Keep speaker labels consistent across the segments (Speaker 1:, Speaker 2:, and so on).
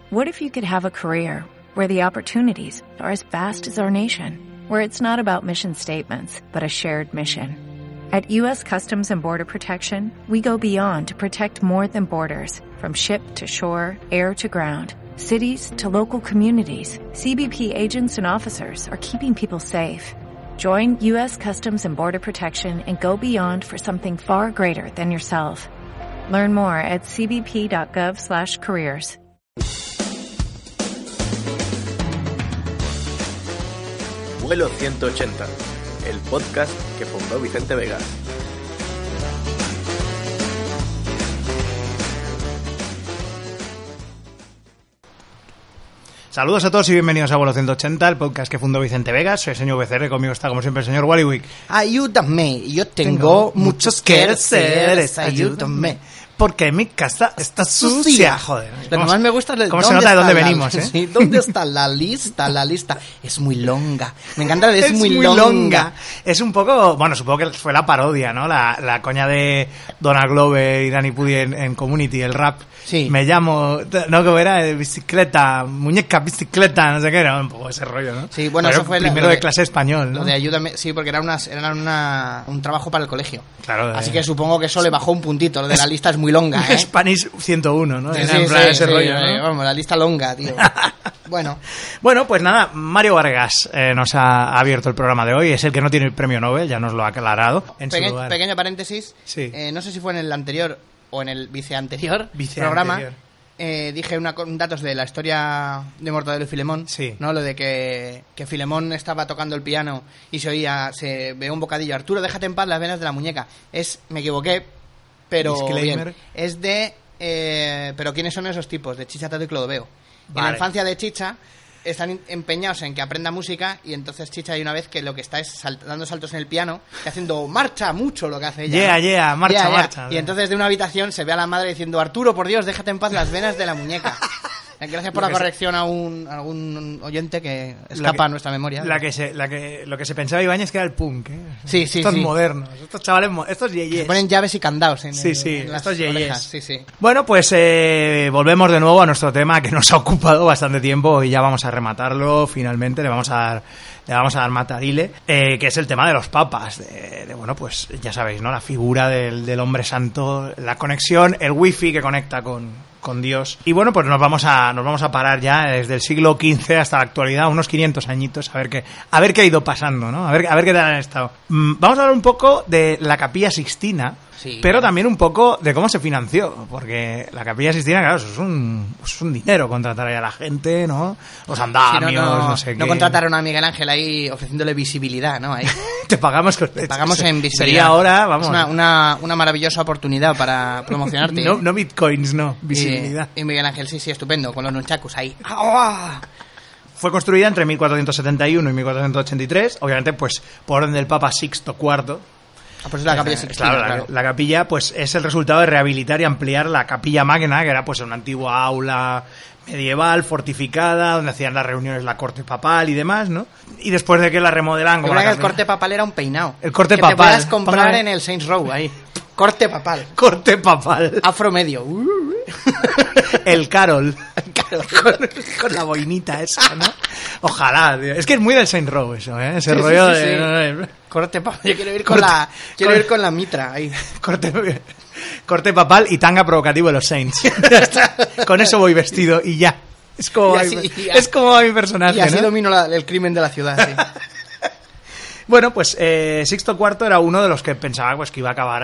Speaker 1: What if you could have a career where the opportunities are as vast as our nation, where it's not about mission statements, but a shared mission? At U.S. Customs and Border Protection, we go beyond to protect more than borders, from ship to shore, air to ground, cities to local communities. CBP agents and officers are keeping people safe. Join U.S. Customs and Border Protection and go beyond for something far greater than yourself. Learn more at cbp.gov/careers.
Speaker 2: Vuelo 180, el podcast que fundó Vicente Vegas.
Speaker 3: Saludos a todos y bienvenidos a Vuelo 180, el podcast que fundó Vicente Vegas. Soy el señor VCR, conmigo está como siempre el señor Wallywick.
Speaker 4: Ayúdame, yo tengo muchos quehaceres, ayúdame.
Speaker 3: Porque mi casa está sucia, joder.
Speaker 4: Lo que más me gusta es
Speaker 3: cómo se nota de dónde venimos, ¿eh?
Speaker 4: Sí, ¿dónde está la lista? La lista es muy longa. Me encanta, es muy longa.
Speaker 3: Es un poco, bueno, supongo que fue la parodia, ¿no? La coña de Donald Glover y Danny Pudi en Community, el rap.
Speaker 4: Sí.
Speaker 3: Me llamo, no, como era, bicicleta, muñeca, bicicleta, no sé qué, era un poco ese rollo, ¿no?
Speaker 4: Sí, bueno, eso fue
Speaker 3: primero de clase español, ¿no?
Speaker 4: Lo de ayúdame, sí, porque era un trabajo para el colegio.
Speaker 3: Claro.
Speaker 4: Así que supongo que eso le bajó un puntito. Lo de la lista es muy longa, ¿eh?
Speaker 3: Spanish 101, ¿no?
Speaker 4: Sí,
Speaker 3: Era en plan ese rollo, ¿no?
Speaker 4: Vamos, la lista longa, tío. Bueno,
Speaker 3: pues nada, Mario Vargas nos ha abierto el programa de hoy. Es el que no tiene el premio Nobel, ya nos lo ha aclarado.
Speaker 4: Pequeño paréntesis.
Speaker 3: Sí.
Speaker 4: No sé si fue en el anterior o en el viceanterior programa. Dije datos de la historia de Mortadelo y Filemón,
Speaker 3: sí.
Speaker 4: ¿no? Lo de que Filemón estaba tocando el piano y se veía un bocadillo. Arturo, déjate en paz las venas de la muñeca. Me equivoqué, pero bien. Es de... pero ¿quiénes son esos tipos? De Chicha, Tato y Clodoveo. Vale. En la infancia de Chicha están empeñados en que aprenda música y entonces Chicha hay una vez que lo que está es dando saltos en el piano y haciendo marcha mucho lo que hace ella.
Speaker 3: Marcha.
Speaker 4: Y entonces de una habitación se ve a la madre diciendo: Arturo, por Dios, déjate en paz las venas de la muñeca. Gracias por la corrección a algún oyente que escapa a nuestra memoria.
Speaker 3: Lo que se pensaba Ibáñez que era el punk, ¿eh?
Speaker 4: Sí.
Speaker 3: Estos modernos, estos chavales, estos yeyes.
Speaker 4: Se ponen llaves y candados en
Speaker 3: estos yeyes.
Speaker 4: Sí.
Speaker 3: Bueno, pues volvemos de nuevo a nuestro tema que nos ha ocupado bastante tiempo y ya vamos a rematarlo finalmente. Le vamos a dar matarile, que es el tema de los papas. Bueno, pues ya sabéis, ¿no? La figura del hombre santo, la conexión, el wifi que conecta con Dios. Y bueno, pues nos vamos a parar ya desde el siglo XV hasta la actualidad, unos 500 añitos, a ver qué ha ido pasando, ¿no? A ver qué tal han estado. Vamos a hablar un poco de la Capilla Sixtina, sí, pero también un poco de cómo se financió, porque la Capilla Sixtina, claro, eso es un dinero, contratar ahí a la gente, ¿no? Los andamios, no sé qué.
Speaker 4: No contrataron a Miguel Ángel ahí ofreciéndole visibilidad, ¿no? Ahí.
Speaker 3: Te pagamos
Speaker 4: en visibilidad.
Speaker 3: Sería ahora, vamos.
Speaker 4: Es una maravillosa oportunidad para promocionarte.
Speaker 3: No bitcoins, no, visibilidad.
Speaker 4: Y Miguel Ángel, sí, estupendo, con los nunchakus ahí.
Speaker 3: Fue construida entre 1471 y 1483, obviamente pues por orden del Papa Sixto IV.
Speaker 4: Pues es la Capilla Sixtina,
Speaker 3: claro. La capilla pues es el resultado de rehabilitar y ampliar la Capilla Magna, que era pues una antigua aula medieval fortificada donde hacían las reuniones la corte papal y demás, ¿no? Y después de que la remodelan, como
Speaker 4: el corte papal era un peinado.
Speaker 3: El corte
Speaker 4: que
Speaker 3: papal.
Speaker 4: Que te puedas comprar en el Saints Row ahí. Corte papal.
Speaker 3: Corte papal.
Speaker 4: Afro medio.
Speaker 3: El Carol. Con la boinita esa, ¿no? Ojalá, tío. Es que es muy del Saint Row eso, ¿eh? Ese rollo de...
Speaker 4: Corte papal. Yo quiero ir con la mitra ahí.
Speaker 3: Corte papal y tanga provocativo de los Saints. Ya está. Con eso voy vestido y ya. Es como mi personaje,
Speaker 4: y así
Speaker 3: ¿no?
Speaker 4: domino el crimen de la ciudad, sí.
Speaker 3: Bueno, pues Sixto IV era uno de los que pensaba pues que iba a acabar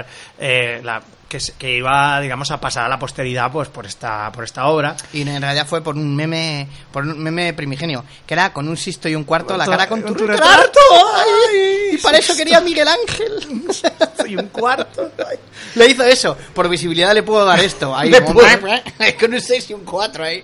Speaker 3: que iba, digamos, a pasar a la posteridad pues por esta obra.
Speaker 4: Y en realidad fue por un meme primigenio, que era con un Sisto y un cuarto, la cara con tu retrato. ¡Ay! Y para eso quería Miguel Ángel.
Speaker 3: Y un cuarto. Ay.
Speaker 4: Le hizo eso. Por visibilidad le puedo dar esto. Ahí, con un 6 y un 4 ahí.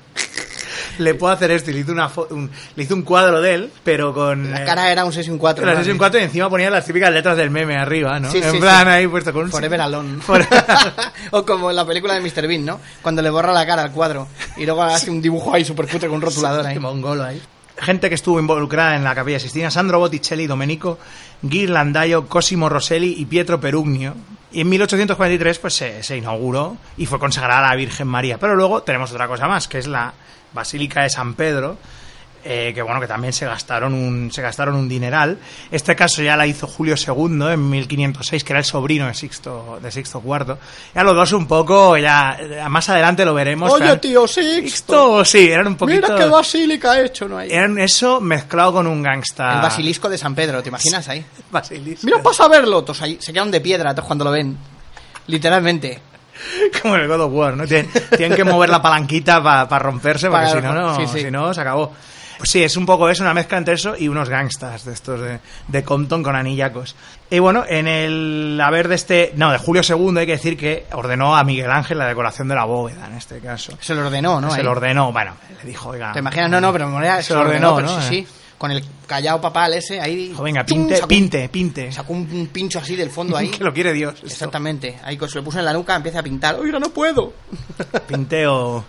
Speaker 3: Le puedo hacer esto y le hizo un cuadro de él, pero con...
Speaker 4: La cara era un 6 y un 4.
Speaker 3: Era 6 y un 4 y encima ponía las típicas letras del meme arriba, ¿no?
Speaker 4: Sí,
Speaker 3: en plan ahí puesto con un...
Speaker 4: Forever Alone. O como en la película de Mr. Bean, ¿no? Cuando le borra la cara al cuadro y luego hace un dibujo ahí súper cutre con un rotulador ahí.
Speaker 3: Mongolo ahí. Gente que estuvo involucrada en la Capilla Sixtina: Sandro Botticelli, Domenico Ghirlandaio, Cosimo Rosselli y Pietro Perugno. Y en 1843 pues se inauguró y fue consagrada a la Virgen María. Pero luego tenemos otra cosa más, que es la Basílica de San Pedro, que bueno, que también se gastaron un dineral. Este caso ya la hizo Julio II en 1506, que era el sobrino de Sixto IV. Ya los dos un poco, ya más adelante lo veremos.
Speaker 4: Oye, tío, Sixto.
Speaker 3: Sí, eran un poquito...
Speaker 4: Mira qué basílica ha hecho, ¿no? Ahí.
Speaker 3: Eran eso mezclado con un gangsta.
Speaker 4: El basilisco de San Pedro, ¿te imaginas ahí?
Speaker 3: Basilisco.
Speaker 4: Mira, pasa a verlo. Todos ahí se quedan de piedra todos cuando lo ven. Literalmente.
Speaker 3: Como en el God of War, ¿no? Tienen que mover la palanquita para romperse, porque
Speaker 4: sí.
Speaker 3: si no, se acabó. Pues sí, es un poco eso, una mezcla entre eso y unos gangstas de estos de Compton con anillacos. Y bueno, en el haber de Julio II, hay que decir que ordenó a Miguel Ángel la decoración de la bóveda, en este caso.
Speaker 4: Se lo ordenó, ¿no?
Speaker 3: Se lo ordenó, bueno, le dijo, oiga...
Speaker 4: ¿Te imaginas? No, pero se lo ordenó, pero ¿no? Sí. Con el callao papal ese, ahí...
Speaker 3: Venga, pinte.
Speaker 4: Sacó un pincho así del fondo ahí.
Speaker 3: Que lo quiere Dios. Esto.
Speaker 4: Exactamente. Ahí se lo puso en la nuca, empieza a pintar. ¡Oiga, no puedo!
Speaker 3: Pinteo...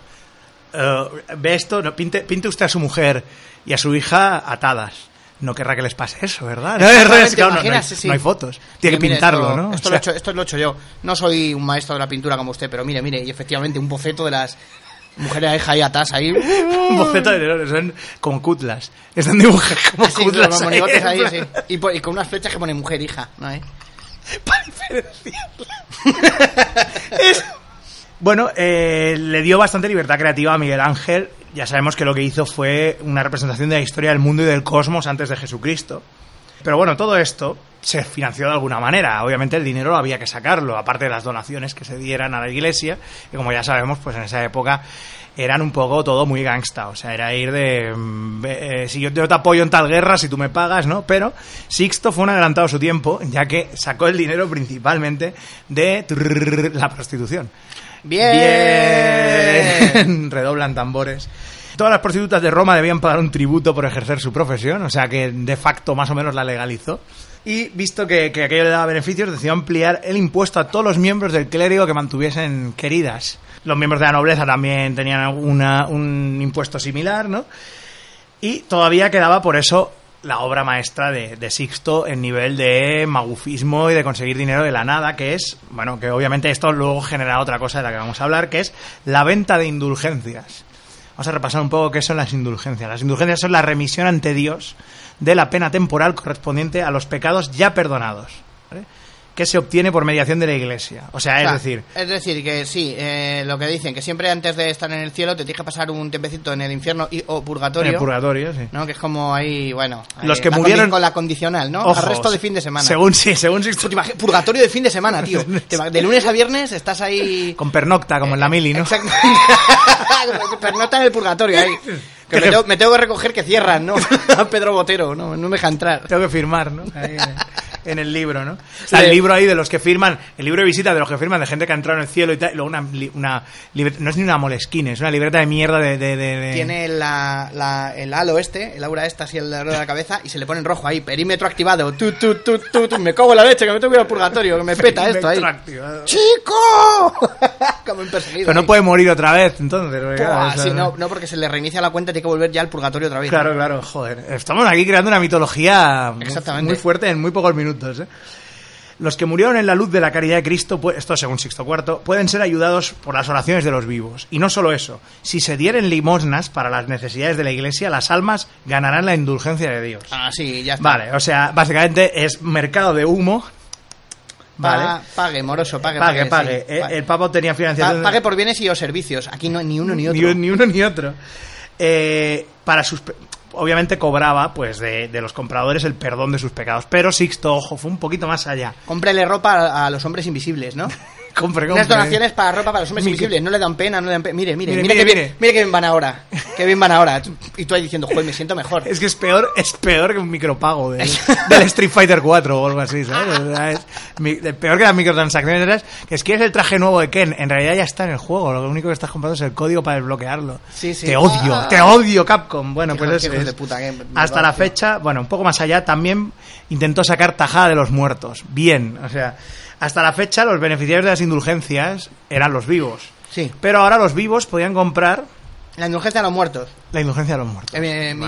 Speaker 3: ve esto, no, pinte usted a su mujer y a su hija atadas. No querrá que les pase eso, ¿verdad? No hay fotos. Tiene que pintarlo,
Speaker 4: esto,
Speaker 3: ¿no?
Speaker 4: Esto lo he hecho yo. No soy un maestro de la pintura como usted, pero mire, y efectivamente un boceto de las mujeres hija ahí atadas ahí.
Speaker 3: Un boceto de son como cutlas. Están dibujadas como cutlas.
Speaker 4: Como monigotes ahí, sí. Y con unas flechas que pone mujer, hija, ¿no?
Speaker 3: Para diferenciarla. Bueno, le dio bastante libertad creativa a Miguel Ángel. Ya sabemos que lo que hizo fue una representación de la historia del mundo y del cosmos antes de Jesucristo. Pero bueno, todo esto se financió de alguna manera. Obviamente el dinero había que sacarlo, aparte de las donaciones que se dieran a la iglesia, que como ya sabemos, pues en esa época eran un poco todo muy gangsta. O sea, era ir de... si yo te apoyo en tal guerra, si tú me pagas, ¿no? Pero Sixto fue un adelantado a su tiempo, ya que sacó el dinero principalmente de la prostitución. ¡Bien! Redoblan tambores. Todas las prostitutas de Roma debían pagar un tributo por ejercer su profesión, o sea que de facto más o menos la legalizó. Y visto que aquello le daba beneficios, decidió ampliar el impuesto a todos los miembros del clérigo que mantuviesen queridas. Los miembros de la nobleza también tenían un impuesto similar, ¿no? Y todavía quedaba por eso la obra maestra de Sixto en nivel de magufismo y de conseguir dinero de la nada, que es, bueno, que obviamente esto luego genera otra cosa de la que vamos a hablar, que es la venta de indulgencias. Vamos a repasar un poco qué son las indulgencias. Las indulgencias son la remisión ante Dios de la pena temporal correspondiente a los pecados ya perdonados, ¿vale? Que se obtiene por mediación de la Iglesia. O sea, es decir
Speaker 4: que sí, lo que dicen, que siempre antes de estar en el cielo te tienes que pasar un tiempecito en el infierno o purgatorio.
Speaker 3: En el purgatorio, sí.
Speaker 4: ¿No? Que es como ahí, bueno...
Speaker 3: Los que murieron...
Speaker 4: Con la condicional, ¿no?
Speaker 3: Ojo,
Speaker 4: arresto de fin de semana.
Speaker 3: Según
Speaker 4: purgatorio de fin de semana, tío. De lunes a viernes estás ahí...
Speaker 3: Con pernocta, como en la mili, ¿no?
Speaker 4: Exacto. Pernocta en el purgatorio, ahí. Que me tengo que recoger que cierran, ¿no? A Pedro Botero, no me deja entrar.
Speaker 3: Tengo que firmar, ¿no? Ahí, en el libro, ¿no? Está el libro ahí de los que firman, el libro de visita de los que firman, de gente que ha entrado en el cielo y tal, y luego una libreta, no es ni una Moleskine, es una libreta de mierda de...
Speaker 4: Tiene el halo el aura esta así alrededor de la cabeza, y se le pone en rojo ahí, perímetro activado, me cago en la leche, que me tengo que ir al purgatorio, que me peta esto ahí.
Speaker 3: Activado.
Speaker 4: ¡Chico! Como en perseguido.
Speaker 3: Pero no puede morir otra vez, entonces.
Speaker 4: Sí, no, porque se le reinicia la cuenta y tiene que volver ya al purgatorio otra vez.
Speaker 3: Claro, joder. Estamos aquí creando una mitología muy fuerte en muy pocos minutos. Los que murieron en la luz de la caridad de Cristo, esto según Sixto IV, pueden ser ayudados por las oraciones de los vivos. Y no solo eso, si se dieren limosnas para las necesidades de la Iglesia, las almas ganarán la indulgencia de Dios.
Speaker 4: Ah, sí, ya está.
Speaker 3: Vale, o sea, básicamente es mercado de humo. Vale.
Speaker 4: Pague, moroso, pague.
Speaker 3: Sí, el Papa obtenía financiación.
Speaker 4: Pague por bienes y o servicios. Aquí no, ni uno ni otro.
Speaker 3: Ni uno ni otro. Para sus... Obviamente cobraba pues de los compradores el perdón de sus pecados, pero Sixto, ojo, fue un poquito más allá.
Speaker 4: Cómprele ropa a los hombres invisibles, ¿no?
Speaker 3: Compre.
Speaker 4: Unas donaciones para ropa para los hombres invisibles, no le dan pena, Mire que bien van ahora. Que bien van ahora. Y tú ahí diciendo, joder, me siento mejor.
Speaker 3: Es que es peor que un micropago del Street Fighter 4 o algo así, ¿sabes? Es peor que las microtransacciones, que es que es el traje nuevo de Ken, en realidad ya está en el juego, lo único que estás comprando es el código para desbloquearlo.
Speaker 4: Sí.
Speaker 3: Te odio, Capcom. Bueno, pues
Speaker 4: es de puta,
Speaker 3: hasta la fecha, bueno, un poco más allá, también intentó sacar tajada de los muertos. Bien, o sea... Hasta la fecha los beneficiarios de las indulgencias eran los vivos.
Speaker 4: Sí.
Speaker 3: Pero ahora los vivos podían comprar...
Speaker 4: La indulgencia a los muertos.
Speaker 3: La indulgencia a los muertos.
Speaker 4: Vale.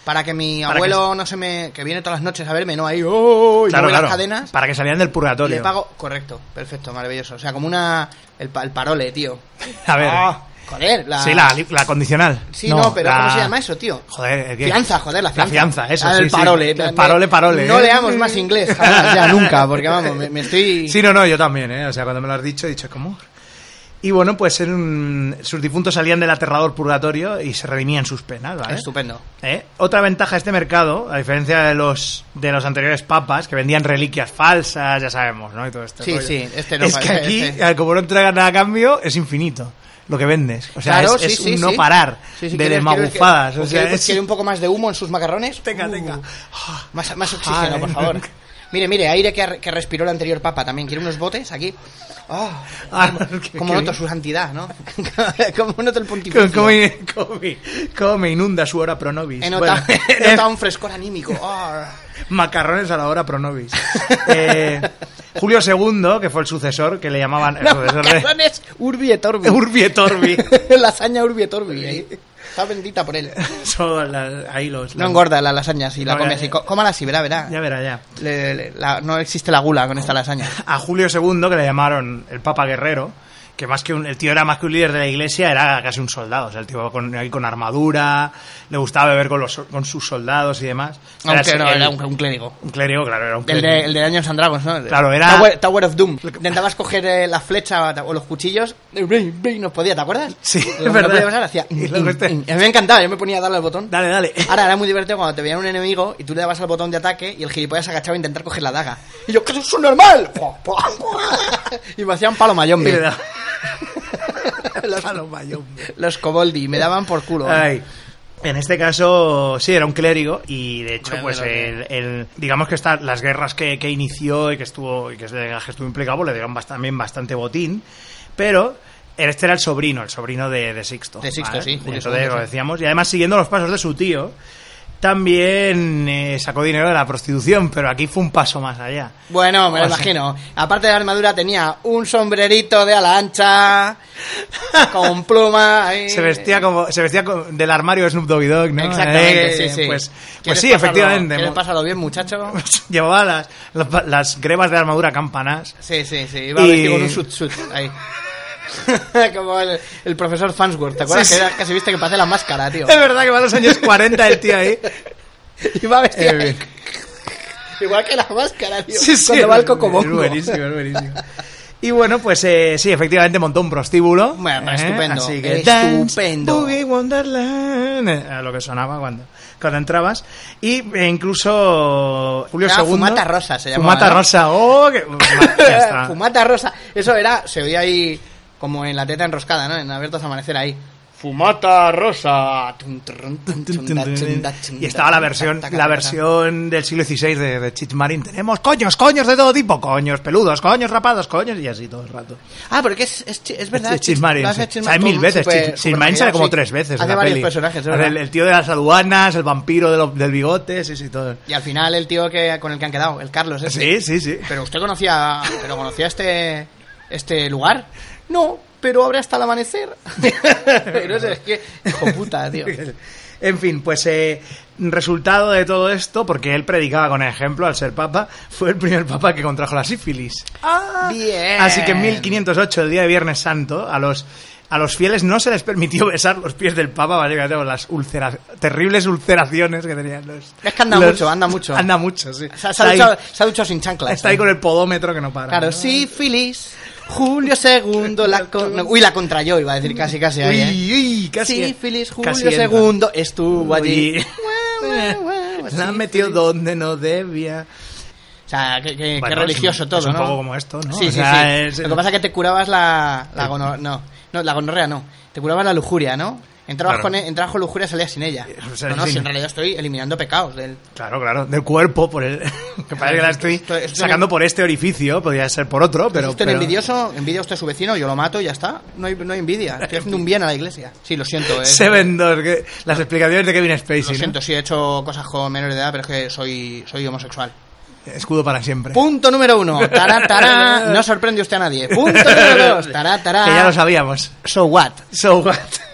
Speaker 4: Para que mi abuelo no se me... que viene todas las noches a verme, no ahí, ¡oh! Y
Speaker 3: claro,
Speaker 4: las cadenas.
Speaker 3: Para que salieran del purgatorio.
Speaker 4: Le pago... Correcto, perfecto, maravilloso. O sea, como el parole, tío.
Speaker 3: A ver...
Speaker 4: Joder,
Speaker 3: Sí, la condicional.
Speaker 4: Sí, no, pero ¿cómo se llama eso, tío?
Speaker 3: Joder,
Speaker 4: fianza, joder, la fianza.
Speaker 3: La fianza, eso,
Speaker 4: el parole.
Speaker 3: Sí. El parole.
Speaker 4: No leamos más inglés, jamás, ya, nunca, porque vamos, me estoy...
Speaker 3: Sí, no, yo también, O sea, cuando me lo has dicho, he dicho, ¿cómo? Y bueno, pues sus difuntos salían del aterrador purgatorio y se redimían sus penas, ¿vale?
Speaker 4: Estupendo.
Speaker 3: Otra ventaja de este mercado, a diferencia de los anteriores papas, que vendían reliquias falsas, ya sabemos, ¿no? Y todo esto.
Speaker 4: Sí,
Speaker 3: rollo.
Speaker 4: sí, no
Speaker 3: es que aquí, como no entregan nada a cambio, es infinito lo que vendes. O sea,
Speaker 4: claro,
Speaker 3: es un no parar de magufadas. O sea,
Speaker 4: ¿quiere un poco más de humo en sus macarrones?
Speaker 3: Tenga.
Speaker 4: Más oxígeno, por favor. Mire, aire que respiró el anterior papa también. ¿Quiere unos botes aquí? Como noto su santidad, ¿no? Como noto el pontificio.
Speaker 3: Cómo me inunda su hora pro nobis.
Speaker 4: He notado un frescor anímico.
Speaker 3: Macarrones a la hora pro nobis. Julio II, que fue el sucesor, que le llamaban...
Speaker 4: Macarrones Urbi et Orbi.
Speaker 3: Urbi et Orbi.
Speaker 4: Lasaña Urbi et Orbi. Ahí. Está bendita por él. No engorda la lasaña si la come así. Cómala así, verá.
Speaker 3: Ya verá, ya.
Speaker 4: No existe la gula con esta lasaña.
Speaker 3: A Julio II, que le llamaron el Papa Guerrero, que el tío era más que un líder de la iglesia, era casi un soldado. O sea, el tío con armadura, le gustaba beber con sus soldados y demás.
Speaker 4: Aunque era un clérigo.
Speaker 3: Un clérigo, claro, era un clérigo.
Speaker 4: El de Dungeons and Dragons, ¿no?
Speaker 3: Claro, era...
Speaker 4: Tower of Doom. Intentabas coger la flecha o los cuchillos, y no podía, ¿te acuerdas?
Speaker 3: Sí, es verdad.
Speaker 4: Podía pasar, hacía... A mí me encantaba, yo me ponía a darle al botón.
Speaker 3: Dale.
Speaker 4: Ahora, era muy divertido cuando te veían un enemigo y tú le dabas al botón de ataque y el gilipollas se agachaba a intentar coger la daga. Y yo, ¡que eso es un normal! Y me hacían palo mayombe. Los Coboldi me daban por culo.
Speaker 3: Ay. En este caso sí era un clérigo y de hecho pues digamos que las guerras que inició y que estuvo implicado pues le dieron también bastante botín, pero este era el sobrino de Sixto.
Speaker 4: De Sixto, ¿vale? Sí.
Speaker 3: Entonces lo decíamos, y además siguiendo los pasos de su tío también sacó dinero de la prostitución, pero aquí fue un paso más allá.
Speaker 4: Bueno, me lo imagino. Aparte de la armadura tenía un sombrerito de ala ancha con pluma. Ahí.
Speaker 3: Se vestía del armario de Snoop Doggy Dogg, ¿no?
Speaker 4: Exactamente, sí.
Speaker 3: Pues sí, efectivamente.
Speaker 4: ¿Quieres pasarlo bien, muchacho?
Speaker 3: Llevaba las grebas de armadura campanas.
Speaker 4: Sí. Iba vestido con un suit ahí. Como el profesor Farnsworth, ¿te acuerdas? Sí. Que era casi viste que parece la máscara, tío.
Speaker 3: Es verdad que va a los años 40 el tío ahí.
Speaker 4: Y va vestido igual que la máscara, tío.
Speaker 3: Sí,
Speaker 4: cuando va al Cocobongo.
Speaker 3: Es buenísimo. Y bueno, pues sí, efectivamente montó un prostíbulo.
Speaker 4: Bueno, estupendo.
Speaker 3: Así que
Speaker 4: estupendo.
Speaker 3: Boogie Wonderland. A lo que sonaba cuando entrabas. Y incluso Julio II.
Speaker 4: Fumata Rosa se llamaba.
Speaker 3: Fumata Rosa.
Speaker 4: Fumata Rosa. Eso se oía ahí como en La teta enroscada, ¿no? En Abiertos a Amanecer ahí. Fumata Rosa.
Speaker 3: Y estaba la versión del siglo XVI de Cheech Marin. Tenemos coños de todo tipo. Coños peludos, coños rapados, coños, y así todo el rato.
Speaker 4: Porque es verdad.
Speaker 3: Cheech Marin. Sale 1000 veces. Cheech Marin sale como 3 veces.
Speaker 4: Hace varios personajes, ¿verdad?
Speaker 3: El tío de las aduanas, el vampiro del bigote, sí, todo.
Speaker 4: Y al final el tío con el que han quedado, el Carlos.
Speaker 3: Sí.
Speaker 4: Pero usted conocía este lugar. No, pero abre hasta el amanecer. Pero es que, hijo puta, tío.
Speaker 3: En fin, pues resultado de todo esto, porque él predicaba con ejemplo al ser papa, fue el primer papa que contrajo la sífilis.
Speaker 4: Bien.
Speaker 3: Así que en 1508, el día de Viernes Santo, a los fieles no se les permitió besar los pies del papa, ¿vale? Las terribles ulceraciones que tenían los...
Speaker 4: Es que anda mucho.
Speaker 3: Anda mucho, sí.
Speaker 4: Se ha duchado sin chanclas.
Speaker 3: Está ahí con el podómetro que no para.
Speaker 4: Claro,
Speaker 3: ¿no?
Speaker 4: Sífilis... Julio II la contrayó, iba a decir casi ahí.
Speaker 3: Casi.
Speaker 4: Sífilis, Julio II estuvo allí.
Speaker 3: La han metido donde no debía.
Speaker 4: O sea, qué religioso todo, ¿no?
Speaker 3: Es un poco como esto, ¿no?
Speaker 4: Sí. Lo que pasa es que te curabas la gonorrea no. Te curabas la lujuria, ¿no? Entrabas con lujuria, salías sin ella. Si en realidad estoy eliminando pecados del...
Speaker 3: Claro, del cuerpo, que parece que la estoy sacando por este orificio, podría ser por otro, pero...
Speaker 4: ¿Es usted envidioso? ¿Envidia usted a su vecino? Yo lo mato y ya está. No hay envidia. Estoy haciendo un bien a la iglesia. Sí, lo siento.
Speaker 3: Seven Doors, las explicaciones de Kevin Spacey.
Speaker 4: Lo siento, sí he hecho cosas con menores de edad, pero es que soy homosexual.
Speaker 3: Escudo para siempre.
Speaker 4: Punto número 1. Tará. No sorprende usted a nadie. Punto número 2. Tará.
Speaker 3: Que ya lo sabíamos.
Speaker 4: So what?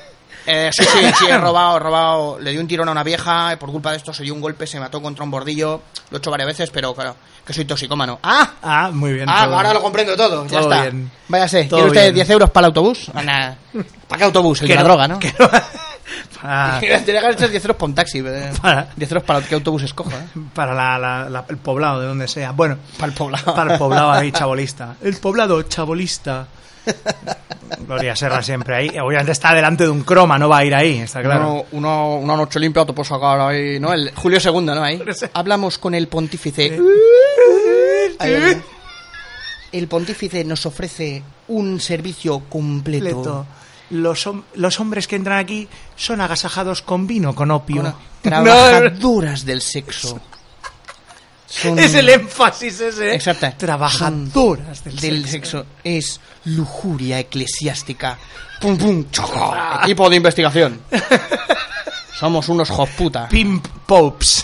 Speaker 4: Sí, he robado. Le di un tirón a una vieja, por culpa de esto se dio un golpe, se mató contra un bordillo. Lo he hecho varias veces, pero claro, que soy toxicómano.
Speaker 3: Muy bien.
Speaker 4: Ahora lo comprendo todo, ya está.
Speaker 3: Bien.
Speaker 4: Váyase, ¿quiere usted 10 euros para el autobús? Nada. ¿Para qué autobús? El de la droga, ¿no? Tenía que haber hecho 10 euros para un taxi. 10 euros para qué autobús escojo,
Speaker 3: Para el poblado, de donde sea. Bueno,
Speaker 4: para el poblado.
Speaker 3: Para el poblado ahí, chabolista. El poblado chabolista. Gloria Serra siempre ahí. Obviamente está delante de un croma, no va a ir ahí, está claro.
Speaker 4: Una noche limpia te puedo sacar ahí, ¿no? El Julio II, ¿no? Ahí. Hablamos con el pontífice. Ahí, el pontífice nos ofrece un servicio completo.
Speaker 3: Los hombres que entran aquí son agasajados con vino, con opio.
Speaker 4: Trabajadoras del sexo.
Speaker 3: Es el énfasis ese.
Speaker 4: Exacto.
Speaker 3: Trabajadoras
Speaker 4: del sexo. Es lujuria eclesiástica. Pum, pum, choco. Equipo de investigación. Somos unos hosputa.
Speaker 3: Pimp Popes.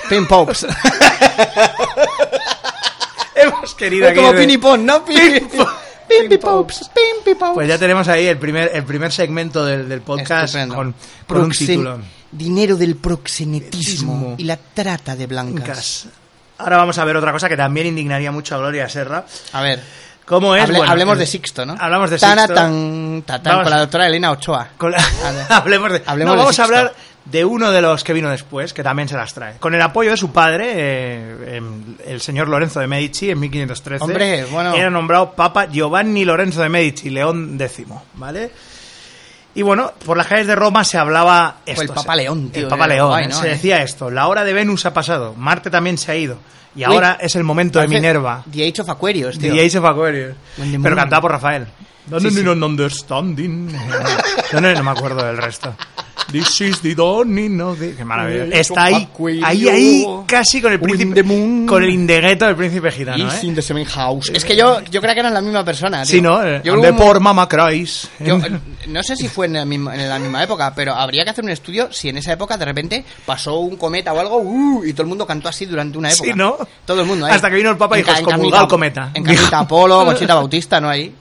Speaker 3: Hemos querido aquí.
Speaker 4: Como Pinipón, ¿no? Pimpi Popes.
Speaker 3: Pues ya tenemos ahí el primer segmento del podcast con un título.
Speaker 4: Dinero del proxenetismo y la trata de blancas.
Speaker 3: Ahora vamos a ver otra cosa que también indignaría mucho a Gloria Serra.
Speaker 4: A ver.
Speaker 3: ¿Cómo es?
Speaker 4: Hablemos de Sixto, ¿no?
Speaker 3: Hablamos de Sixto.
Speaker 4: Con la doctora Elena Ochoa.
Speaker 3: Vamos a hablar de uno de los que vino después, que también se las trae. Con el apoyo de su padre, el señor Lorenzo de Medici, en 1513.
Speaker 4: Hombre, bueno.
Speaker 3: Era nombrado Papa Giovanni Lorenzo de Medici, León X, ¿vale? Y bueno, por las calles de Roma se hablaba esto.
Speaker 4: El Papa León, tío.
Speaker 3: El Papa León, ¿no? Se decía esto. La hora de Venus ha pasado, Marte también se ha ido. Y ahora es el momento de Minerva.
Speaker 4: The Age of Aquarius, tío.
Speaker 3: The Age of Aquarius. Pero cantado por Rafael. Understanding. No me acuerdo del resto. This is the dawning of the... Qué maravilla. Está ahí casi con el príncipe, con el Indegueto del príncipe gitano,
Speaker 4: ¿eh? In the same house. Es que yo creo que eran la misma persona, tío.
Speaker 3: Sí, ¿no? De por Mama Christ.
Speaker 4: No sé si fue en la misma época, pero habría que hacer un estudio si en esa época de repente pasó un cometa o algo y todo el mundo cantó así durante una época.
Speaker 3: Sí, ¿no?
Speaker 4: Todo el mundo ahí.
Speaker 3: Hasta que vino el Papa y dijo, excomulgado el cometa.
Speaker 4: En Camita Apolo, Conchita Bautista, ¿no? Ahí.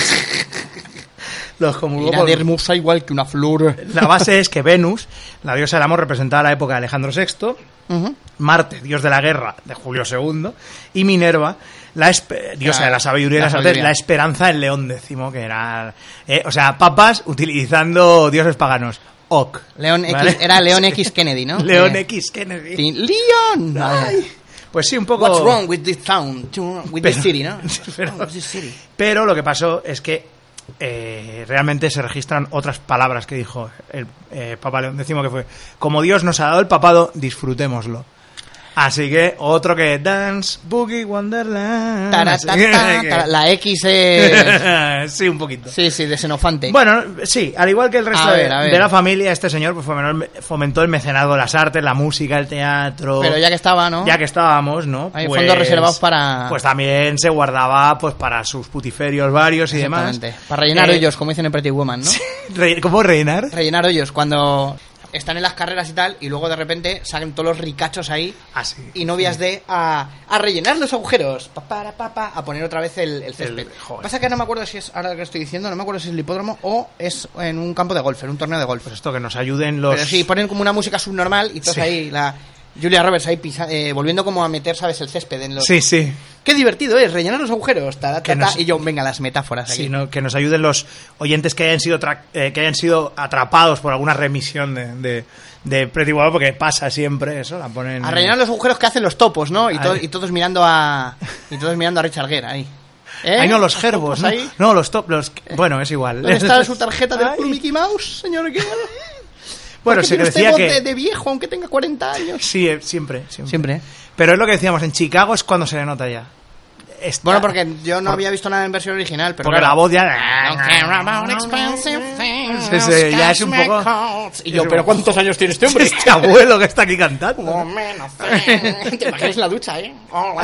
Speaker 3: Era
Speaker 4: de hermosa igual que una flor.
Speaker 3: La base es que Venus, la diosa del amor, representaba la época de Alejandro VI, Marte, dios de la guerra, de Julio II, y Minerva, diosa de la sabiduría y las artes, la esperanza del León X, que era... o sea, papas utilizando dioses paganos.
Speaker 4: León X, ¿vale? Era León X Kennedy, ¿no?
Speaker 3: León X Kennedy.
Speaker 4: ¡León!
Speaker 3: Pues sí, un poco...
Speaker 4: What's wrong with this town? With this city, ¿no?
Speaker 3: Pero lo que pasó es que realmente se registran otras palabras que dijo el Papa León X, que fue: como Dios nos ha dado el papado, disfrutémoslo. Así que otro que Dance Boogie Wonderland.
Speaker 4: La X
Speaker 3: sí, un poquito.
Speaker 4: Sí, de xenofante.
Speaker 3: Bueno, sí, al igual que el resto de la familia, este señor pues fomentó el mecenado de las artes, la música, el teatro.
Speaker 4: Pero ya que estaba, ¿no?
Speaker 3: Ya que estábamos, ¿no?
Speaker 4: Hay fondos reservados para...
Speaker 3: Pues también se guardaba pues para sus putiferios varios y demás.
Speaker 4: Para rellenar hoyos, como dicen en Pretty Woman, ¿no?
Speaker 3: ¿Cómo rellenar?
Speaker 4: Rellenar hoyos, cuando... están en las carreras y tal, y luego de repente salen todos los ricachos ahí y novias a rellenar los agujeros, a poner otra vez el césped. Pasa que no me acuerdo si es, ahora que lo estoy diciendo, no me acuerdo si es el hipódromo o es en un campo de golf, en un torneo de golf.
Speaker 3: Pues esto, que nos ayuden los...
Speaker 4: Pero sí, ponen como una música subnormal y todos ahí, la Julia Roberts ahí volviendo como a meter, ¿sabes?, el césped en los...
Speaker 3: Sí.
Speaker 4: Qué divertido es rellenar los agujeros, y yo, venga, las metáforas aquí.
Speaker 3: Sí, ¿no? Que nos ayuden los oyentes que hayan sido atrapados por alguna remisión de Pretty Woman, porque pasa siempre eso, la ponen...
Speaker 4: A rellenar los agujeros que hacen los topos, ¿no? Y todos mirando a Richard Gere ahí.
Speaker 3: Ahí no, los gerbos, ¿no?
Speaker 4: Ahí.
Speaker 3: No, los topos, bueno, es igual.
Speaker 4: ¿Dónde está su tarjeta del Club Mickey Mouse, señor Gere?
Speaker 3: Bueno, se decía que...
Speaker 4: de viejo, aunque tenga 40 años.
Speaker 3: Sí, siempre. Pero es lo que decíamos, en Chicago es cuando se le nota ya.
Speaker 4: Bueno, porque yo no había visto nada en versión original, pero
Speaker 3: porque
Speaker 4: claro,
Speaker 3: la voz ya... ya es un poco...
Speaker 4: Y yo, ¿pero cuántos años tiene este hombre?
Speaker 3: Este abuelo que está aquí cantando.
Speaker 4: Te imaginas la ducha, ¿eh?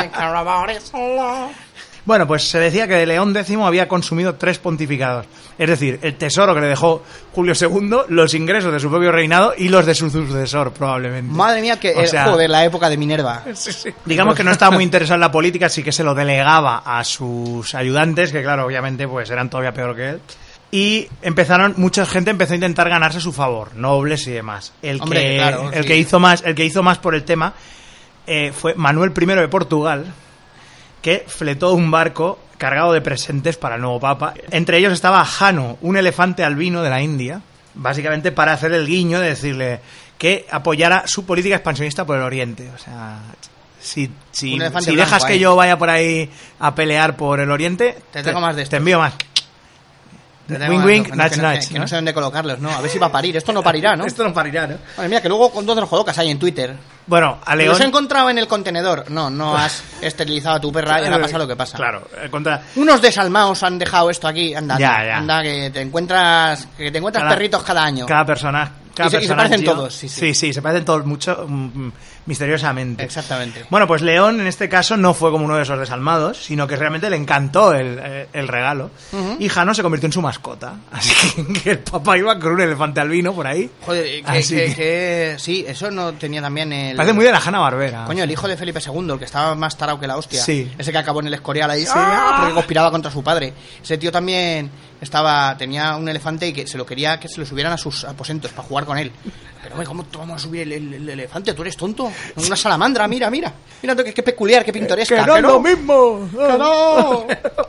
Speaker 3: Bueno, pues se decía que León X había consumido 3 pontificados. Es decir, el tesoro que le dejó Julio II, los ingresos de su propio reinado y los de su sucesor, probablemente.
Speaker 4: Madre mía, joder, la época de Minerva.
Speaker 3: Sí. Digamos que no estaba muy interesado en la política, así que se lo delegaba a sus ayudantes, que claro, obviamente pues eran todavía peor que él. y mucha gente empezó a intentar ganarse su favor, nobles y demás. El que hizo más por el tema fue Manuel I de Portugal, que fletó un barco cargado de presentes para el nuevo papa. Entre ellos estaba Jano, un elefante albino de la India, básicamente para hacer el guiño de decirle que apoyara su política expansionista por el Oriente. O sea, si dejas que yo vaya por ahí a pelear por el Oriente, te envío más. Wing wing, nudge nudge.
Speaker 4: Que no sé dónde colocarlos, ¿no? A ver si va a parir. Esto no parirá, ¿no?
Speaker 3: Esto no parirá, ¿no?
Speaker 4: Madre mía, que luego ¿dónde los colocas ahí en Twitter?
Speaker 3: Bueno, a León...
Speaker 4: Los he encontrado en el contenedor. No has esterilizado a tu perra y ahora pasa lo que pasa.
Speaker 3: Claro.
Speaker 4: Unos desalmados han dejado esto aquí. Anda,
Speaker 3: ya.
Speaker 4: Anda, que te encuentras perritos cada año.
Speaker 3: Cada persona...
Speaker 4: Y se parecen todos, sí.
Speaker 3: Sí, se parecen todos mucho, misteriosamente.
Speaker 4: Exactamente.
Speaker 3: Bueno, pues León en este caso no fue como uno de esos desalmados, sino que realmente le encantó el regalo. Uh-huh. Y Jano se convirtió en su mascota. Así que el papá iba con un elefante albino por ahí.
Speaker 4: Joder, sí, eso no tenía también el...
Speaker 3: Parece muy de la Hanna-Barbera.
Speaker 4: Coño, el hijo de Felipe II, el que estaba más tarado que la hostia.
Speaker 3: Sí.
Speaker 4: Ese que acabó en el Escorial ahí, porque conspiraba contra su padre. Ese tío también tenía un elefante y que se lo quería que se lo subieran a sus aposentos para jugar con él. Pero hombre, ¿cómo vamos a subir el elefante? ¿Tú eres tonto? Una salamandra, mira qué peculiar, qué pintoresca.
Speaker 3: ¡Que no es lo mismo!
Speaker 4: ¡Que no!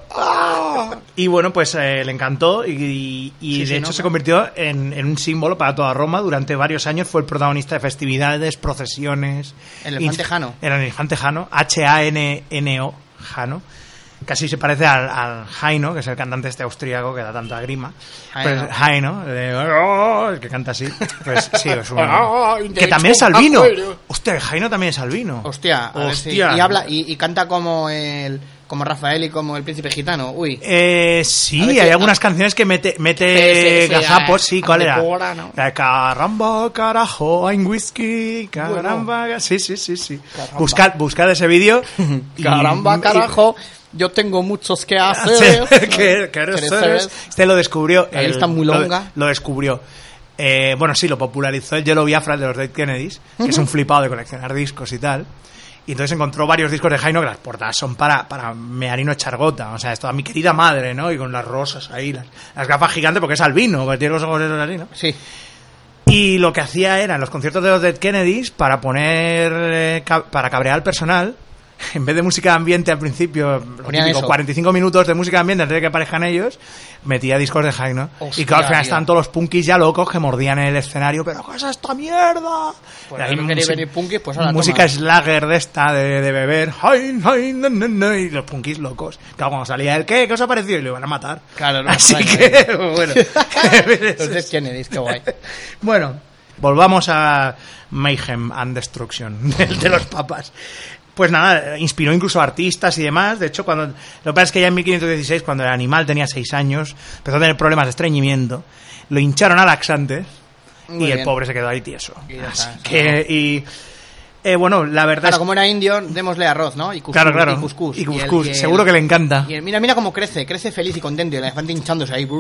Speaker 3: Y bueno, pues le encantó y de hecho se convirtió en un símbolo para toda Roma. Durante varios años fue el protagonista de festividades, procesiones.
Speaker 4: El elefante Jano.
Speaker 3: Era el elefante Jano, H-A-N-N-O, Jano. Casi se parece al Jaino, que es el cantante austríaco que da tanta grima. Jaino, el que canta así. Pues sí, es un... que también es albino. Hostia, el Jaino también es albino.
Speaker 4: Hostia. Sí. Y habla y canta como Rafael y como el príncipe gitano. Uy.
Speaker 3: Sí, hay algunas canciones que mete gazapos. Sí, ¿cuál era?
Speaker 4: ¿No?
Speaker 3: Caramba, carajo, hay whisky, caramba. Bueno. Sí. Buscad ese vídeo.
Speaker 4: Caramba, carajo. Yo tengo muchos que hacer.
Speaker 3: Este lo descubrió.
Speaker 4: La lista muy longa.
Speaker 3: Lo descubrió. Bueno, sí, lo popularizó el Yellow Biafra de los Dead Kennedys, que es un flipado de coleccionar discos y tal. Y entonces encontró varios discos de Jaino que las portadas son para Mearino Echargota. O sea, esto a mi querida madre, ¿no? Y con las rosas ahí, las gafas gigantes, porque es albino, porque tiene los ojos esos así, ¿no?
Speaker 4: Sí.
Speaker 3: Y lo que hacía era, en los conciertos de los Dead Kennedys, para cabrear al personal, en vez de música de ambiente al principio, 45 minutos de música de ambiente antes de que aparezcan ellos, metía discos de Jaino. Y claro, al final estaban todos los punkis ya locos que mordían el escenario. ¿Pero qué es esta mierda?
Speaker 4: Pues ahí no queréis venir punkis, pues ahora
Speaker 3: música slagger de esta, de beber. Y los punkis locos. Claro, cuando salía el ¿qué os ha parecido? Y lo iban a matar.
Speaker 4: Claro, no.
Speaker 3: Así que, bueno.
Speaker 4: Entonces, ¿quién eres? Qué guay.
Speaker 3: Bueno, volvamos a Mayhem and Destruction de los papas. Pues nada, inspiró incluso a artistas y demás. De hecho, lo que pasa es que ya en 1516, cuando el animal tenía 6 años, empezó a tener problemas de estreñimiento, lo hincharon a laxantes y el pobre se quedó ahí tieso. Bueno, la verdad
Speaker 4: claro, como era indio, démosle arroz, ¿no? Y cuscús.
Speaker 3: Claro. Y cuscús, seguro que le encanta.
Speaker 4: Y mira cómo crece feliz y contento. Y el elefante hinchándose ahí.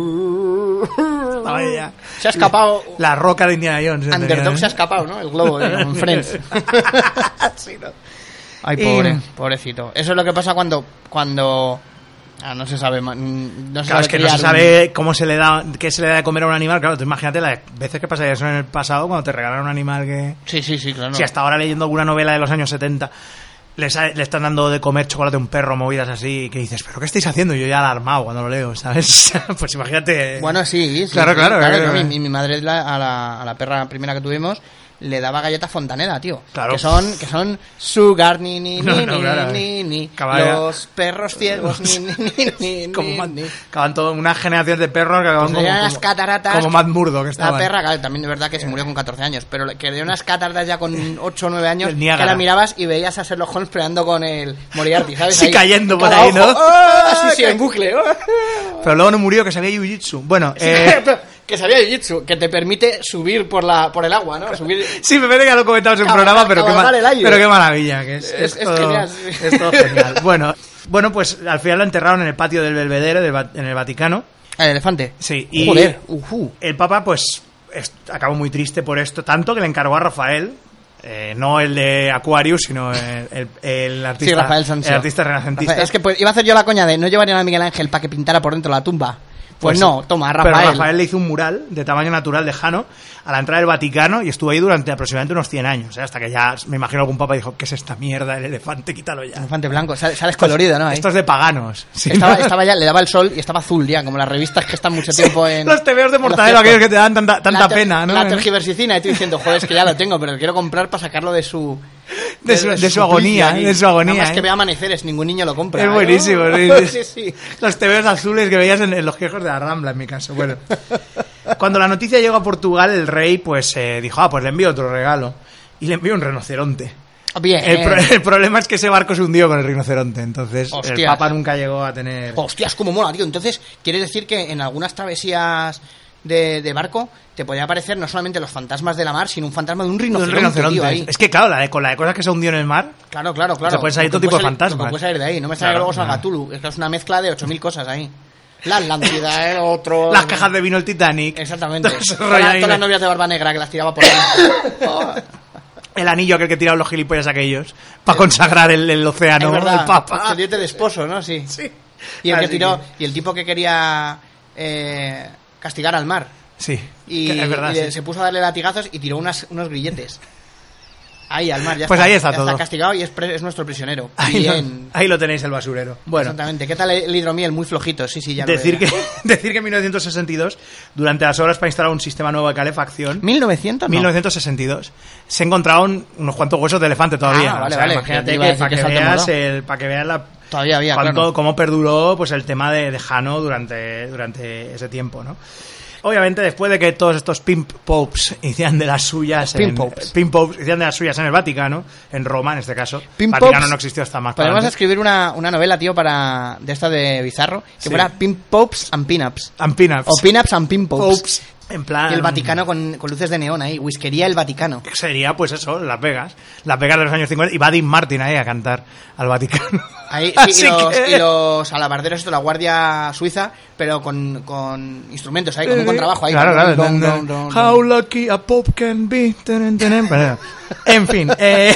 Speaker 4: Se ha escapado.
Speaker 3: La roca de Indiana Jones.
Speaker 4: Underdog se ha escapado, ¿no? El globo, en Friends.
Speaker 3: Sí, ¿no?
Speaker 4: Ay, pobrecito. Eso es lo que pasa cuando no se sabe,
Speaker 3: claro, es que no se sabe qué se le da de comer a un animal. Claro, tú imagínate las veces que pasaría eso en el pasado cuando te regalaron un animal que...
Speaker 4: Sí, claro.
Speaker 3: Si hasta ahora leyendo alguna novela de los años 70 le están dando de comer chocolate a un perro, movidas así, que dices, ¿pero qué estáis haciendo? Y yo ya alarmado cuando lo leo, ¿sabes? Pues imagínate...
Speaker 4: Bueno, sí.
Speaker 3: Claro.
Speaker 4: Mi madre a la perra primera que tuvimos le daba galletas Fontaneda, tío.
Speaker 3: Claro.
Speaker 4: Que son sugar, ni. Los perros ciegos, ni.
Speaker 3: Acaban toda una generación de perros que acaban
Speaker 4: las cataratas.
Speaker 3: Como Matt Murdock que estaban.
Speaker 4: La perra, claro, también de verdad que se murió con 14 años, pero que dio unas cataratas ya con 8 o 9 años, que la mirabas y veías a Sherlock Holmes peleando con el Moriarty, ¿sabes?
Speaker 3: Sí, ahí, cayendo por ahí, ¿no?
Speaker 4: Sí, en bucle.
Speaker 3: Pero luego no murió, que sabía jiu-jitsu. Bueno,
Speaker 4: que sabía jiu-jitsu, que te permite subir por el agua, ¿no?
Speaker 3: Sí, me parece que ya lo comentamos en un programa, pero qué maravilla, que es
Speaker 4: genial.
Speaker 3: Es todo genial. Bueno, pues al final lo enterraron en el patio del Belvedere, en el Vaticano.
Speaker 4: ¿El elefante?
Speaker 3: Sí. Y
Speaker 4: joder.
Speaker 3: El Papa, pues, acabó muy triste por esto, tanto que le encargó a Rafael, no el de Aquarius, sino el artista,
Speaker 4: sí, Rafael Sanzio.
Speaker 3: El artista renacentista.
Speaker 4: Rafael, es que iba a hacer yo la coña de no llevarían a Miguel Ángel para que pintara por dentro la tumba. Pues no, toma, Rafael.
Speaker 3: Pero Rafael le hizo un mural de tamaño natural de Jano a la entrada del Vaticano y estuvo ahí durante aproximadamente unos 100 años, hasta que ya, me imagino, algún papa dijo, ¿qué es esta mierda? El elefante, quítalo ya.
Speaker 4: El elefante blanco, sales colorido, ¿no?
Speaker 3: Esto es de paganos.
Speaker 4: Sí, estaba ya, le daba el sol y estaba azul ya, como las revistas que están mucho tiempo en...
Speaker 3: Los tebeos de Mortadelo, aquellos que te dan tanta pena, ¿no?
Speaker 4: La tergiversicina, y tú diciendo, joder, es que ya lo tengo, pero lo quiero comprar para sacarlo de su...
Speaker 3: De su agonía, de su agonía.
Speaker 4: Nada más que vea amaneceres, ningún niño lo compra.
Speaker 3: Es buenísimo.
Speaker 4: Sí.
Speaker 3: Los tebeos azules que veías en los kioscos de la Rambla, en mi caso. Bueno, cuando la noticia llegó a Portugal, el rey pues dijo, pues le envío otro regalo. Y le envió un rinoceronte.
Speaker 4: Bien.
Speaker 3: El problema es que ese barco se hundió con el rinoceronte, entonces
Speaker 4: Hostias.
Speaker 3: el Papa nunca llegó a tener...
Speaker 4: Hostias, cómo mola, tío. Entonces, ¿quieres decir que en algunas travesías de barco te podía aparecer no solamente los fantasmas de la mar, sino un fantasma de un rinoceronte, tío, ahí?
Speaker 3: Es que claro, con la de cosas que se hundió en el mar...
Speaker 4: Claro.
Speaker 3: Se puede salir todo tipo de fantasmas.
Speaker 4: Puede salir de ahí, no me sale luego salga Tulu. Es que es una mezcla de 8000 cosas ahí. La Atlántida, el otro...
Speaker 3: Las cajas de vino, el Titanic.
Speaker 4: Exactamente. Todas las novias de Barba Negra que las tiraba por ahí.
Speaker 3: El anillo aquel que tiraron los gilipollas aquellos para consagrar el océano, el Papa.
Speaker 4: El diente de esposo, ¿no? Sí. Y el que tiró, y el tipo que quería castigar al mar.
Speaker 3: Sí,
Speaker 4: y,
Speaker 3: es verdad.
Speaker 4: Y se puso a darle latigazos y tiró unos grilletes. Ahí al mar, ya
Speaker 3: pues
Speaker 4: está.
Speaker 3: Ahí está todo.
Speaker 4: Está castigado y es nuestro prisionero.
Speaker 3: Ahí lo tenéis, el basurero. Bueno.
Speaker 4: Exactamente. ¿Qué tal el hidromiel? Muy flojito, sí, ya lo
Speaker 3: decir que en 1962, durante las obras para instalar un sistema nuevo de calefacción...
Speaker 4: ¿1900? No.
Speaker 3: 1962. Se encontraron unos cuantos huesos de elefante todavía.
Speaker 4: Vale.
Speaker 3: Imagínate que para que veas la...
Speaker 4: Todavía había,
Speaker 3: cómo perduró pues el tema de Jano durante ese tiempo, ¿no? Obviamente, después de que todos estos pimp popes hicieran de las suyas en el Vaticano, en Roma en este caso, Vaticano no existió hasta más.
Speaker 4: Podemos escribir una novela, tío, de esta de Bizarro, que fuera Pimp Popes and Pin-Ups. O Pin-Ups and Pimp Popes.
Speaker 3: En plan...
Speaker 4: Y el Vaticano con luces de neón ahí, Whiskería el Vaticano.
Speaker 3: Sería, pues eso, Las Vegas de los años 50, y va Dean Martin ahí a cantar al Vaticano.
Speaker 4: Ahí, sí, y los alabarderos, la Guardia Suiza, pero con instrumentos ahí, con un contrabajo ahí.
Speaker 3: Claro. How lucky a pope can be. En fin,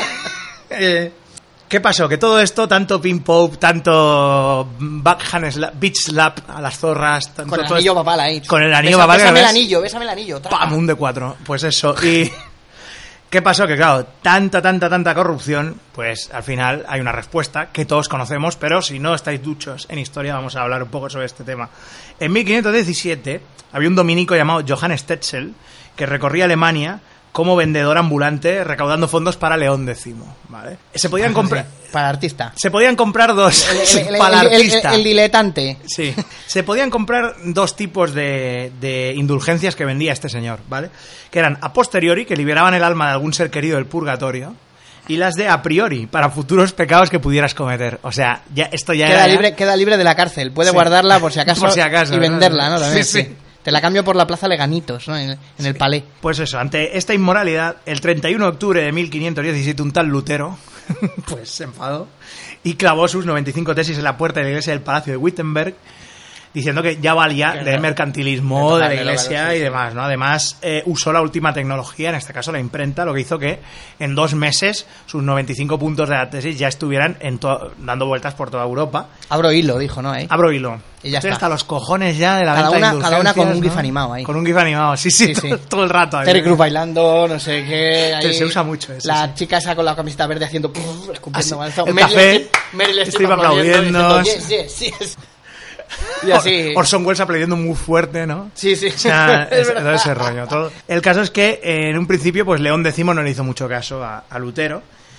Speaker 3: ¿qué pasó? Que todo esto, tanto pin pop, tanto backhand slap, beach slap a las zorras... Tanto
Speaker 4: con el anillo papal ahí.
Speaker 3: Con el anillo papal.
Speaker 4: Bésame el anillo.
Speaker 3: ¡Pam! Un de 4. Pues eso. Y... ¿qué pasó? Que claro, tanta corrupción, pues al final hay una respuesta que todos conocemos, pero si no estáis duchos en historia, vamos a hablar un poco sobre este tema. En 1517 había un dominico llamado Johann Stetzel que recorría Alemania como vendedor ambulante recaudando fondos para León X, ¿vale? Se podían comprar...
Speaker 4: Para el artista.
Speaker 3: Se podían comprar dos...
Speaker 4: para el artista. El diletante.
Speaker 3: Sí. Se podían comprar dos tipos de indulgencias que vendía este señor, ¿vale? Que eran a posteriori, que liberaban el alma de algún ser querido del purgatorio, y las de a priori, para futuros pecados que pudieras cometer. O sea, ya esto ya
Speaker 4: queda libre de la cárcel. Puede guardarla por si acaso y venderla, ¿no? También, sí. Te la cambio por la Plaza Leganitos, ¿no? En el Palais.
Speaker 3: Pues eso, ante esta inmoralidad, el 31 de octubre de 1517, un tal Lutero, pues se enfadó y clavó sus 95 tesis en la puerta de la iglesia del Palacio de Wittenberg, diciendo que ya valía del mercantilismo de la iglesia y demás, ¿no? Además, usó la última tecnología, en este caso la imprenta, lo que hizo que en 2 meses sus 95 puntos de la tesis ya estuvieran dando vueltas por toda Europa.
Speaker 4: Abro hilo, dijo, ¿no?
Speaker 3: Abro hilo.
Speaker 4: Y ya
Speaker 3: está. Hasta los cojones ya de la venta de indulgencias,
Speaker 4: cada una con un GIF
Speaker 3: ¿no?
Speaker 4: animado ahí.
Speaker 3: Con un GIF animado, sí. Todo el rato.
Speaker 4: Terry Crews bailando, no sé qué. Ahí.
Speaker 3: Se usa mucho eso.
Speaker 4: La chica esa con la camiseta verde haciendo... escupiendo.
Speaker 3: El café.
Speaker 4: Meryl
Speaker 3: Streep aplaudiendo.
Speaker 4: Yes. Y así.
Speaker 3: Orson Welles aplaudiendo muy fuerte, ¿no?
Speaker 4: Sí.
Speaker 3: O sea, todo ese rollo. Todo. El caso es que en un principio pues León X no le hizo mucho caso a Lutero,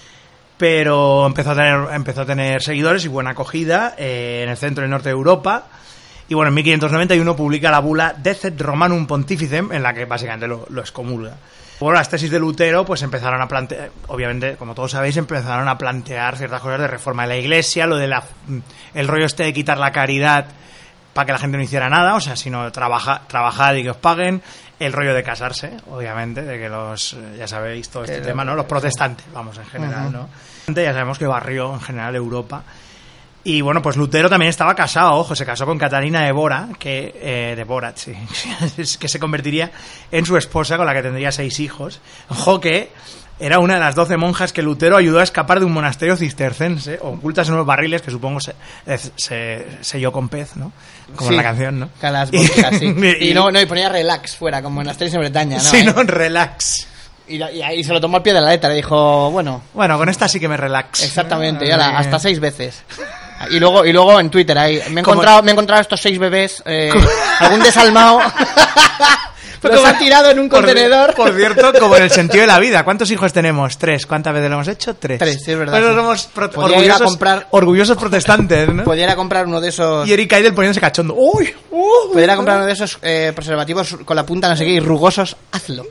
Speaker 3: pero empezó a tener seguidores y buena acogida en el centro y norte de Europa. Y bueno, en 1591 publica la bula Decet Romanum Pontificem, en la que básicamente lo excomulga. Bueno, las tesis de Lutero pues empezaron a plantear, obviamente, como todos sabéis, empezaron a plantear ciertas cosas de reforma de la iglesia, lo de el rollo este de quitar la caridad para que la gente no hiciera nada, o sea, sino trabajad y que os paguen, el rollo de casarse, obviamente, de que ya sabéis todo este tema, ¿no? Los protestantes, vamos, en general, ¿no? Ya sabemos que barrió en general Europa. Y bueno, pues Lutero también estaba casado, ojo, se casó con Catalina de Bora, de Borat, sí, que se convertiría en su esposa, con la que tendría 6 hijos. Ojo que era una de las 12 monjas que Lutero ayudó a escapar de un monasterio cistercense, ocultas en unos barriles que supongo se selló con pez, ¿no? Como en la canción, ¿no?
Speaker 4: Las vodkas, sí. Y ponía relax fuera, como monasterios en Bretaña, ¿no?
Speaker 3: Sí, ¿no? Relax.
Speaker 4: Y ahí se lo tomó al pie de la letra, le dijo, bueno,
Speaker 3: con esta sí que me relax.
Speaker 4: Exactamente, hasta 6 veces. Y luego en Twitter ahí me he encontrado estos 6 bebés, algún desalmado los ha tirado en un contenedor.
Speaker 3: Por cierto, como en El sentido de la vida, ¿cuántos hijos tenemos? 3. ¿Cuántas veces lo hemos hecho? 3.
Speaker 4: 3, sí, es verdad.
Speaker 3: Pues somos orgullosos protestantes, ¿no?
Speaker 4: Podría ir a comprar uno de esos.
Speaker 3: Y Eric Idle poniéndose cachondo. ¡Uy!
Speaker 4: Podría ir a comprar uno de esos preservativos con la punta no sé qué y rugosos. Hazlo.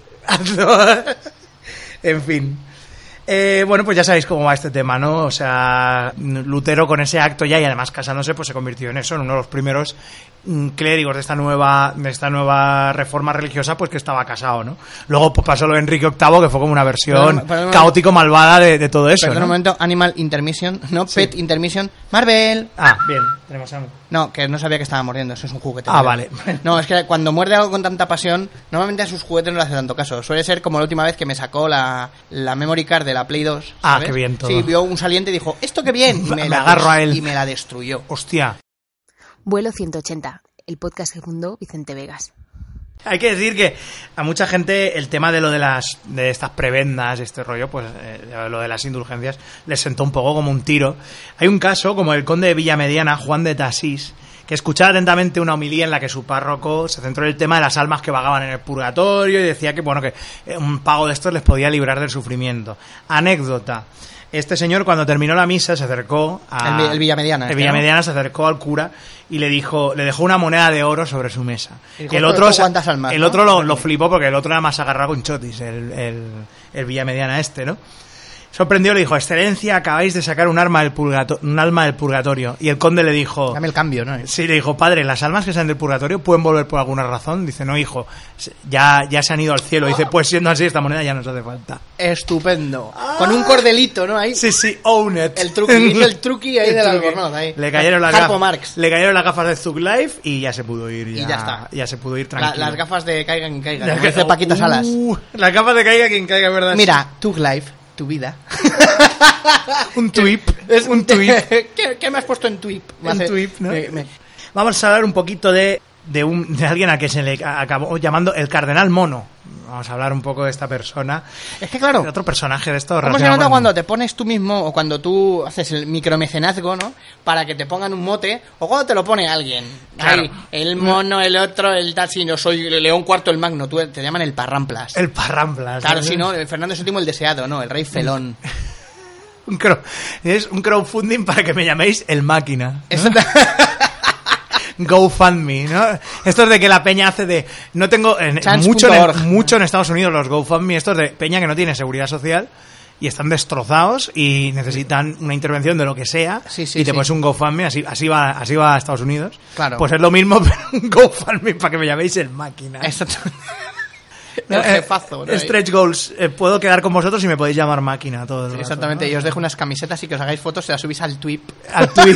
Speaker 3: En fin. Bueno, pues ya sabéis cómo va este tema, ¿no? O sea, Lutero con ese acto ya y además casándose, pues se convirtió en eso, en uno de los primeros clérigos de esta nueva reforma religiosa, pues que estaba casado, ¿no? Luego pues, pasó lo de Enrique VIII, que fue como una versión caótico malvada de todo eso.
Speaker 4: Perdón,
Speaker 3: ¿no?
Speaker 4: Un momento, Animal Intermission, no, sí. Pet Intermission, Marvel.
Speaker 3: Bien, tenemos algo.
Speaker 4: No, que no sabía que estaba mordiendo, eso es un juguete.
Speaker 3: Vale.
Speaker 4: No, es que cuando muerde algo con tanta pasión, normalmente a sus juguetes no le hace tanto caso. Suele ser como la última vez que me sacó la memory card de la Play 2. ¿sabes?
Speaker 3: Qué bien todo.
Speaker 4: Sí, vio un saliente y dijo, ¿esto qué bien? Y
Speaker 3: me agarro a él.
Speaker 4: Y me la destruyó.
Speaker 3: Hostia.
Speaker 5: Vuelo 180, el podcast que fundó Vicente Vegas.
Speaker 3: Hay que decir que a mucha gente el tema de estas prebendas, este rollo, pues lo de las indulgencias, les sentó un poco como un tiro. Hay un caso como el conde de Villamediana, Juan de Tasís, que escuchaba atentamente una homilía en la que su párroco se centró en el tema de las almas que vagaban en el purgatorio y decía que bueno, que un pago de estos les podía librar del sufrimiento. Anécdota. Este señor, cuando terminó la misa, se acercó a...
Speaker 4: El Villamediana.
Speaker 3: El Villamediana, ¿no? Se acercó al cura y le dejó una moneda de oro sobre su mesa.
Speaker 4: Y el otro,
Speaker 3: lo flipó porque el otro era más agarrado con chotis, el Villamediana ¿no? Sorprendió, le dijo, Excelencia, acabáis de sacar un alma del purgatorio. Y el conde le dijo...
Speaker 4: Dame el cambio, ¿no?
Speaker 3: Sí, le dijo, padre, ¿las almas que salen del purgatorio pueden volver por alguna razón? Dice, no, hijo, ya se han ido al cielo. Dice, pues siendo así, esta moneda ya nos hace falta.
Speaker 4: Estupendo. Con un cordelito, ¿no? Ahí.
Speaker 3: Sí, own it.
Speaker 4: El truqui ahí del albornoz. Ahí.
Speaker 3: Le cayeron las gafas de Zug Life y ya se pudo ir.
Speaker 4: Y ya está.
Speaker 3: Ya se pudo ir tranquilo.
Speaker 4: Las gafas de caiga quien caiga. Como dice Paquita Salas.
Speaker 3: Las gafas de caiga quien caiga, ¿verdad?
Speaker 4: Mira, Zug Life. Tu vida.
Speaker 3: Un tweet. Es un tweet.
Speaker 4: ¿Qué me has puesto en tweet?
Speaker 3: Un tweet, ¿no? Vamos a hablar un poquito de alguien a que se le acabó llamando el Cardenal Mono. Vamos a hablar un poco de esta persona.
Speaker 4: Es que claro,
Speaker 3: otro personaje de estos.
Speaker 4: ¿Cómo se nota cuando te pones tú mismo o cuando tú haces el micromecenazgo, ¿no? Para que te pongan un mote o cuando te lo pone alguien.
Speaker 3: Claro.
Speaker 4: Ahí, el mono, el otro, el tal, si no soy León IV el Magno, tú te llaman el Parramplas.
Speaker 3: El Parramplas.
Speaker 4: Claro, si no, el Fernando VII el deseado, ¿no? El rey felón.
Speaker 3: Es un crowdfunding para que me llaméis el Máquina, ¿no? GoFundMe, ¿no? Esto es de que la peña hace de... No tengo... mucho en Estados Unidos los GoFundMe, estos de peña que no tiene seguridad social y están destrozados y necesitan una intervención de lo que sea y te pones un GoFundMe, así va a Estados Unidos.
Speaker 4: Claro.
Speaker 3: Pues es lo mismo, pero un GoFundMe para que me llaméis el Máquina.
Speaker 4: Exactamente. El jefazo, ¿no?
Speaker 3: Stretch Goals, puedo quedar con vosotros y me podéis llamar Máquina todo el rato,
Speaker 4: exactamente,
Speaker 3: ¿no?
Speaker 4: Y os dejo unas camisetas y que os hagáis fotos, se las subís al tweet.
Speaker 3: Al tweet.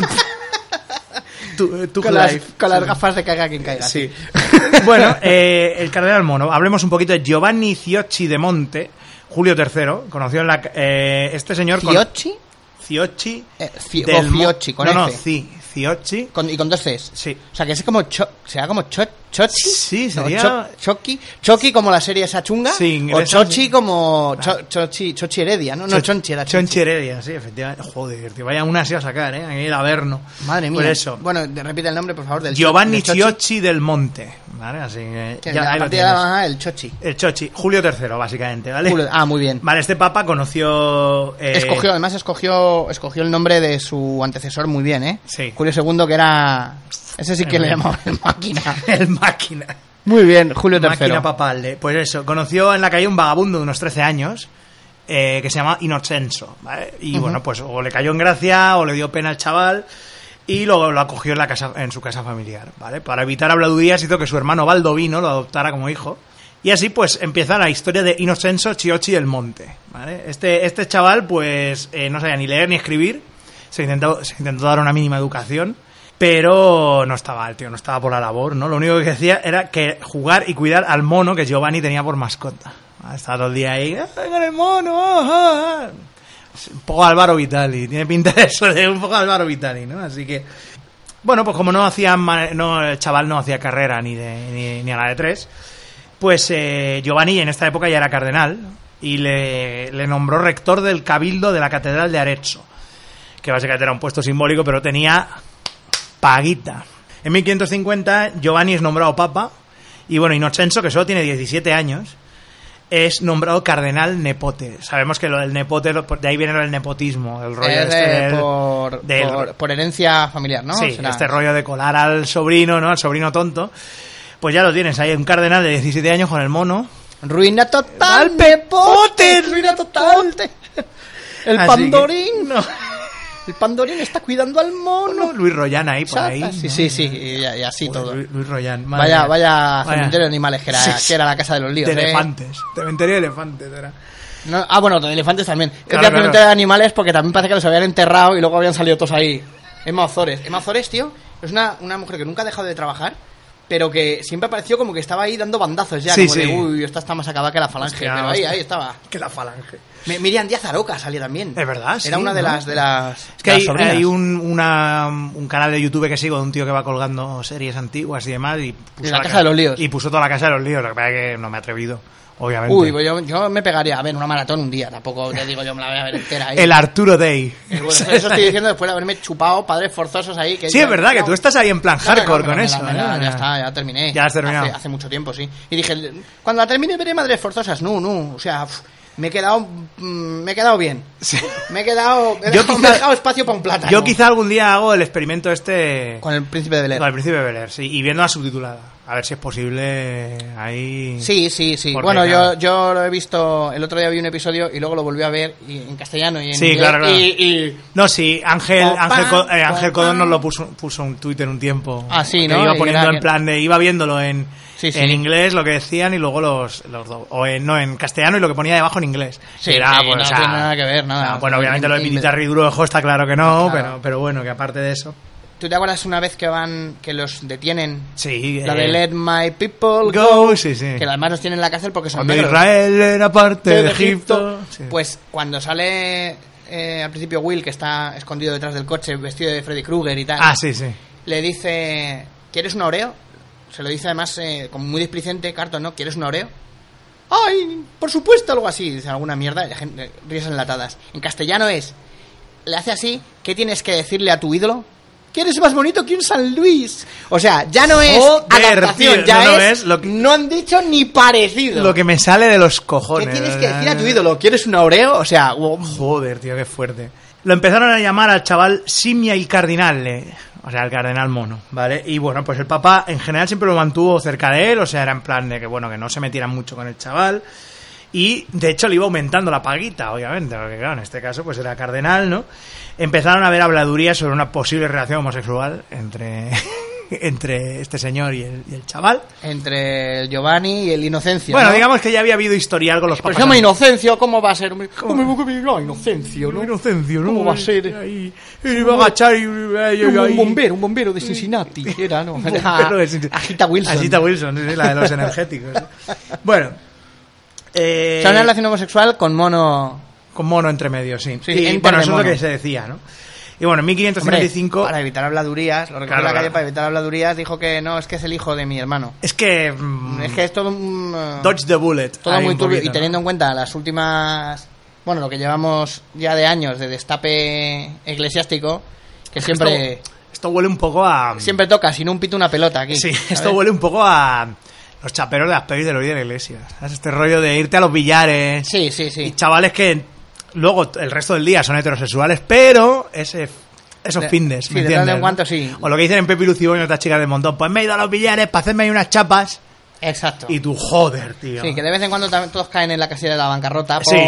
Speaker 4: Con las gafas de caiga quien caiga.
Speaker 3: Sí. Bueno, el Cardenal Mono. Hablemos un poquito de Giovanni Ciocci de Monte, Julio III. Conoció en este señor...
Speaker 4: ¿Ciocci?
Speaker 3: Ciocci.
Speaker 4: Ciocci, con
Speaker 3: no,
Speaker 4: F.
Speaker 3: Ciocci.
Speaker 4: Y con 2 Cs.
Speaker 3: Sí.
Speaker 4: O sea, que es como... ¿Será como Chochi?
Speaker 3: Sí, sería...
Speaker 4: No, Choki como la serie esa chunga.
Speaker 3: Sí,
Speaker 4: o Chochi como... Chochi Heredia, ¿no? No, Chonchi era Chochi.
Speaker 3: Chonchi Heredia, sí, efectivamente. Joder, tío, vaya una se va a sacar, ¿eh? Aquí el Averno.
Speaker 4: Madre mía.
Speaker 3: Por eso.
Speaker 4: Bueno, repite el nombre, por favor, del
Speaker 3: Giovanni Ciocci del Monte, ¿vale? Así que...
Speaker 4: Ya, a partir de el Chochi.
Speaker 3: El Chochi. Julio III, básicamente, ¿vale?
Speaker 4: Muy bien.
Speaker 3: Vale, este papa conoció...
Speaker 4: Además escogió el nombre de su antecesor muy bien, ¿eh?
Speaker 3: Sí.
Speaker 4: Julio II, que era... Ese sí que le llamaban el Máquina.
Speaker 3: El Máquina.
Speaker 4: Muy bien, Julio III.
Speaker 3: Máquina papal. Pues eso, conoció en la calle un vagabundo de unos 13 años que se llama Inocenso, ¿vale? Y bueno, pues o le cayó en gracia o le dio pena al chaval y luego lo acogió en su casa familiar, ¿vale? Para evitar habladurías hizo que su hermano Baldovino lo adoptara como hijo. Y así pues empieza la historia de Inocenso Ciocci del Monte, ¿vale? Este chaval pues no sabía ni leer ni escribir. se intentó dar una mínima educación, pero no estaba el tío, no estaba por la labor, ¿no? Lo único que decía era que jugar y cuidar al mono que Giovanni tenía por mascota. Estaba todo el día ahí, con el mono, un poco Álvaro Vitali, tiene pinta de eso, de un poco Álvaro Vitali, ¿no? Así que, bueno, pues como el chaval no hacía carrera ni a la de 3, pues Giovanni en esta época ya era cardenal y le nombró rector del cabildo de la catedral de Arezzo, que básicamente era un puesto simbólico, pero tenía paguita. En 1550 Giovanni es nombrado papa y bueno, Inocenzo, que solo tiene 17 años, es nombrado cardenal nepote. Sabemos que lo del nepote, de ahí viene lo del nepotismo, el rollo
Speaker 4: por herencia familiar, ¿no?
Speaker 3: Sí, este rollo de colar al sobrino, ¿no? Al sobrino tonto. Pues ya lo tienes, hay un cardenal de 17 años con el mono.
Speaker 4: Ruina total, Pepote, ruina total. El
Speaker 3: así
Speaker 4: Pandorín, no. El Pandorín está cuidando al mono.
Speaker 3: Luis Royan ahí, por ahí.
Speaker 4: Sí, y así todo.
Speaker 3: Luis Royan.
Speaker 4: Vaya cementerio de animales que era la casa de los líos.
Speaker 3: De elefantes. Cementerio de elefantes era.
Speaker 4: No, bueno, de elefantes también.
Speaker 3: Claro.
Speaker 4: Cementerio de animales porque también parece que los habían enterrado y luego habían salido todos ahí. Emma Ozores, tío, es una mujer que nunca ha dejado de trabajar, pero que siempre apareció como que estaba ahí dando bandazos ya, como de, uy, esta está más acabada que la falange,
Speaker 3: hostia,
Speaker 4: pero ahí estaba.
Speaker 3: Que la falange.
Speaker 4: Miriam Díaz Aroca salía también.
Speaker 3: Es verdad, sí.
Speaker 4: Era una de las
Speaker 3: Es que hay un canal de YouTube que sigo de un tío que va colgando series antiguas y demás y puso
Speaker 4: la casa de los líos.
Speaker 3: Y puso toda la casa de los líos, lo que pasa es que no me he atrevido, obviamente.
Speaker 4: Uy, pues yo me pegaría a ver una maratón un día, tampoco te digo yo me la voy a ver entera ahí.
Speaker 3: El Arturo Day.
Speaker 4: Bueno, eso estoy diciendo después de haberme chupado Padres Forzosos ahí. Que
Speaker 3: sí, es verdad que tú estás ahí en plan hardcore con eso.
Speaker 4: Ya está, ya terminé.
Speaker 3: Ya has terminado.
Speaker 4: Hace mucho tiempo, sí. Y dije, cuando la termine veré Madres Forzosas. No, o sea, me he quedado bien. Sí. Me he dejado espacio para un plátano.
Speaker 3: Yo quizá algún día hago el experimento
Speaker 4: con el Príncipe de Bel-Air.
Speaker 3: Con el Príncipe de Bel-Air, sí, y viendo la subtitulada. A ver si es posible ahí.
Speaker 4: Sí. Porque, bueno, claro, yo lo he visto, el otro día vi un episodio y luego lo volví a ver en castellano y en inglés.
Speaker 3: Claro. No, sí, Ángel Codón nos lo puso un Twitter un tiempo.
Speaker 4: Ah, sí, ¿no?
Speaker 3: Que iba poniendo en plan de, iba viéndolo en inglés lo que decían y luego en castellano y lo que ponía debajo en inglés.
Speaker 4: Sí, era, no tiene nada que ver, nada.
Speaker 3: Bueno, obviamente lo de Militar y Duro Ojo está claro que no, claro. Pero bueno, que aparte de eso.
Speaker 4: ¿Tú te acuerdas una vez que los detienen?
Speaker 3: Sí.
Speaker 4: La de Let My People Go.
Speaker 3: Sí.
Speaker 4: Que además los tienen en la cárcel porque son
Speaker 3: cuando
Speaker 4: negros.
Speaker 3: Israel era parte de Egipto. Sí.
Speaker 4: Pues cuando sale al principio Will, que está escondido detrás del coche, vestido de Freddy Krueger y tal.
Speaker 3: Ah, sí.
Speaker 4: Le dice, ¿quieres un Oreo? Se lo dice además como muy displicente, Carton, ¿no? ¿Quieres un Oreo? ¡Ay, por supuesto! Algo así. Dice alguna mierda y la gente risas enlatadas. En castellano le hace así, ¿qué tienes que decirle a tu ídolo? Que eres más bonito que un San Luis. O sea, ya no es adaptación, tío, no han dicho ni parecido.
Speaker 3: Lo que me sale de los cojones.
Speaker 4: ¿Qué tienes que decir a tu ídolo? ¿Quieres un Oreo? O sea,
Speaker 3: joder, tío, qué fuerte. Lo empezaron a llamar al chaval Simia il Cardinale, o sea, el cardenal mono, ¿vale? Y bueno, pues el Papa en general siempre lo mantuvo cerca de él, o sea, era en plan de que, bueno, que no se metieran mucho con el chaval. Y de hecho le iba aumentando la paguita, obviamente, porque claro, en este caso pues era cardenal, ¿no? Empezaron a haber habladurías sobre una posible relación homosexual entre este señor y el chaval.
Speaker 4: Entre el Giovanni y el Inocencio.
Speaker 3: Bueno,
Speaker 4: ¿no?
Speaker 3: digamos que ya había habido historial con los papas.
Speaker 4: Pero se llama Inocencio, ¿cómo va a ser? Inocencio, ¿no?
Speaker 3: Inocencio, ¿no?
Speaker 4: ¿Cómo va a ser?
Speaker 3: Ahí, iba a agachar y
Speaker 4: un bombero de Cincinnati. Era, ¿no? Agita
Speaker 3: Wilson, sí, la de los energéticos. Bueno.
Speaker 4: O sea, una relación homosexual con mono.
Speaker 3: Con mono entre medio, sí. Y, bueno, eso es lo que se decía, ¿no? Y bueno, en 1535...
Speaker 4: Para evitar habladurías, lo recogió la calle para evitar habladurías, dijo que no, es que es el hijo de mi hermano.
Speaker 3: Es que
Speaker 4: es todo
Speaker 3: dodge the bullet.
Speaker 4: Todo muy turbio. Y teniendo en cuenta las últimas... Bueno, lo que llevamos ya de años de destape eclesiástico, que siempre...
Speaker 3: Esto huele un poco a...
Speaker 4: Siempre toca, si no un pito una pelota aquí.
Speaker 3: Sí, esto huele un poco a... Los chaperos de las pelis de la vida de la iglesia. ¿Sabes? Este rollo de irte a los billares.
Speaker 4: Sí.
Speaker 3: Y chavales que luego el resto del día son heterosexuales, pero esos findes,
Speaker 4: sí,
Speaker 3: ¿me
Speaker 4: de
Speaker 3: entiendes?
Speaker 4: En cuanto, sí.
Speaker 3: O lo que dicen en Pepi Luciboño, otras chicas del montón. Pues me he ido a los billares para hacerme ahí unas chapas.
Speaker 4: Exacto.
Speaker 3: Y tú, joder, tío.
Speaker 4: Sí, que de vez en cuando también todos caen en la casilla de la bancarrota.
Speaker 3: Sí.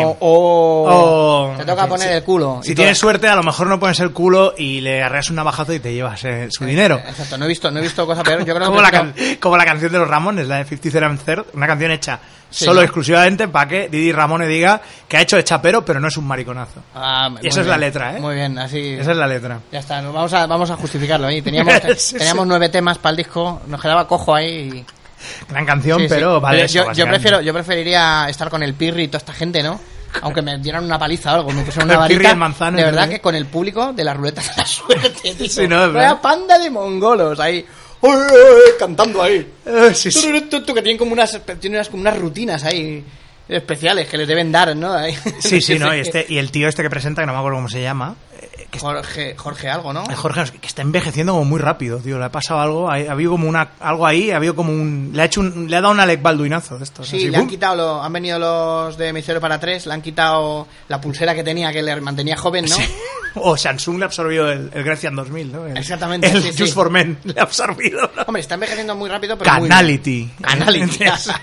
Speaker 4: O te toca poner el culo.
Speaker 3: Si tienes suerte, a lo mejor no pones el culo y le arreas un navajazo y te llevas su dinero.
Speaker 4: Exacto, no he visto cosa peor. Yo creo
Speaker 3: como la canción de los Ramones, la de 50 Cent Third, una canción hecha
Speaker 4: Sí,
Speaker 3: solo
Speaker 4: ¿no?
Speaker 3: exclusivamente para que Didi Ramone diga que ha hecho de chapero, pero no es un mariconazo.
Speaker 4: Muy
Speaker 3: Esa es
Speaker 4: bien.
Speaker 3: la letra, ¿eh?
Speaker 4: Muy bien, así.
Speaker 3: Esa es la letra.
Speaker 4: Ya está, vamos a justificarlo ahí. Teníamos
Speaker 3: Sí,
Speaker 4: 9 temas para el disco, nos quedaba cojo ahí.
Speaker 3: Gran canción,
Speaker 4: Sí, sí.
Speaker 3: pero vale.
Speaker 4: Yo preferiría estar con el Pirri y toda esta gente, ¿no? Aunque me dieran una paliza o algo, me pusieran una
Speaker 3: El Pirri y
Speaker 4: varita.
Speaker 3: el Manzano,
Speaker 4: de verdad
Speaker 3: ¿no?
Speaker 4: que con el público de las ruletas de la suerte, tío.
Speaker 3: Sí, no, es
Speaker 4: Vaya
Speaker 3: verdad.
Speaker 4: panda de mongolos ahí. Cantando ahí.
Speaker 3: Sí, sí.
Speaker 4: Que tienen como unas rutinas ahí especiales que les deben dar, ¿no? Ahí.
Speaker 3: Sí, ¿no? Y el tío este que presenta, que no me acuerdo cómo se llama, que
Speaker 4: Jorge algo, ¿no?
Speaker 3: Jorge, que está envejeciendo como muy rápido, tío. Le ha pasado algo, ha habido como algo ahí, ha habido como le ha dado un Alec Baldwinazo de estos.
Speaker 4: Sí,
Speaker 3: así,
Speaker 4: le han
Speaker 3: ¡bum!
Speaker 4: quitado, han venido los de Mi Cero para 3, le han quitado la pulsera que tenía, que le mantenía joven, ¿no?
Speaker 3: Sí. O Samsung le absorbió el Grecian 2000, ¿no?
Speaker 4: Exactamente,
Speaker 3: El
Speaker 4: sí,
Speaker 3: Just
Speaker 4: sí.
Speaker 3: for Men le ha absorbido, ¿no?
Speaker 4: Hombre, está envejeciendo muy rápido, pero
Speaker 3: Canality.
Speaker 4: Canality.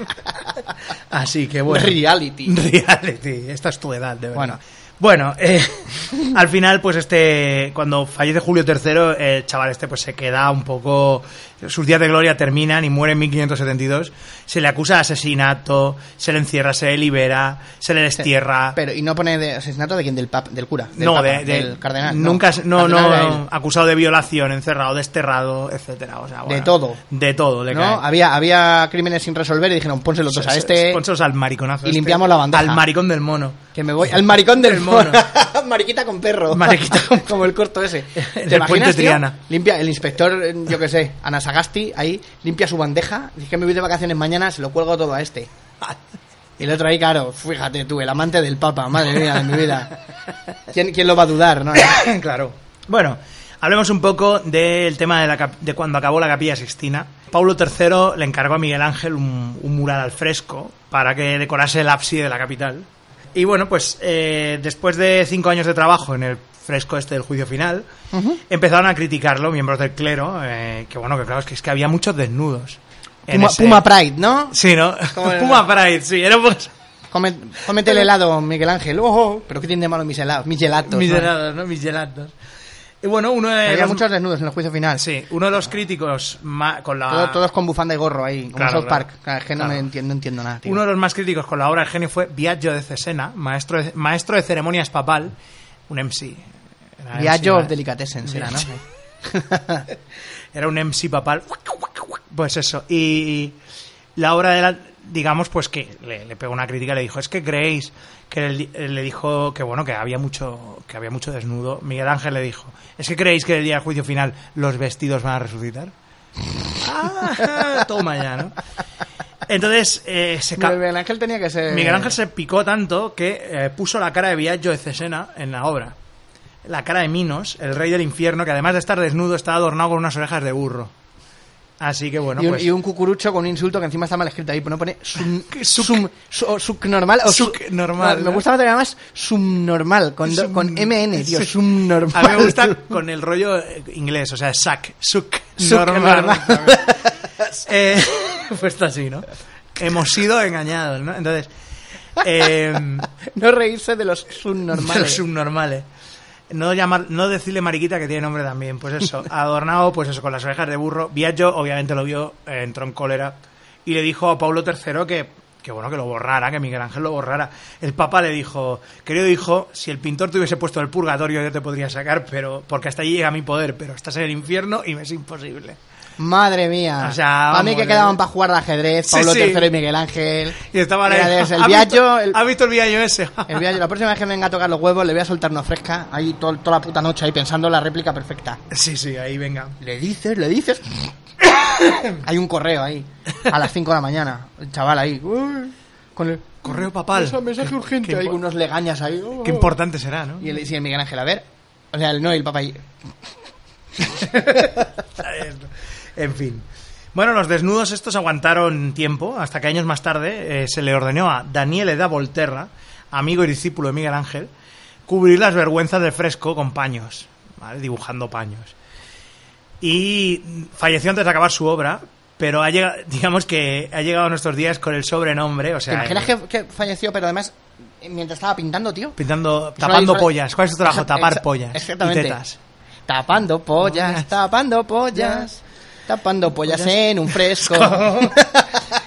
Speaker 3: Así que bueno.
Speaker 4: Reality.
Speaker 3: Esta es tu edad, de verdad.
Speaker 4: Bueno.
Speaker 3: Al final, pues cuando fallece Julio III, el chaval pues se queda un poco... Sus días de gloria terminan y muere en 1572. Se le acusa de asesinato, se le encierra, se le libera, se le destierra...
Speaker 4: Pero, ¿y no pone de asesinato de quién? Del cura? Del
Speaker 3: No,
Speaker 4: papa,
Speaker 3: del
Speaker 4: cardenal.
Speaker 3: Nunca,
Speaker 4: Cardenal
Speaker 3: acusado de violación, encerrado, desterrado, etcétera. O sea, bueno,
Speaker 4: de todo.
Speaker 3: De todo, le
Speaker 4: ¿No?
Speaker 3: cae.
Speaker 4: había crímenes sin resolver y dijeron, pónselos todos a este.
Speaker 3: Pónselos al mariconazo.
Speaker 4: Y limpiamos la bandeja.
Speaker 3: Al maricón del mono.
Speaker 4: Que me voy al maricón del
Speaker 3: El mono.
Speaker 4: Mariquita con perro.
Speaker 3: Mariquita con
Speaker 4: como el corto ese.
Speaker 3: Del
Speaker 4: ¿Te imaginas,
Speaker 3: puente
Speaker 4: tío?
Speaker 3: Triana.
Speaker 4: Limpia el inspector, yo que sé, Anasagasti, ahí, limpia su bandeja. Dice que me voy de vacaciones mañana, se lo cuelgo todo a este. Y el otro ahí, claro, fíjate tú, el amante del Papa, madre mía de mi vida. ¿Quién lo va a dudar, no?
Speaker 3: Claro. Bueno, hablemos un poco del tema de cuando acabó la Capilla Sixtina. Paulo III le encargó a Miguel Ángel un mural al fresco para que decorase el ábside de la capital. Y bueno, pues después de 5 años de trabajo en el fresco del juicio final, empezaron a criticarlo miembros del clero, que bueno, que claro, es que había muchos desnudos.
Speaker 4: Puma Pride, ¿no?
Speaker 3: Sí, ¿no? Puma Pride, sí, era un poco...
Speaker 4: Cómete el helado, Miguel Ángel. ¡Ojo! ¿Pero qué tiene de malo mis helados? Mis gelatos.
Speaker 3: Mis
Speaker 4: ¿no?
Speaker 3: helados, ¿no? Mis gelatos. Y bueno, uno de
Speaker 4: Había
Speaker 3: los...
Speaker 4: muchos desnudos en el juicio final.
Speaker 3: Sí, uno de los críticos con la...
Speaker 4: Todos con bufanda y gorro ahí, como
Speaker 3: Claro,
Speaker 4: South Park.
Speaker 3: claro.
Speaker 4: Claro, es que no entiendo nada, tío.
Speaker 3: Uno de los más críticos con la obra del genio fue Biagio de Cesena, maestro de ceremonias papal, un MC.
Speaker 4: Biagio of Delicatessen será, ¿no?
Speaker 3: Era un MC papal. Pues eso. Y la obra de la... Digamos, pues que le pegó una crítica, le dijo, es que creéis que le dijo que bueno, que había mucho desnudo. Miguel Ángel le dijo, es que creéis que el día del juicio final los vestidos van a resucitar. Toma ya, ¿no? Entonces
Speaker 4: Miguel Ángel tenía que ser...
Speaker 3: Miguel Ángel se picó tanto que puso la cara de Biagio de Cesena en la obra. La cara de Minos, el rey del infierno, que además de estar desnudo está adornado con unas orejas de burro. Así que bueno,
Speaker 4: y un cucurucho con un insulto que encima está mal escrito ahí, no pone subnormal o
Speaker 3: subnormal.
Speaker 4: Me gusta todavía más subnormal con MN, tío, subnormal.
Speaker 3: A mí me gusta con el rollo inglés, o sea, normal. Pues está así, ¿no? Hemos sido engañados, ¿no? Entonces,
Speaker 4: no reírse de los subnormales.
Speaker 3: De los subnormales. No decirle mariquita, que tiene nombre también. Pues eso, adornado, pues eso, con las orejas de burro. Biagio obviamente lo vio, entró en cólera y le dijo a Paulo III que bueno, que lo borrara, que Miguel Ángel lo borrara. El Papa le dijo, querido hijo, si el pintor te hubiese puesto en el purgatorio yo te podría sacar, pero porque hasta allí llega mi poder, pero estás en el infierno y me es imposible.
Speaker 4: Madre mía.
Speaker 3: O sea,
Speaker 4: a mí que quedaban para jugar de ajedrez, Paulo III y Miguel Ángel.
Speaker 3: Y estaban ahí.
Speaker 4: El Biagio.
Speaker 3: ¿Has visto el Biagio ese?
Speaker 4: El Biagio, la próxima vez que me venga a tocar los huevos le voy a soltar una fresca ahí toda la puta noche ahí pensando la réplica perfecta.
Speaker 3: Sí, ahí venga.
Speaker 4: Le dices. Hay un correo ahí a las 5 de la mañana. El chaval ahí. Con el
Speaker 3: correo papal.
Speaker 4: Mensaje urgente ahí con unos legañas ahí.
Speaker 3: Qué importante será, ¿no?
Speaker 4: Y el Miguel Ángel, a ver. O sea, el Papa ahí.
Speaker 3: En fin. Bueno, los desnudos estos aguantaron tiempo, hasta que años más tarde se le ordenó a Daniele da Volterra, amigo y discípulo de Miguel Ángel, cubrir las vergüenzas del fresco con paños, ¿vale? Dibujando paños. Y falleció antes de acabar su obra, pero ha llegado a nuestros días con el sobrenombre, o sea...
Speaker 4: ¿Te imaginas que falleció, pero además mientras estaba pintando, tío?
Speaker 3: Tapando pollas. ¿Cuál es tu trabajo? Tapar pollas.
Speaker 4: Exactamente.
Speaker 3: Y tetas.
Speaker 4: Tapando pollas. Tapando pollas en un fresco.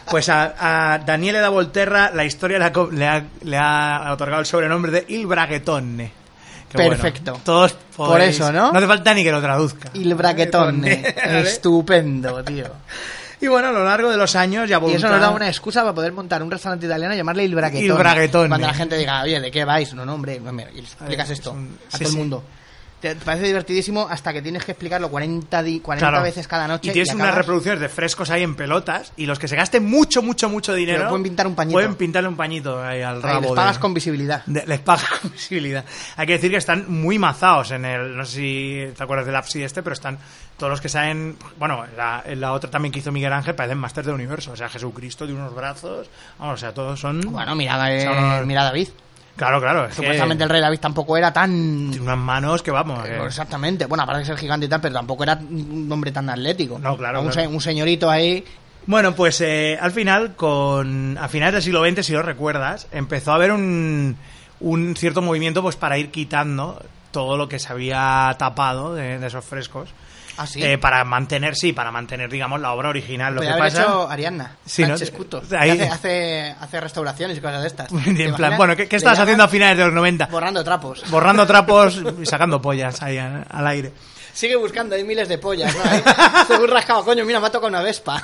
Speaker 3: Pues a Daniele da Volterra la historia le ha otorgado el sobrenombre de Il Braghetone.
Speaker 4: Perfecto.
Speaker 3: Bueno, todos
Speaker 4: por eso, ¿no?
Speaker 3: No hace falta ni que lo traduzca.
Speaker 4: Il Braghetone. Estupendo, tío.
Speaker 3: Y bueno, a lo largo de los años ya
Speaker 4: Y eso nos da una excusa para poder montar un restaurante italiano y llamarle Il Braghetone.
Speaker 3: Il Braghetone.
Speaker 4: Cuando la gente diga, oye, ¿de qué vais? No, hombre, y le explicas esto a todo el mundo. Te parece divertidísimo hasta que tienes que explicarlo 40 veces cada noche.
Speaker 3: Y tienes unas reproducciones de frescos ahí en pelotas y los que se gasten mucho dinero...
Speaker 4: Pero pueden pintar un pañito.
Speaker 3: Pueden pintarle un pañito ahí al rabo.
Speaker 4: Les pagas con visibilidad.
Speaker 3: Les pagas con visibilidad. Hay que decir que están muy mazados en el... No sé si te acuerdas del ábside pero están... Todos los que salen... Bueno, en la otra también que hizo Miguel Ángel parecen Masters del Universo. O sea, Jesucristo de unos brazos... Vamos, o sea, todos son...
Speaker 4: Bueno, mira David.
Speaker 3: Claro.
Speaker 4: Supuestamente el rey David tampoco era tan...
Speaker 3: Tiene unas manos que vamos...
Speaker 4: Exactamente. Bueno, aparte de ser gigante y tal, pero tampoco era un hombre tan atlético.
Speaker 3: No, claro.
Speaker 4: Un señorito ahí...
Speaker 3: Bueno, pues al final, a finales del siglo XX, si lo recuerdas, empezó a haber un cierto movimiento pues para ir quitando todo lo que se había tapado de esos frescos.
Speaker 4: ¿Ah, sí?
Speaker 3: Para mantener, digamos, la obra original. Lo que pasa...
Speaker 4: hecho Ariadna,
Speaker 3: sí,
Speaker 4: Sánchez Cuto.
Speaker 3: Ahí...
Speaker 4: hace restauraciones y cosas de estas.
Speaker 3: En plan, bueno, ¿qué estabas haciendo a finales de los 90?
Speaker 4: Borrando trapos.
Speaker 3: Borrando trapos y sacando pollas ahí al aire.
Speaker 4: Sigue buscando, hay miles de pollas, ¿no? Estoy muy rascado, coño, mira, me ha tocado una Vespa.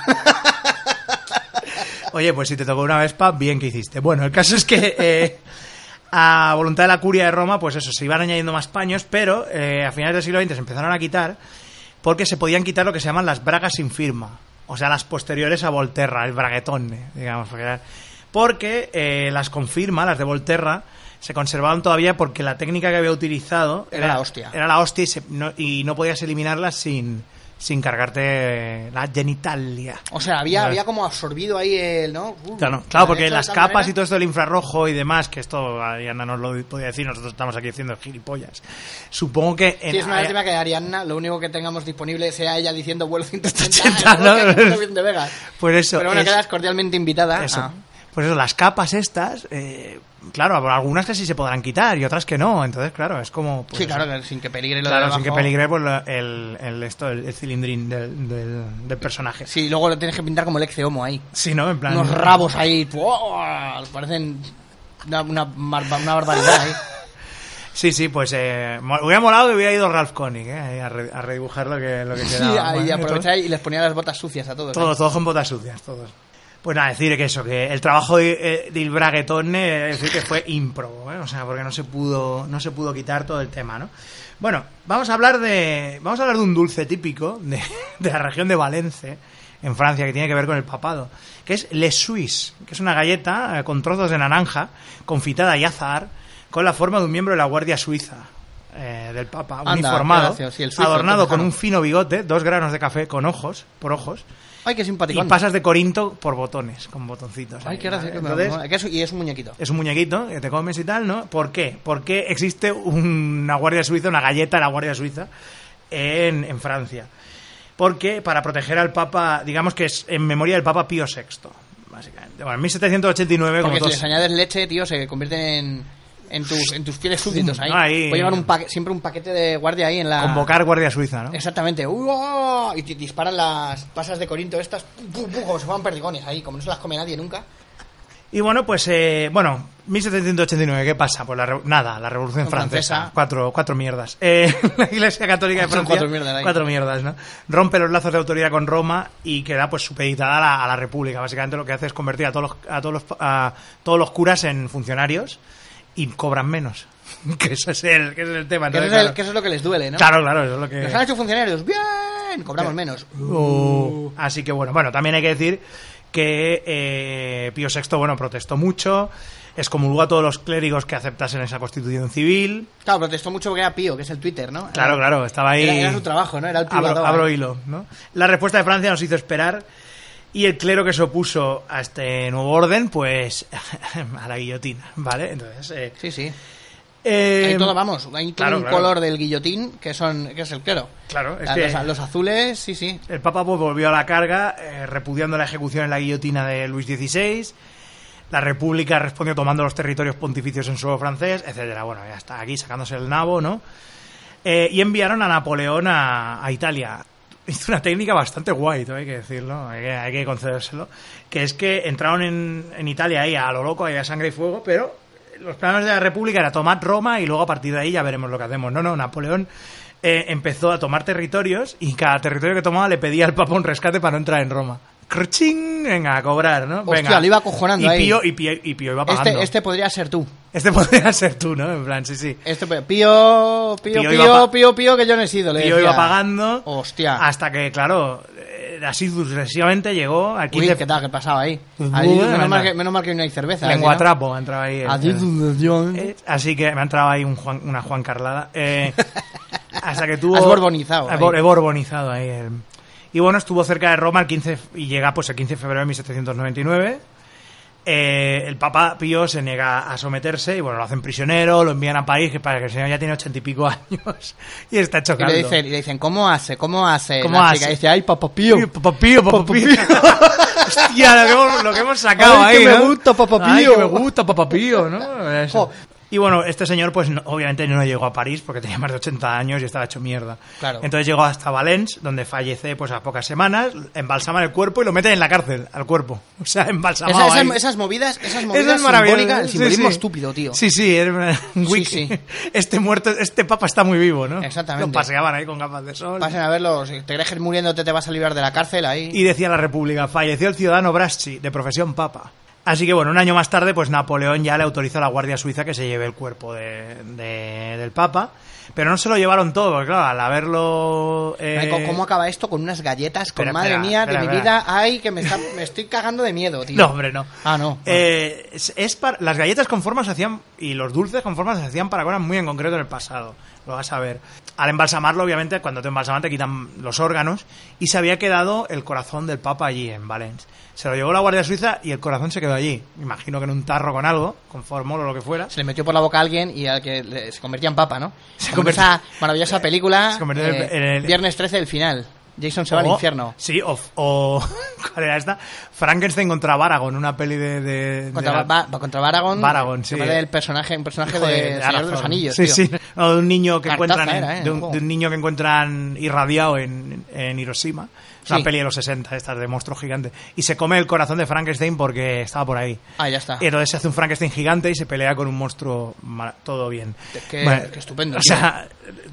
Speaker 3: Oye, pues si te tocó una Vespa, bien que hiciste. Bueno, el caso es que... a voluntad de la curia de Roma, pues eso, se iban añadiendo más paños, pero a finales del siglo XX se empezaron a quitar porque se podían quitar lo que se llaman las bragas sin firma, o sea, las posteriores a Volterra, el braguetone, digamos, porque las con firma, las de Volterra, se conservaban todavía porque la técnica que había utilizado
Speaker 4: era la hostia.
Speaker 3: Era la hostia y no podías eliminarlas sin cargarte la genitalia.
Speaker 4: O sea, había como absorbido ahí el... ¿no?
Speaker 3: Claro, porque las capas y todo esto del infrarrojo y demás, que esto Ariadna nos lo podía decir, nosotros estamos aquí haciendo gilipollas. Supongo que...
Speaker 4: Sí, es una lástima que Ariadna, lo único que tengamos disponible sea ella diciendo vuelo 180, ¿no? De Vegas.
Speaker 3: Pues eso.
Speaker 4: Pero bueno, quedas cordialmente invitada.
Speaker 3: Eso. Pues eso, las capas estas... claro, algunas que sí se podrán quitar y otras que no, entonces claro, es como... Pues,
Speaker 4: sí, claro, sin que peligre lo de
Speaker 3: Claro,
Speaker 4: abajo.
Speaker 3: sin que peligre pues, el cilindrín del personaje.
Speaker 4: Sí, luego lo tienes que pintar como el ex de Homo ahí.
Speaker 3: Sí, ¿no? En plan...
Speaker 4: Unos rabos ahí, parecen una barbaridad ahí.
Speaker 3: Sí, pues hubiera molado que hubiera ido Ralph Koenig a redibujar lo que quedaba.
Speaker 4: Sí, y aprovechar y les ponía las botas sucias a todos.
Speaker 3: Todos con botas sucias, todos. Pues nada, decir que el trabajo de Il Braghetone, es decir, que fue ímprobo, o sea, porque no se pudo quitar todo el tema, ¿no? Bueno, vamos a hablar de un dulce típico de la región de Valence, en Francia, que tiene que ver con el papado, que es Les Suisses, que es una galleta con trozos de naranja, confitada y azahar, con la forma de un miembro de la Guardia Suiza del Papa, uniformado, sí, adornado con un fino bigote, 2 granos de café con por ojos.
Speaker 4: Ay, qué simpático.
Speaker 3: Y pasas de Corinto por botones, con botoncitos.
Speaker 4: Ay, qué gracia. Y es un muñequito.
Speaker 3: Es un muñequito que te comes y tal, ¿no? ¿Por qué? Porque existe una Guardia Suiza, una galleta de la Guardia Suiza en Francia. Porque para proteger al Papa, digamos que es en memoria del Papa Pío VI, básicamente. Bueno, en 1789...
Speaker 4: Porque si les añades leche, tío, se convierten en tus fieles súbditos ahí. Puedes llevar siempre un paquete de guardia ahí en la...
Speaker 3: Convocar Guardia Suiza, ¿no?
Speaker 4: Exactamente. Y te disparan las pasas de Corinto estas, como si fueran perdigones ahí, como no se las come nadie nunca.
Speaker 3: Y bueno, pues 1789, ¿qué pasa? Pues la Revolución Francesa. Cuatro mierdas. La Iglesia Católica de Francia, cuatro mierdas, ¿no? Rompe los lazos de autoridad con Roma y queda pues supeditada a la República. Básicamente lo que hace es convertir a todos los curas en funcionarios y cobran menos. Que ese es el tema.
Speaker 4: Que eso es lo que les duele, ¿no?
Speaker 3: Claro, eso es lo que...
Speaker 4: Nos han hecho funcionarios, bien, cobramos menos.
Speaker 3: Así que bueno, también hay que decir que Pío VI, protestó mucho, excomulgó a todos los clérigos que aceptasen esa constitución civil.
Speaker 4: Claro, protestó mucho porque era Pío, que es el Twitter, ¿no?
Speaker 3: Claro, estaba ahí...
Speaker 4: Era su trabajo, ¿no? Era el privado.
Speaker 3: Abro hilo, ¿no? La respuesta de Francia nos hizo esperar y el clero que se opuso a este nuevo orden, pues a la guillotina, ¿vale? Entonces...
Speaker 4: Sí. Ahí todo vamos, hay un color del guillotín que es el clero.
Speaker 3: Claro,
Speaker 4: los azules, sí.
Speaker 3: El Papa pues, volvió a la carga, repudiando la ejecución en la guillotina de Luis XVI. La República respondió tomando los territorios pontificios en suelo francés, etcétera. Bueno, ya está aquí sacándose el nabo, ¿no? Y enviaron a Napoleón a Italia. hizo una técnica bastante guay, hay que decirlo, hay que concedérselo, que es que entraron en Italia ahí a lo loco, ahí a sangre y fuego, pero los planes de la República era tomar Roma y luego a partir de ahí ya veremos lo que hacemos. No, Napoleón empezó a tomar territorios y cada territorio que tomaba le pedía al Papa un rescate para no entrar en Roma. ¡Cruchín! Venga, a cobrar, ¿no?
Speaker 4: Hostia,
Speaker 3: venga.
Speaker 4: lo iba acojonando ahí.
Speaker 3: Y Pío iba pagando.
Speaker 4: Este podría ser tú.
Speaker 3: Este podría ser tú, ¿no? En plan, sí.
Speaker 4: Pío, que yo no he sido.
Speaker 3: Pío iba pagando.
Speaker 4: Hostia.
Speaker 3: Hasta que, claro, así sucesivamente llegó al 15...
Speaker 4: Uy, ¿qué tal? ¿Qué pasaba ahí? Menos mal que no hay cerveza.
Speaker 3: Lengua trapo, ha entrado ahí.
Speaker 4: Así
Speaker 3: que me ha entrado ahí una Juan Carlada. Hasta que tuvo...
Speaker 4: Has borbonizado.
Speaker 3: He borbonizado ahí. Y bueno, estuvo cerca de Roma el 15 y llega pues el 15 de febrero de 1799. El Papa Pío se niega a someterse y bueno, lo hacen prisionero, lo envían a París, que para que el señor ya tiene 80 y pico años y está chocando.
Speaker 4: Y le dicen, ¿cómo hace?
Speaker 3: ¿Cómo hace?
Speaker 4: Y dice, ay, Papa Pío.
Speaker 3: Papa Pío. Hostia, lo que hemos sacado
Speaker 4: ay,
Speaker 3: ahí,
Speaker 4: que
Speaker 3: ¿no?
Speaker 4: me gusta Papa Pío.
Speaker 3: Ay, que me gusta Papa Pío, ¿no? Eso. Y bueno, este señor pues obviamente no llegó a París porque tenía más de 80 años y estaba hecho mierda.
Speaker 4: Claro.
Speaker 3: Entonces llegó hasta Valence, donde fallece pues a pocas semanas, embalsaman el cuerpo y lo meten en la cárcel, al cuerpo. O sea, embalsamado ahí.
Speaker 4: Esas movidas
Speaker 3: es
Speaker 4: simbólicas, el simbolismo estúpido, tío.
Speaker 3: Sí,
Speaker 4: Sí.
Speaker 3: Este papa está muy vivo, ¿no?
Speaker 4: Exactamente.
Speaker 3: Lo paseaban ahí con gafas de sol.
Speaker 4: Pasen a verlo, si te crees muriéndote te vas a librar de la cárcel ahí.
Speaker 3: Y decía la República, falleció el ciudadano Braschi, de profesión papa. Así que bueno, un año más tarde, pues Napoleón ya le autorizó a la Guardia Suiza que se lleve el cuerpo del Papa, pero no se lo llevaron todo, porque claro, al haberlo...
Speaker 4: ¿Cómo acaba esto? Con unas galletas, madre mía, de mi vida, ay, que me estoy cagando de miedo, tío.
Speaker 3: No, hombre, no.
Speaker 4: Ah, no.
Speaker 3: Las galletas con forma se hacían, y los dulces con forma se hacían para cosas muy en concreto en el pasado, lo vas a ver. Al embalsamarlo, obviamente, cuando te embalsaman te quitan los órganos, y se había quedado el corazón del Papa allí, en Valence. Se lo llevó la Guardia Suiza y el corazón se quedó allí. Imagino que en un tarro con algo, con formol o lo que fuera.
Speaker 4: Se le metió por la boca a alguien y al que se convertía en papa, ¿no? Como esa maravillosa película,
Speaker 3: se convirtió en el
Speaker 4: Viernes 13, el final. Jason se va al infierno.
Speaker 3: Sí, o ¿cuál era esta? Frankenstein contra Baragon, una peli
Speaker 4: contra Baragon.
Speaker 3: Baragon, sí.
Speaker 4: Un personaje de Señor de los Anillos,
Speaker 3: sí,
Speaker 4: tío.
Speaker 3: Sí. No, de un niño que
Speaker 4: Cartaza
Speaker 3: encuentran de un niño que encuentran irradiado en Hiroshima. Es una peli de los 60, esta de monstruo gigante. Y se come el corazón de Frankenstein porque estaba por ahí.
Speaker 4: Ah, ya está.
Speaker 3: Y entonces se hace un Frankenstein gigante y se pelea con un monstruo. Todo bien.
Speaker 4: Qué estupendo.
Speaker 3: O sea,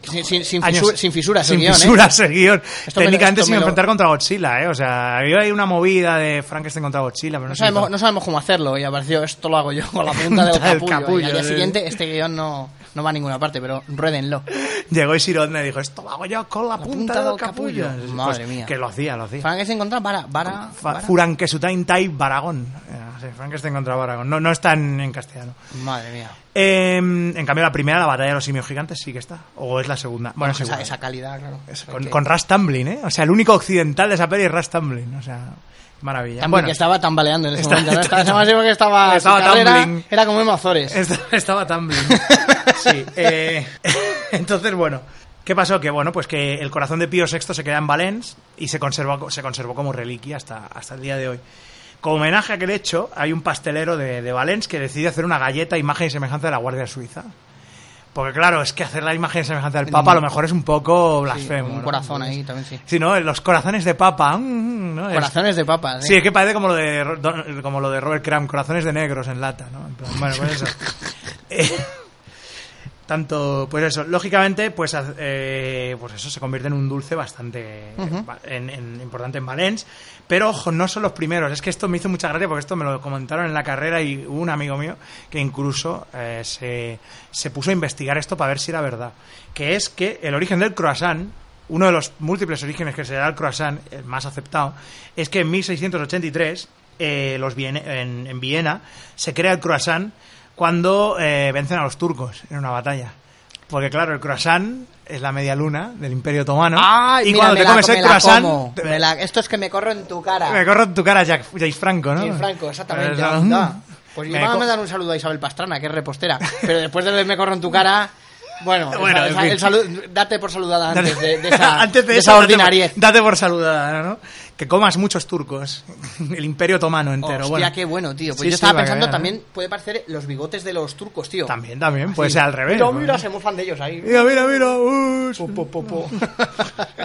Speaker 4: sin fisuras el guión.
Speaker 3: Sin fisuras el guión. Técnicamente sin enfrentar contra Godzilla, O sea, había ahí una movida de Frankenstein contra Godzilla. Pero
Speaker 4: no sabemos cómo hacerlo. Y apareció, esto lo hago yo con la punta del capullo. Y al día siguiente, este guión no va a ninguna parte, pero ruédenlo.
Speaker 3: Llegó Isirodne y dijo, esto lo hago yo con la punta del capullo.
Speaker 4: Madre mía.
Speaker 3: Que lo hacía.
Speaker 4: Frankenstein contra
Speaker 3: Furankesutain Tai Baragón. Frankenstein contra Baragón. No está en castellano.
Speaker 4: Madre mía.
Speaker 3: En cambio, la primera, la batalla de los simios gigantes, sí que está. O es la segunda. Bueno,
Speaker 4: esa calidad, claro.
Speaker 3: Con Russ Tamblyn, O sea, el único occidental de esa peli es Russ Tamblyn. O sea, maravilla.
Speaker 4: También que estaba tambaleando en ese momento, ¿no? Estaba
Speaker 3: Tamblyn.
Speaker 4: Era como Emma Azores.
Speaker 3: Estaba Tamblyn. Sí. Entonces, bueno, ¿qué pasó? Que bueno, pues que el corazón de Pío VI se queda en Valence y se conservó como reliquia hasta el día de hoy. Como homenaje a aquel hecho, hay un pastelero de Valence que decide hacer una galleta imagen y semejanza de la Guardia Suiza. Porque claro, es que hacer la imagen y semejanza del Papa a lo mejor es un poco blasfemo.
Speaker 4: Un corazón ahí también, sí.
Speaker 3: Sí, ¿no? Los corazones de Papa. ¿no?
Speaker 4: Corazones de Papa,
Speaker 3: Sí, es que parece como lo de Robert Crumb, corazones de negros en lata, ¿no? En plan, bueno, pues eso. Pues eso, lógicamente, pues eso se convierte en un dulce bastante importante en Valence. Pero ojo, no son los primeros. Es que esto me hizo mucha gracia porque esto me lo comentaron en la carrera y hubo un amigo mío que incluso se puso a investigar esto para ver si era verdad. Que es que el origen del croissant, uno de los múltiples orígenes que se da al croissant, el más aceptado, es que en 1683 en Viena se crea el croissant cuando vencen a los turcos en una batalla. Porque claro, el croissant es la media luna del Imperio Otomano.
Speaker 4: ¡Ay,
Speaker 3: y
Speaker 4: mira,
Speaker 3: cuando te comes el croissant...
Speaker 4: esto es que me corro en tu cara.
Speaker 3: Me corro en tu cara, James Franco, ¿no?
Speaker 4: James Franco, exactamente. Pues yo iba a mandar un saludo a Isabel Pastrana, que es repostera. Pero después de me corro en tu cara... Bueno, date por saludada antes de esa ordinariez.
Speaker 3: Date por saludada, ¿no? Que comas muchos turcos. El Imperio Otomano entero.
Speaker 4: Hostia, qué bueno, tío. Pues yo estaba pensando, también puede parecer los bigotes de los turcos, tío.
Speaker 3: También, puede ser al revés.
Speaker 4: Mira, se mofan de ellos ahí.
Speaker 3: Mira.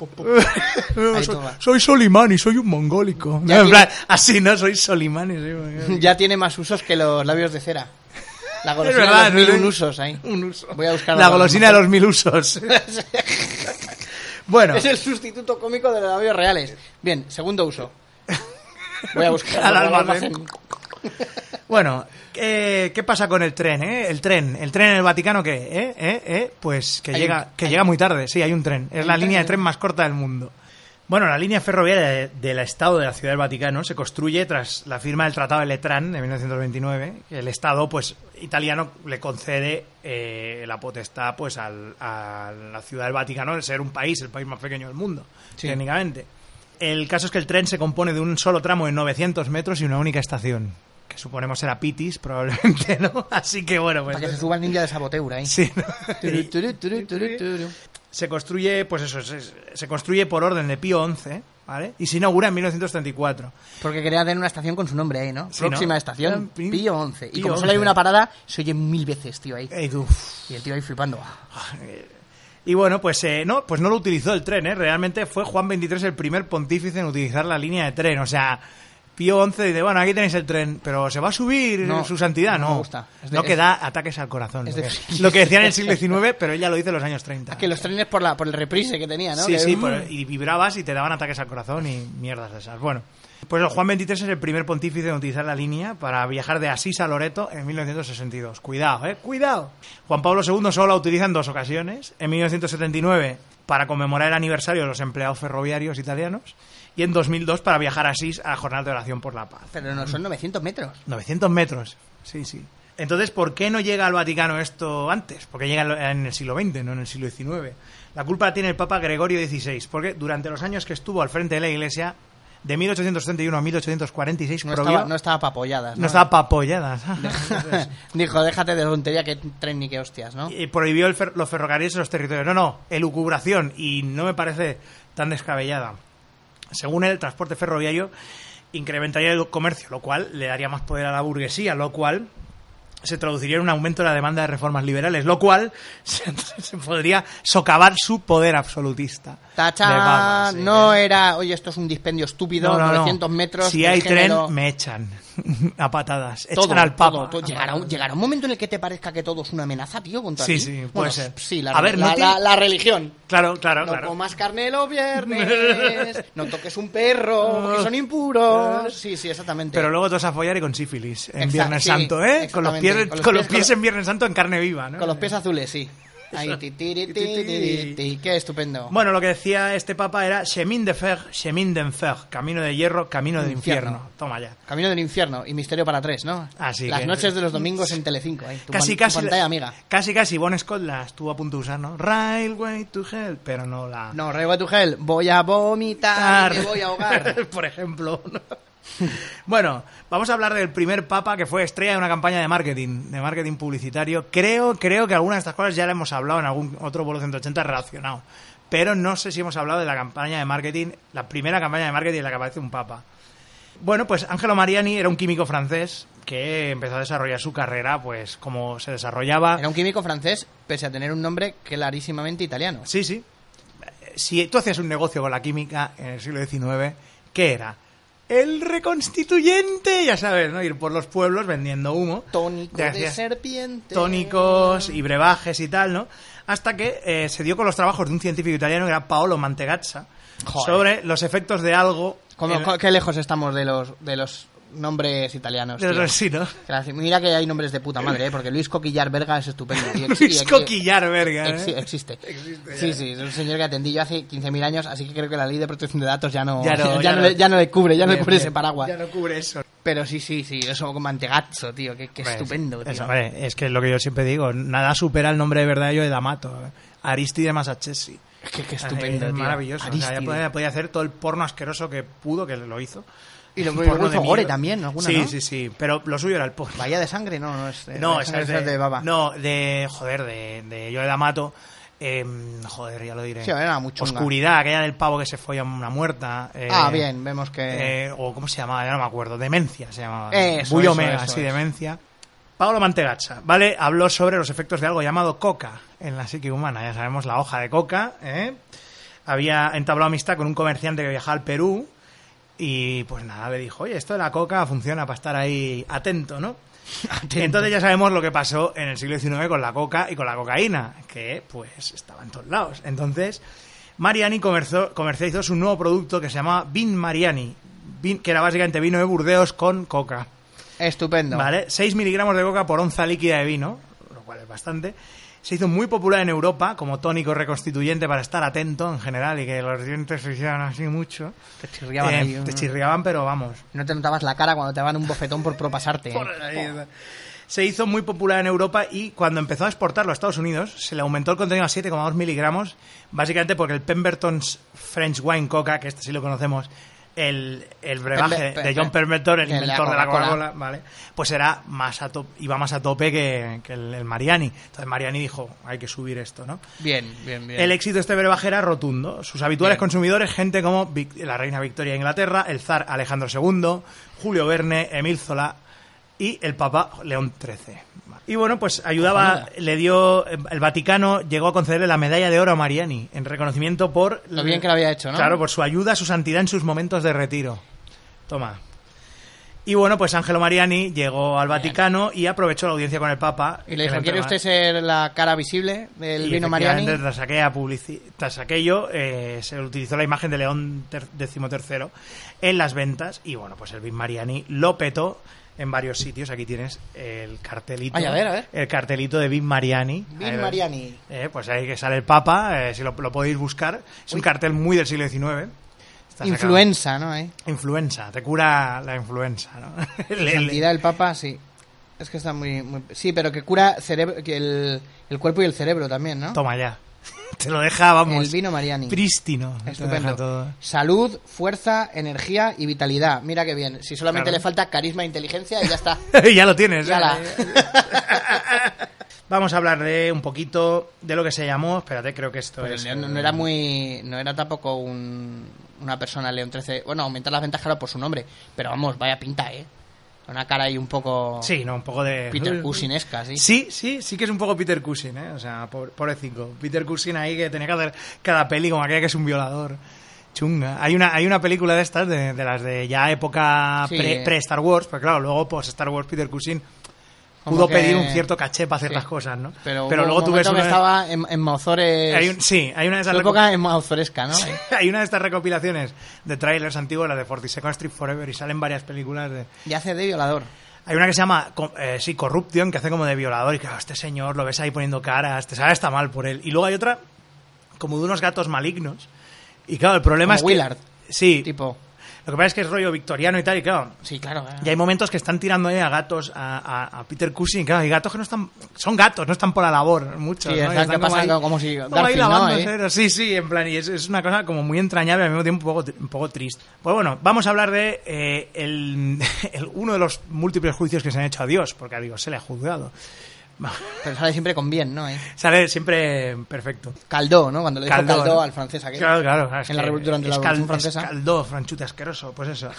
Speaker 3: Soy Solimán y soy un mongólico. No, en plan, así no, soy Solimán y soy un mongólico.
Speaker 4: Ya tiene más usos que los labios de cera. La golosina
Speaker 3: verdad,
Speaker 4: de los 1000 usos ahí.
Speaker 3: Un uso.
Speaker 4: Voy a buscar
Speaker 3: la golosina de los 1000 usos. Bueno.
Speaker 4: Es el sustituto cómico de los labios reales. Bien, segundo uso. Voy a buscar
Speaker 3: al almacén. Bueno, ¿qué pasa con el tren, El tren en el Vaticano, ¿qué? Pues que llega muy tarde. Sí, hay un tren. Es la línea de tren más corta del mundo. Bueno, la línea ferroviaria del Estado de la Ciudad del Vaticano se construye tras la firma del Tratado de Letrán de 1929. El Estado, pues, italiano le concede la potestad, pues, a la Ciudad del Vaticano de ser un país, el país más pequeño del mundo, técnicamente. El caso es que el tren se compone de un solo tramo de 900 metros y una única estación, que suponemos será Pitis, probablemente, ¿no? Así que, bueno, pues...
Speaker 4: Para que se suba el ninja de Saboteur ahí.
Speaker 3: Sí, ¿no? Se construye, pues eso, se construye por orden de Pío XI, ¿vale? Y se inaugura en 1934.
Speaker 4: Porque quería tener una estación con su nombre ahí, ¿no?
Speaker 3: Sí,
Speaker 4: Próxima
Speaker 3: ¿no?
Speaker 4: estación, Pío XI. Y
Speaker 3: Pío
Speaker 4: como
Speaker 3: XI.
Speaker 4: solo hay una parada, se oye 1000 veces, tío, ahí.
Speaker 3: Tú.
Speaker 4: Y el tío ahí flipando.
Speaker 3: Y bueno, pues no lo utilizó el tren, Realmente fue Juan XXIII el primer pontífice en utilizar la línea de tren. O sea, Pío XI dice, bueno, aquí tenéis el tren, pero ¿se va a subir su santidad? No,
Speaker 4: me gusta.
Speaker 3: No, que da ataques al corazón. Lo que decían en el siglo XIX, pero ella lo dice en los años 30.
Speaker 4: Que los trenes por el reprise que tenía, ¿no?
Speaker 3: Sí,
Speaker 4: que,
Speaker 3: sí, y vibrabas y te daban ataques al corazón y mierdas de esas. Bueno, pues Juan XXIII es el primer pontífice en utilizar la línea para viajar de Asís a Loreto en 1962. Cuidado, cuidado. Juan Pablo II solo la utiliza en 2 ocasiones. En 1979 para conmemorar el aniversario de los empleados ferroviarios italianos y en 2002 para viajar a Asís a la Jornada de Oración por la Paz.
Speaker 4: Pero no son 900 metros.
Speaker 3: 900 metros, sí. Entonces, ¿por qué no llega al Vaticano esto antes? Porque llega en el siglo XX, no en el siglo XIX. La culpa la tiene el Papa Gregorio XVI, porque durante los años que estuvo al frente de la Iglesia, de 1871 a 1846,
Speaker 4: no estaba pa' apoyadas, ¿no?
Speaker 3: No estaba pa' apoyadas.
Speaker 4: Dijo, déjate de tontería, que tren ni que hostias, ¿no?
Speaker 3: Y prohibió los ferrocarriles en los territorios. No, elucubración, y no me parece tan descabellada. Según él, el transporte ferroviario incrementaría el comercio, lo cual le daría más poder a la burguesía, lo cual se traduciría en un aumento de la demanda de reformas liberales, lo cual se podría socavar su poder absolutista.
Speaker 4: ¡Tachán!
Speaker 3: Sí,
Speaker 4: no era, oye, esto es un dispendio estúpido, 900 metros...
Speaker 3: Si hay tren, me echan a patadas.
Speaker 4: Todo,
Speaker 3: echan al Papa.
Speaker 4: Todo. Llegará un momento en el que te parezca que todo es una amenaza, tío, contra ti.
Speaker 3: Sí, puede ser.
Speaker 4: Sí,
Speaker 3: A ver,
Speaker 4: la religión.
Speaker 3: Claro.
Speaker 4: No comas carne los viernes, no toques un perro, porque son impuros. Sí, exactamente.
Speaker 3: Pero luego te vas a follar y con sífilis en Viernes
Speaker 4: Sí,
Speaker 3: Santo, Con los pies en Viernes Santo en carne viva, ¿no?
Speaker 4: Con los pies azules, sí. Ahí, qué estupendo.
Speaker 3: Bueno, lo que decía este papa era chemin de fer, chemin d'enfer, camino de hierro, camino del infierno. Toma ya.
Speaker 4: Camino del infierno y Misterio para 3, ¿no?
Speaker 3: Así
Speaker 4: Las
Speaker 3: que...
Speaker 4: noches de los domingos en Telecinco, ahí.
Speaker 3: Casi,
Speaker 4: tu pantalla amiga.
Speaker 3: Casi Bon Scott la estuvo a punto de usar, ¿no? Railway to Hell, pero no la...
Speaker 4: No, Railway to Hell, voy a vomitar y me voy a ahogar.
Speaker 3: Por ejemplo, ¿no? Bueno, vamos a hablar del primer papa que fue estrella de una campaña de marketing publicitario. Creo que algunas de estas cosas ya la hemos hablado en algún otro Vuelo 180 relacionado, pero no sé si hemos hablado de la campaña de marketing, la primera campaña de marketing en la que aparece un papa. Bueno, pues Angelo Mariani era un químico francés que empezó a desarrollar su carrera, pues como se desarrollaba.
Speaker 4: Era un químico francés, pese a tener un nombre clarísimamente italiano.
Speaker 3: Sí. Si tú hacías un negocio con la química en el siglo XIX, ¿qué era? El reconstituyente, ya sabes, ¿no? Ir por los pueblos vendiendo humo.
Speaker 4: Tónico de serpiente.
Speaker 3: Tónicos y brebajes y tal, ¿no? Hasta que se dio con los trabajos de un científico italiano que era Paolo Mantegazza. Joder. Sobre los efectos de algo...
Speaker 4: ¿Qué lejos estamos de los nombres italianos?
Speaker 3: Sí, ¿no?
Speaker 4: Mira que hay nombres de puta madre, porque Luis Coquillar Berga es estupendo.
Speaker 3: Luis Coquillar Berga,
Speaker 4: Existe. Sí, es un señor que atendí yo hace 15.000 años, así que creo que la ley de protección de datos ya no le cubre ese paraguas.
Speaker 3: Ya no cubre eso.
Speaker 4: Pero sí, eso con Mantegazzo, tío, que estupendo, tío.
Speaker 3: Eso, es que es lo que yo siempre digo, nada supera el nombre de verdad yo de D'Amato, Aristide Massachesi.
Speaker 4: Qué estupendo, tío.
Speaker 3: Maravilloso. O sea, ya podía hacer todo el porno asqueroso que pudo, que lo hizo.
Speaker 4: Y luego hizo gore también, alguna,
Speaker 3: sí,
Speaker 4: ¿no?
Speaker 3: Sí, pero lo suyo era el porno.
Speaker 4: Bahía de Sangre, no es
Speaker 3: de
Speaker 4: baba.
Speaker 3: No, de Joe D'Amato. Ya lo diré.
Speaker 4: Sí, era muy chunga.
Speaker 3: Oscuridad, aquella del pavo que se folla una muerta.
Speaker 4: Bien, vemos que...
Speaker 3: o ¿cómo se llamaba? Ya no me acuerdo. Demencia se llamaba.
Speaker 4: Eso,
Speaker 3: Demencia. Paolo Mantegazza, ¿vale? Habló sobre los efectos de algo llamado coca en la psique humana. Ya sabemos, la hoja de coca, había entablado amistad con un comerciante que viajaba al Perú y pues nada, le dijo, oye, esto de la coca funciona para estar ahí atento, ¿no? Entonces ya sabemos lo que pasó en el siglo XIX con la coca y con la cocaína, que pues estaba en todos lados. Entonces Mariani comercializó su nuevo producto que se llamaba Vin Mariani, que era básicamente vino de Burdeos con coca.
Speaker 4: Estupendo.
Speaker 3: Vale, 6 miligramos de coca por onza líquida de vino, lo cual es bastante. Se hizo muy popular en Europa como tónico reconstituyente para estar atento en general y que los dientes se hicieran así mucho.
Speaker 4: Te chirriaban ahí.
Speaker 3: Te chirriaban, pero vamos.
Speaker 4: No te notabas la cara cuando te daban un bofetón por propasarte.
Speaker 3: Se hizo muy popular en Europa y cuando empezó a exportarlo a Estados Unidos se le aumentó el contenido a 7,2 miligramos, básicamente porque el Pemberton's French Wine Coca, que este sí lo conocemos, el brebaje de John Pemberton, el inventor de la Coca-Cola, ¿vale? Pues era iba más a tope que el Mariani. Entonces Mariani dijo, hay que subir esto, ¿no?
Speaker 4: Bien.
Speaker 3: El éxito de este brebaje era rotundo. Sus habituales consumidores, gente como la reina Victoria de Inglaterra, el zar Alejandro II, Julio Verne, Emile Zola y el Papa León XIII. Y bueno, pues ayudaba, le dio, el Vaticano llegó a concederle la medalla de oro a Mariani en reconocimiento por...
Speaker 4: Lo bien que lo había hecho, ¿no?
Speaker 3: Claro, por su ayuda a su santidad en sus momentos de retiro. Toma. Y bueno, pues Angelo Mariani llegó al Vaticano y aprovechó la audiencia con el Papa.
Speaker 4: Y le dijo, ¿quiere usted ser la cara visible del vino Mariani?
Speaker 3: Tras aquello, se utilizó la imagen de León XIII en las ventas y bueno, pues el vino Mariani lo petó en varios sitios. Aquí tienes el cartelito.
Speaker 4: Ay, a ver.
Speaker 3: El cartelito de Vin Mariani.
Speaker 4: Vin Mariani.
Speaker 3: Pues ahí que sale el Papa, si lo podéis buscar. Es un cartel muy del siglo XIX.
Speaker 4: Influenza, ¿no?
Speaker 3: Influenza, te cura la influenza, ¿no?
Speaker 4: La santidad del Papa, sí. Es que está muy... Sí, pero que cura que el cuerpo y el cerebro también, ¿no?
Speaker 3: Toma ya. Te lo deja, vamos.
Speaker 4: El vino Mariani.
Speaker 3: Prístino.
Speaker 4: Estupendo.
Speaker 3: Todo.
Speaker 4: Salud, fuerza, energía y vitalidad. Mira qué bien. Si solamente le falta carisma e inteligencia, y ya está.
Speaker 3: Ya lo tienes.
Speaker 4: Ya
Speaker 3: Vamos a hablar de un poquito de lo que se llamó. Espérate, creo que esto
Speaker 4: pues
Speaker 3: es.
Speaker 4: No era tampoco una persona León XIII. Bueno, aumentar las ventas, claro, por su nombre. Pero vamos, vaya pinta, ¿eh? Una cara ahí un poco...
Speaker 3: Sí, ¿no? Un poco de...
Speaker 4: Peter Cushing-esca, ¿sí?
Speaker 3: Sí que es un poco Peter Cushing, ¿eh? O sea, pobrecito. Peter Cushing ahí que tenía que hacer cada peli como aquella que es un violador. Chunga. Hay una película de estas, de las de ya época pre-Star Wars, pero claro, luego pues Star Wars Peter Cushing pudo pedir un cierto caché para hacer las cosas, ¿no?
Speaker 4: Pero
Speaker 3: luego tú ves
Speaker 4: que estaba en Mauzores...
Speaker 3: hay una de esas...
Speaker 4: Su época en Mauzoresca, ¿no?
Speaker 3: Hay una de estas recopilaciones de trailers antiguos, la de 42nd Street Forever, y salen varias películas de...
Speaker 4: Y hace de violador.
Speaker 3: Hay una que se llama Corruption, que hace como de violador, y claro, este señor lo ves ahí poniendo caras, te sabe hasta mal por él. Y luego hay otra como de unos gatos malignos. Y claro, el problema
Speaker 4: como
Speaker 3: es
Speaker 4: Willard,
Speaker 3: que... Sí.
Speaker 4: Tipo...
Speaker 3: Lo que pasa es que es rollo victoriano y tal, y claro...
Speaker 4: Sí, claro.
Speaker 3: Y hay momentos que están tirando a gatos a Peter Cushing, claro, y gatos que no están... Son gatos, no están por la labor, muchos,
Speaker 4: sí,
Speaker 3: ¿no?
Speaker 4: Están como
Speaker 3: ahí,
Speaker 4: como si...
Speaker 3: Como ahí lavándose, sí, en plan, y es una cosa como muy entrañable, al mismo tiempo un poco triste. Pues bueno, vamos a hablar de uno de los múltiples juicios que se han hecho a Dios, porque a Dios se le ha juzgado.
Speaker 4: Pero sale siempre con bien, ¿no?
Speaker 3: Sale siempre perfecto.
Speaker 4: Caldó, ¿no? Cuando le dijo Caldó,
Speaker 3: ¿no?
Speaker 4: Al francés aquel.
Speaker 3: Claro.
Speaker 4: Durante la Revolución Francesa.
Speaker 3: Caldó, franchute asqueroso, pues eso.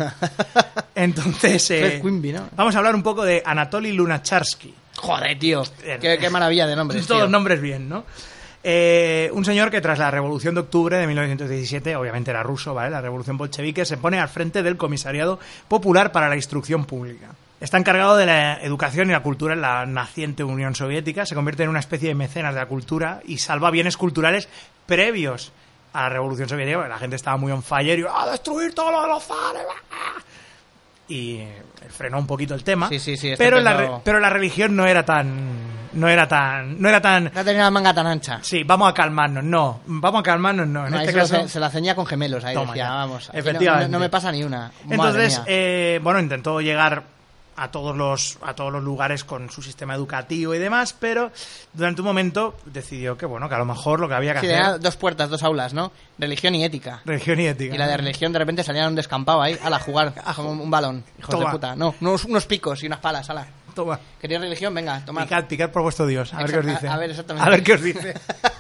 Speaker 3: Entonces,
Speaker 4: Quimby, ¿no?
Speaker 3: vamos a hablar un poco de Anatoly Lunacharsky.
Speaker 4: Joder, tío. Qué maravilla de nombres,
Speaker 3: Todos
Speaker 4: tío.
Speaker 3: nombres bien, ¿no? Un señor que tras la Revolución de Octubre de 1917, obviamente era ruso, ¿vale? La Revolución Bolchevique, se pone al frente del Comisariado Popular para la Instrucción Pública. Está encargado de la educación y la cultura en la naciente Unión Soviética, se convierte en una especie de mecenas de la cultura y salva bienes culturales previos a la Revolución Soviética. La gente estaba muy on fire y ¡a destruir todo lo de los zares! Y frenó un poquito el tema.
Speaker 4: Sí.
Speaker 3: Pero la religión no
Speaker 4: tenía la manga tan ancha.
Speaker 3: Sí, vamos a calmarnos, no. En este caso
Speaker 4: se la ceñía con gemelos ahí.
Speaker 3: Toma,
Speaker 4: decía,
Speaker 3: ya.
Speaker 4: Vamos.
Speaker 3: Efectivamente.
Speaker 4: No me pasa ni una.
Speaker 3: Entonces, intentó llegar a todos los lugares con su sistema educativo y demás, pero durante un momento decidió que a lo mejor lo que había que hacer...
Speaker 4: Tenía dos puertas, dos aulas, ¿no? Religión y ética.
Speaker 3: Y
Speaker 4: la de religión de repente salían a un descampado ahí, a jugar como un balón. Hijos de puta. No, unos picos y unas palas, ala.
Speaker 3: Toma.
Speaker 4: ¿Queréis religión? Venga, tomad.
Speaker 3: Picad por vuestro Dios, a ver qué os dice.
Speaker 4: A ver, exactamente.
Speaker 3: A ver qué os dice.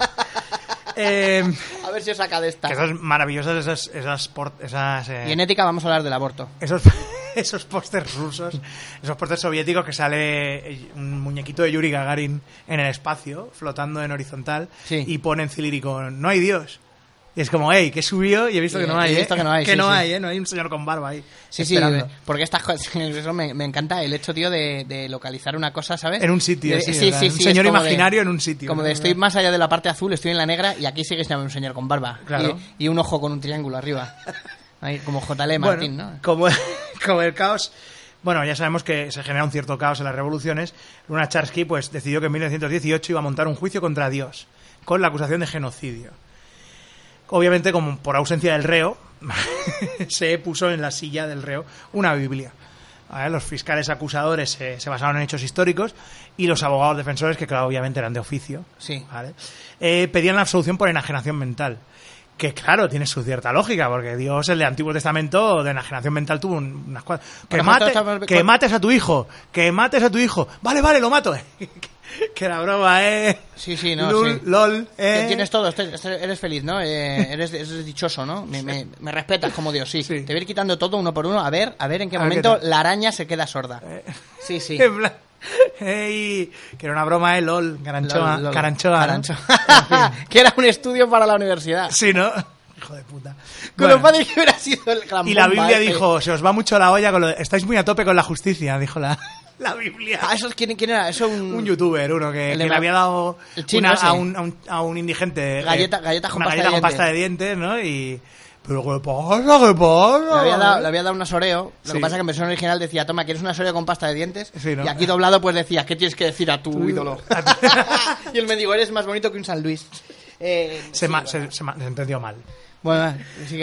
Speaker 4: A ver si os saca de esta.
Speaker 3: Que son maravillosas esas
Speaker 4: Y en ética vamos a hablar del aborto.
Speaker 3: Esos pósters rusos, esos pósters soviéticos que sale un muñequito de Yuri Gagarin en el espacio, flotando en horizontal, y pone en cilírico, no hay Dios. Y es como, hey, que he subido y he visto que no hay,
Speaker 4: he visto que no hay,
Speaker 3: que
Speaker 4: sí,
Speaker 3: no
Speaker 4: sí.
Speaker 3: hay, no hay un señor con barba ahí.
Speaker 4: Sí,
Speaker 3: esperando.
Speaker 4: sí, porque estas cosas, eso me encanta el hecho, tío, de localizar una cosa, ¿sabes?
Speaker 3: En un sitio,
Speaker 4: sí,
Speaker 3: un señor imaginario en un sitio.
Speaker 4: Como de estoy más allá de la parte azul, estoy en la negra y aquí sigue siendo un señor con barba.
Speaker 3: Claro.
Speaker 4: Y un ojo con un triángulo arriba. Ahí, como J.L. Martín,
Speaker 3: bueno,
Speaker 4: ¿no?
Speaker 3: Como el caos... Bueno, ya sabemos que se genera un cierto caos en las revoluciones. Lunacharsky pues decidió que en 1918 iba a montar un juicio contra Dios, con la acusación de genocidio. Obviamente, como por ausencia del reo, se puso en la silla del reo una Biblia. ¿Vale? Los fiscales acusadores se basaron en hechos históricos y los abogados defensores, que claro, obviamente eran de oficio,
Speaker 4: sí.
Speaker 3: ¿vale? Pedían la absolución por enajenación mental. Que claro, tiene su cierta lógica, porque Dios, el de Antiguo Testamento, de enajenación mental tuvo unas cuantas... Que mates a tu hijo, que mates a tu hijo. Vale, lo mato. Que la broma,
Speaker 4: Sí, no,
Speaker 3: Lul,
Speaker 4: sí.
Speaker 3: LOL,
Speaker 4: Tienes todo, eres feliz, ¿no? Eres dichoso, ¿no? Me respetas como Dios, sí.
Speaker 3: Sí.
Speaker 4: Te voy a ir quitando todo uno por uno, a ver en qué momento la araña se queda sorda. Sí.
Speaker 3: En plan, hey, que era una broma, LOL, Caranchoa.
Speaker 4: LOL.
Speaker 3: ¿No?
Speaker 4: Que era un estudio para la universidad.
Speaker 3: Sí, ¿no? Hijo de puta.
Speaker 4: Con lo padre que hubiera sido el gran
Speaker 3: Y la
Speaker 4: bomba,
Speaker 3: Biblia dijo, se os va mucho la olla con estáis muy a tope con la justicia, dijo la Biblia.
Speaker 4: Ah, ¿quién era? Eso
Speaker 3: un youtuber, uno que le había dado a un indigente
Speaker 4: galletas con
Speaker 3: pasta de dientes, ¿no? Y... ¿Pero qué pasa?
Speaker 4: Le había dado un asoreo. Lo que pasa es que en versión original decía, toma, ¿quieres un asoreo con pasta de dientes?
Speaker 3: Sí, ¿no?
Speaker 4: Y aquí doblado pues decía, ¿qué tienes que decir a tu ídolo? Y él me dijo, eres más bonito que un San Luis.
Speaker 3: Se entendió mal.
Speaker 4: Bueno,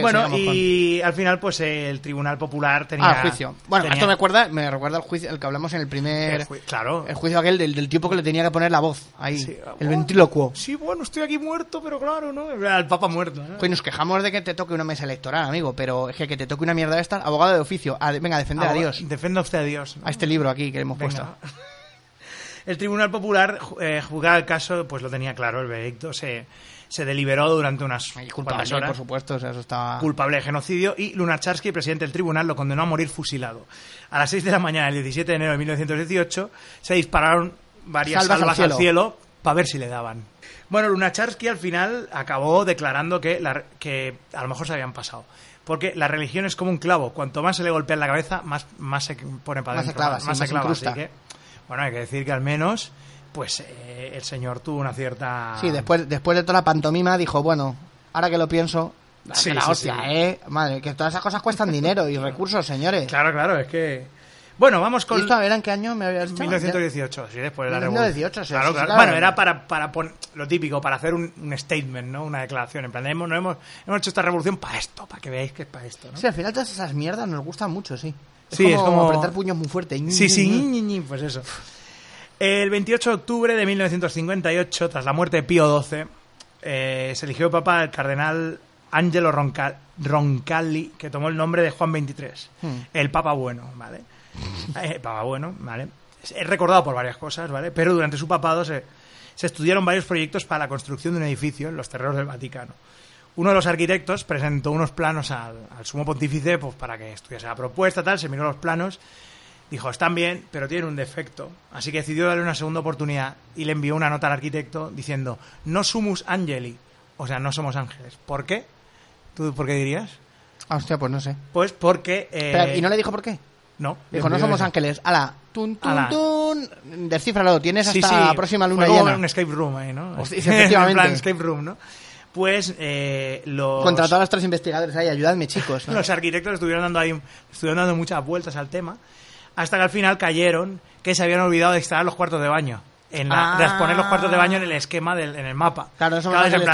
Speaker 3: y al final pues el Tribunal Popular tenía...
Speaker 4: el juicio. Bueno, esto me recuerda al juicio, el que hablamos en el primer...
Speaker 3: Claro.
Speaker 4: El juicio aquel del tipo que le tenía que poner la voz ahí,
Speaker 3: sí,
Speaker 4: el ventrílocuo.
Speaker 3: Sí, bueno, estoy aquí muerto, pero claro, ¿no? El Papa muerto, ¿no?
Speaker 4: Pues nos quejamos de que te toque una mesa electoral, amigo, pero es que te toque una mierda de esta, abogado de oficio. Venga, a defender a Dios.
Speaker 3: Defenda usted a Dios, ¿no?
Speaker 4: A este libro aquí que le hemos puesto.
Speaker 3: El Tribunal Popular, juzgado el caso, pues lo tenía claro, el veredicto se deliberó durante unas cuantas horas.
Speaker 4: Por supuesto, o sea, eso estaba...
Speaker 3: Culpable de genocidio, y Lunacharsky, presidente del tribunal, lo condenó a morir fusilado. A las 6 de la mañana del 17 de enero de 1918 se dispararon varias salvas al cielo para ver si le daban. Bueno, Lunacharsky al final acabó declarando que a lo mejor se habían pasado. Porque la religión es como un clavo. Cuanto más se le golpea en la cabeza, más se pone para adentro. Más se clava. Así que, bueno, hay que decir que al menos... pues el señor tuvo una cierta...
Speaker 4: Sí, después de toda la pantomima dijo, bueno, ahora que lo pienso,
Speaker 3: sí,
Speaker 4: la hostia,
Speaker 3: sí.
Speaker 4: Madre, que todas esas cosas cuestan dinero y recursos, señores.
Speaker 3: Claro, es que... Bueno, vamos con...
Speaker 4: ¿Y esto a ver en qué año me habías dicho?
Speaker 3: 1918, sí, después de la revolución.
Speaker 4: 1918, sí.
Speaker 3: Claro. Bueno, era para poner lo típico, para hacer un statement, ¿no? Una declaración, en plan, hemos hecho esta revolución para esto, para que veáis que es para esto, ¿no?
Speaker 4: Sí, al final todas esas mierdas nos gustan mucho, sí.
Speaker 3: Es como
Speaker 4: apretar puños muy fuerte.
Speaker 3: Sí, pues eso. El 28 de octubre de 1958, tras la muerte de Pío XII, se eligió papa el cardenal Angelo Roncalli, que tomó el nombre de Juan XXIII, el Papa Bueno, ¿vale? Papa Bueno, ¿vale? Es recordado por varias cosas, ¿vale? Pero durante su papado se estudiaron varios proyectos para la construcción de un edificio en los terrenos del Vaticano. Uno de los arquitectos presentó unos planos al sumo pontífice, pues para que estudiase la propuesta, tal, se miró los planos. Dijo, están bien, pero tienen un defecto. Así que decidió darle una segunda oportunidad y le envió una nota al arquitecto diciendo, no sumus angeli, o sea, no somos ángeles. ¿Por qué? ¿Tú por qué dirías?
Speaker 4: Hostia, pues no sé.
Speaker 3: Pues porque...
Speaker 4: ¿Y no le dijo por qué?
Speaker 3: No.
Speaker 4: Dijo, no somos ángeles. Ala, tun. Descífralo, tienes hasta la próxima luna
Speaker 3: llena.
Speaker 4: Fue
Speaker 3: un escape room ahí, ¿no?
Speaker 4: Hostia, efectivamente.
Speaker 3: En plan escape room, ¿no? Pues
Speaker 4: contrató a los 3 investigadores ahí, ayudadme, chicos, ¿no?
Speaker 3: Los arquitectos estuvieron dando muchas vueltas al tema, hasta que al final cayeron que se habían olvidado de instalar los cuartos de baño. De poner los cuartos de baño en el esquema en el mapa.
Speaker 4: Claro, no somos ángeles,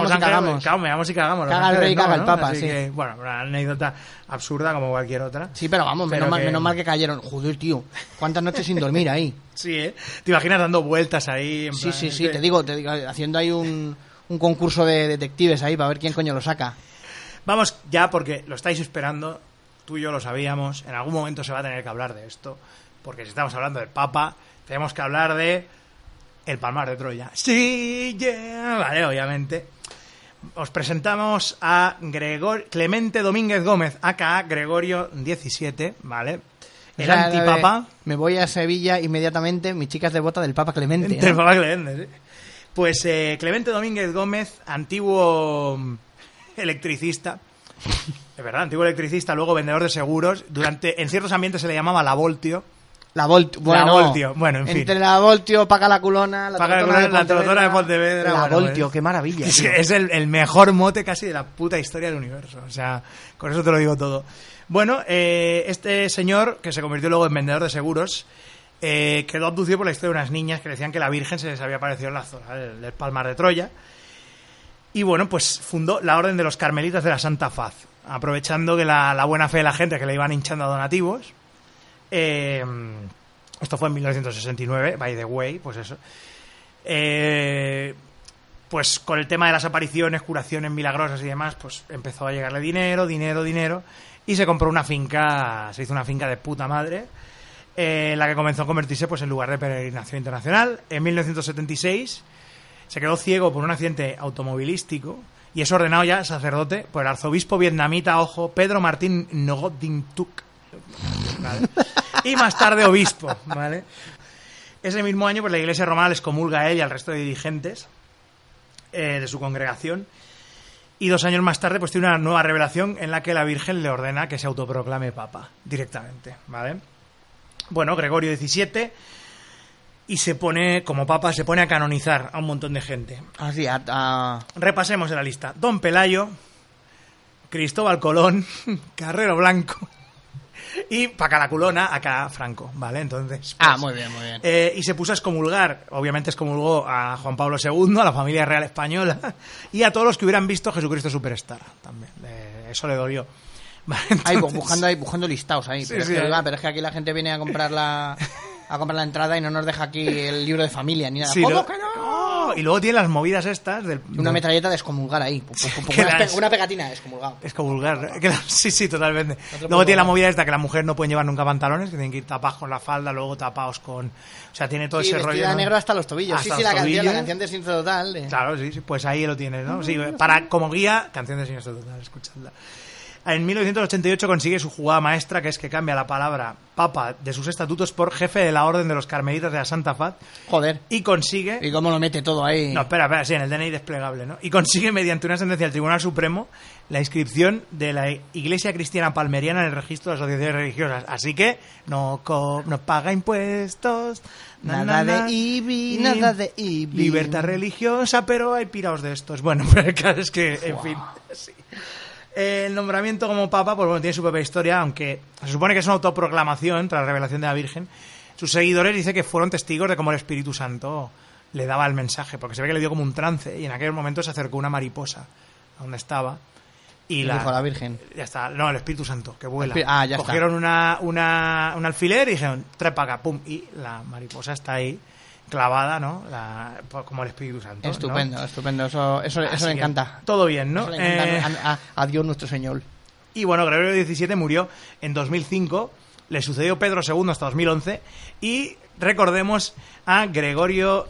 Speaker 3: meamos y cagamos.
Speaker 4: Caga el rey y caga el papa,
Speaker 3: así
Speaker 4: sí.
Speaker 3: que, bueno, una anécdota absurda como cualquier otra.
Speaker 4: Sí, pero vamos, menos mal que cayeron. Joder, tío, cuántas noches sin dormir ahí.
Speaker 3: Sí, Te imaginas dando vueltas ahí. En plan,
Speaker 4: sí, te digo, haciendo ahí un concurso de detectives ahí para ver quién coño lo saca.
Speaker 3: Vamos ya, porque lo estáis esperando. Tú y yo lo sabíamos. En algún momento se va a tener que hablar de esto. Porque si estamos hablando del Papa, tenemos que hablar de el Palmar de Troya. Sí, yeah. Vale, obviamente. Os presentamos a Clemente Domínguez Gómez, aka Gregorio XVII, ¿vale? El antipapa.
Speaker 4: Me voy a Sevilla inmediatamente. Mi chica es devota del Papa Clemente.
Speaker 3: Del Papa Clemente, sí. Pues Clemente Domínguez Gómez, antiguo electricista. Es verdad, antiguo electricista, luego vendedor de seguros. En ciertos ambientes se le llamaba la Voltio. Bueno, en fin.
Speaker 4: Entre la Voltio, Paca la Culona,
Speaker 3: la Tortona de Pontevedra.
Speaker 4: La Voltio, qué maravilla.
Speaker 3: Es el mejor mote casi de la puta historia del universo. O sea, con eso te lo digo todo. Bueno, este señor, que se convirtió luego en vendedor de seguros, quedó abducido por la historia de unas niñas que decían que la Virgen se les había aparecido en la zona del Palmar de Troya. Y bueno, pues fundó la Orden de los Carmelitas de la Santa Faz, aprovechando que la buena fe de la gente, que le iban hinchando a donativos. Esto fue en 1969, by the way, pues eso. Pues con el tema de las apariciones, curaciones milagrosas y demás, pues empezó a llegarle dinero, y se compró una finca, se hizo una finca de puta madre, la que comenzó a convertirse pues en lugar de peregrinación internacional. En 1976 se quedó ciego por un accidente automovilístico y es ordenado ya sacerdote por el arzobispo vietnamita, Pedro Martín Ngoc Dinh Tuc. Vale. Y más tarde obispo, ¿vale? Ese mismo año pues la Iglesia romana les comulga a él y al resto de dirigentes de su congregación, y 2 años más tarde pues tiene una nueva revelación en la que la Virgen le ordena que se autoproclame papa directamente, ¿vale? Bueno, Gregorio XVII, y se pone como papa, se pone a canonizar a un montón de gente.
Speaker 4: Así,
Speaker 3: repasemos en la lista: Don Pelayo, Cristóbal Colón, Carrero Blanco y Paca la Culona, acá Franco, ¿vale? Entonces, pues,
Speaker 4: muy bien, muy bien.
Speaker 3: Y se puso a excomulgar, obviamente excomulgó a Juan Pablo II, a la familia real española y a todos los que hubieran visto Jesucristo Superstar también. Eso le dolió. Vale, entonces...
Speaker 4: buscando listados ahí. Pero,
Speaker 3: sí,
Speaker 4: pero es que aquí la gente viene a comprar la entrada y no nos deja aquí el libro de familia ni nada.
Speaker 3: Sí,
Speaker 4: ¿Cómo que no?
Speaker 3: Y luego tiene las movidas estas
Speaker 4: una metralleta de excomulgar ahí. Una pegatina de excomulgado.
Speaker 3: Excomulgar. Sí, totalmente. Luego tiene la movida esta que la mujer no puede llevar nunca pantalones, que tienen que ir tapados con la falda, luego tapados con... O sea, tiene todo ese rollo, ¿no?
Speaker 4: Negro hasta los tobillos.
Speaker 3: Hasta
Speaker 4: la
Speaker 3: tobillos.
Speaker 4: canción de Siniestro Total.
Speaker 3: Claro, sí, pues ahí lo tienes, ¿no? Sí, como guía, canción de Siniestro Total, escuchadla. En 1988 consigue su jugada maestra, que es que cambia la palabra papa de sus estatutos por jefe de la Orden de los Carmelitas de la Santa Faz.
Speaker 4: Joder.
Speaker 3: Y consigue...
Speaker 4: ¿Y cómo lo mete todo ahí?
Speaker 3: No, espera, sí, en el DNI desplegable, ¿no? Y consigue, mediante una sentencia del Tribunal Supremo, la inscripción de la Iglesia Cristiana Palmeriana en el registro de asociaciones religiosas. Así que no paga impuestos...
Speaker 4: Nada de IBI.
Speaker 3: Libertad religiosa, pero hay piraos de estos. Bueno, pero el caso es que, en fin, sí. El nombramiento como papa, pues bueno, tiene su propia historia, aunque se supone que es una autoproclamación tras la revelación de la Virgen. Sus seguidores dicen que fueron testigos de cómo el Espíritu Santo le daba el mensaje, porque se ve que le dio como un trance y en aquel momento se acercó una mariposa a donde estaba y
Speaker 4: dijo a la Virgen.
Speaker 3: Ya está, no, el Espíritu Santo, que vuela.
Speaker 4: Ya
Speaker 3: cogieron un alfiler y dijeron, trae para acá, pum, y la mariposa está ahí clavada, ¿no? Como el Espíritu Santo.
Speaker 4: Estupendo,
Speaker 3: ¿no?
Speaker 4: Estupendo. Eso le encanta.
Speaker 3: Todo bien, ¿no?
Speaker 4: Eso le encanta a Dios nuestro Señor.
Speaker 3: Y bueno, Gregorio XVII murió en 2005, le sucedió Pedro II hasta 2011 y recordemos a Gregorio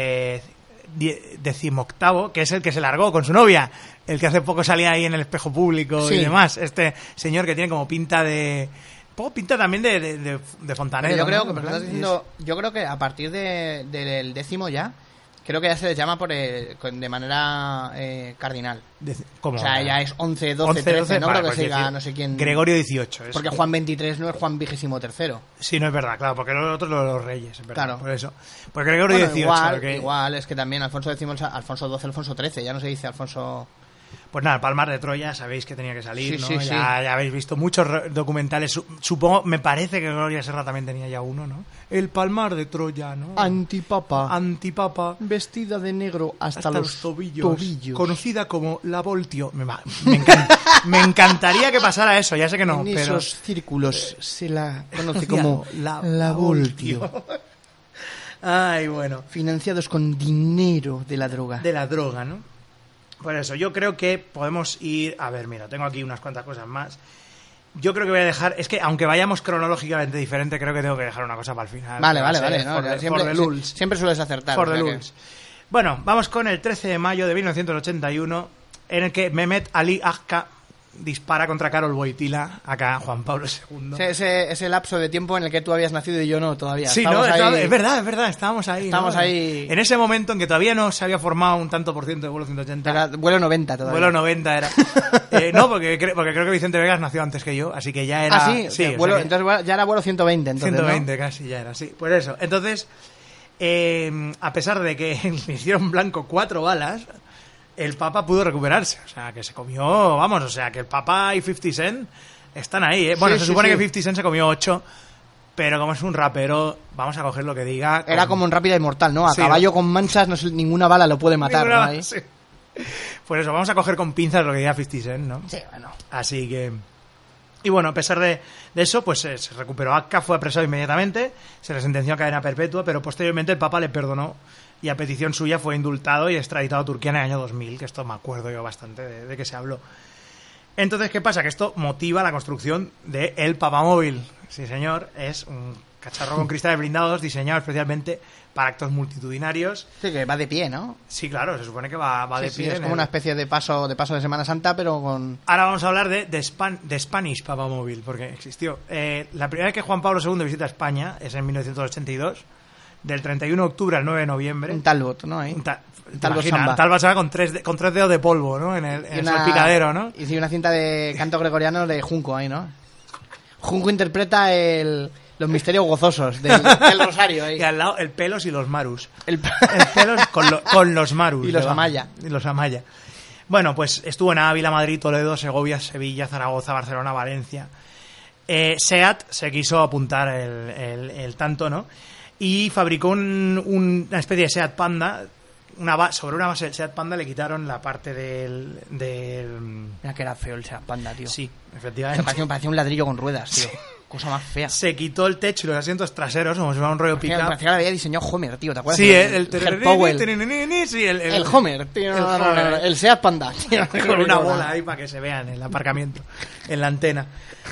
Speaker 3: XVIII, que es el que se largó con su novia, el que hace poco salía ahí en el espejo público y demás. Este señor que tiene como pinta de... pinta también de fontanero.
Speaker 4: Yo creo, ¿no? Yo creo que a partir del 10º ya, creo que ya se les llama de manera cardinal.
Speaker 3: ¿Cómo?
Speaker 4: O sea, ya es 11, 12, 13, no creo que siga no sé quién.
Speaker 3: Gregorio XVIII.
Speaker 4: Porque Juan XXIII no es Juan XXIII.
Speaker 3: Sí, no es verdad, claro, porque los otros los reyes, es verdad. Claro. Por eso. Pues Gregorio XVIII.
Speaker 4: Igual, es que también Alfonso XII, Alfonso XII, Alfonso XIII, ya no se dice Alfonso...
Speaker 3: Pues nada, el Palmar de Troya, sabéis que tenía que salir,
Speaker 4: sí,
Speaker 3: ¿no?
Speaker 4: Sí,
Speaker 3: ya habéis visto muchos documentales. Supongo, me parece que Gloria Serra también tenía ya uno, ¿no? El Palmar de Troya, ¿no?
Speaker 4: Antipapa. Vestida de negro hasta los tobillos.
Speaker 3: Conocida como la Voltio. Me encantaría que pasara eso, ya sé que no.
Speaker 4: En esos círculos se la conoce como la Voltio.
Speaker 3: Ay, bueno.
Speaker 4: Financiados con dinero de la droga.
Speaker 3: De la droga, ¿no? Por eso, yo creo que podemos ir... A ver, mira, tengo aquí unas cuantas cosas más. Yo creo que voy a dejar... Es que, aunque vayamos cronológicamente diferente, creo que tengo que dejar una cosa para el final.
Speaker 4: Vale. No, siempre sueles acertar.
Speaker 3: Bueno, vamos con el 13 de mayo de 1981, en el que Mehmet Ali Agca, dispara contra Karol Wojtyla, acá Juan Pablo II.
Speaker 4: Ese lapso de tiempo en el que tú habías nacido y yo no todavía.
Speaker 3: Sí, no, es verdad, estábamos ahí.
Speaker 4: Ahí.
Speaker 3: En ese momento en que todavía no se había formado un tanto por ciento de vuelo 180.
Speaker 4: Era vuelo 90 todavía.
Speaker 3: Vuelo 90 era. No, porque creo que Vicente Vegas nació antes que yo, así que ya era...
Speaker 4: Ah, sí, entonces ya era vuelo 120. Entonces,
Speaker 3: 120
Speaker 4: ¿no?
Speaker 3: casi ya era, sí. Pues eso, entonces, a pesar de que le hicieron blanco 4 balas... el Papa pudo recuperarse, o sea, que se comió, que el Papa y 50 Cent están ahí, ¿eh? Bueno, se supone que 50 Cent se comió 8, pero como es un rapero, vamos a coger lo que diga.
Speaker 4: Era como un Rápida y Mortal, ¿no? A caballo con manchas, ninguna bala lo puede matar, ¿no? Ahí.
Speaker 3: Sí. Pues eso, vamos a coger con pinzas lo que diga 50 Cent, ¿no?
Speaker 4: Sí, bueno.
Speaker 3: Así que... Y bueno, a pesar de eso, pues se recuperó Akka, fue apresado inmediatamente, se le sentenció a cadena perpetua, pero posteriormente el Papa le perdonó y a petición suya fue indultado y extraditado a Turquía en el año 2000, que esto me acuerdo yo bastante de que se habló. Entonces, ¿qué pasa? Que esto motiva la construcción de el Papamóvil. Sí, señor, es un cacharro con cristales blindados diseñado especialmente para actos multitudinarios.
Speaker 4: Sí, que va de pie, ¿no?
Speaker 3: Sí, claro, se supone que va de pie.
Speaker 4: Es como una especie de paso de Semana Santa, pero con...
Speaker 3: Ahora vamos a hablar de Spanish Papamóvil, porque existió. La primera vez que Juan Pablo II visita España es en 1982, del 31 de octubre al 9 de noviembre.
Speaker 4: Un Talbot, ¿no? Ahí.
Speaker 3: Talbot Samba. Talbot Samba con tres dedos de polvo, ¿no? En el salpicadero, ¿no?
Speaker 4: Y sí, una cinta de canto gregoriano de Junco ahí, ¿no? Junco interpreta los misterios gozosos del rosario ahí.
Speaker 3: Y al lado el pelos y los marus. El pelos con los marus.
Speaker 4: Y los amaya.
Speaker 3: Y los amaya. Bueno, pues estuvo en Ávila, Madrid, Toledo, Segovia, Sevilla, Zaragoza, Barcelona, Valencia. SEAT se quiso apuntar el tanto, ¿no? Y fabricó una especie de SEAT Panda. Sobre una base del SEAT Panda le quitaron la parte del...
Speaker 4: Mira que era feo el SEAT Panda, tío.
Speaker 3: Sí, efectivamente.
Speaker 4: Parecía un ladrillo con ruedas, tío.
Speaker 3: Sí.
Speaker 4: Cosa más fea.
Speaker 3: Se quitó el techo y los asientos traseros, como si fuera un rollo pick-up.
Speaker 4: Parecía que la había diseñado Homer, tío, ¿te acuerdas?
Speaker 3: Sí, el
Speaker 4: Homer, tío. El SEAT Panda, tío.
Speaker 3: Con una bola ahí para que se vean en el aparcamiento, en la antena.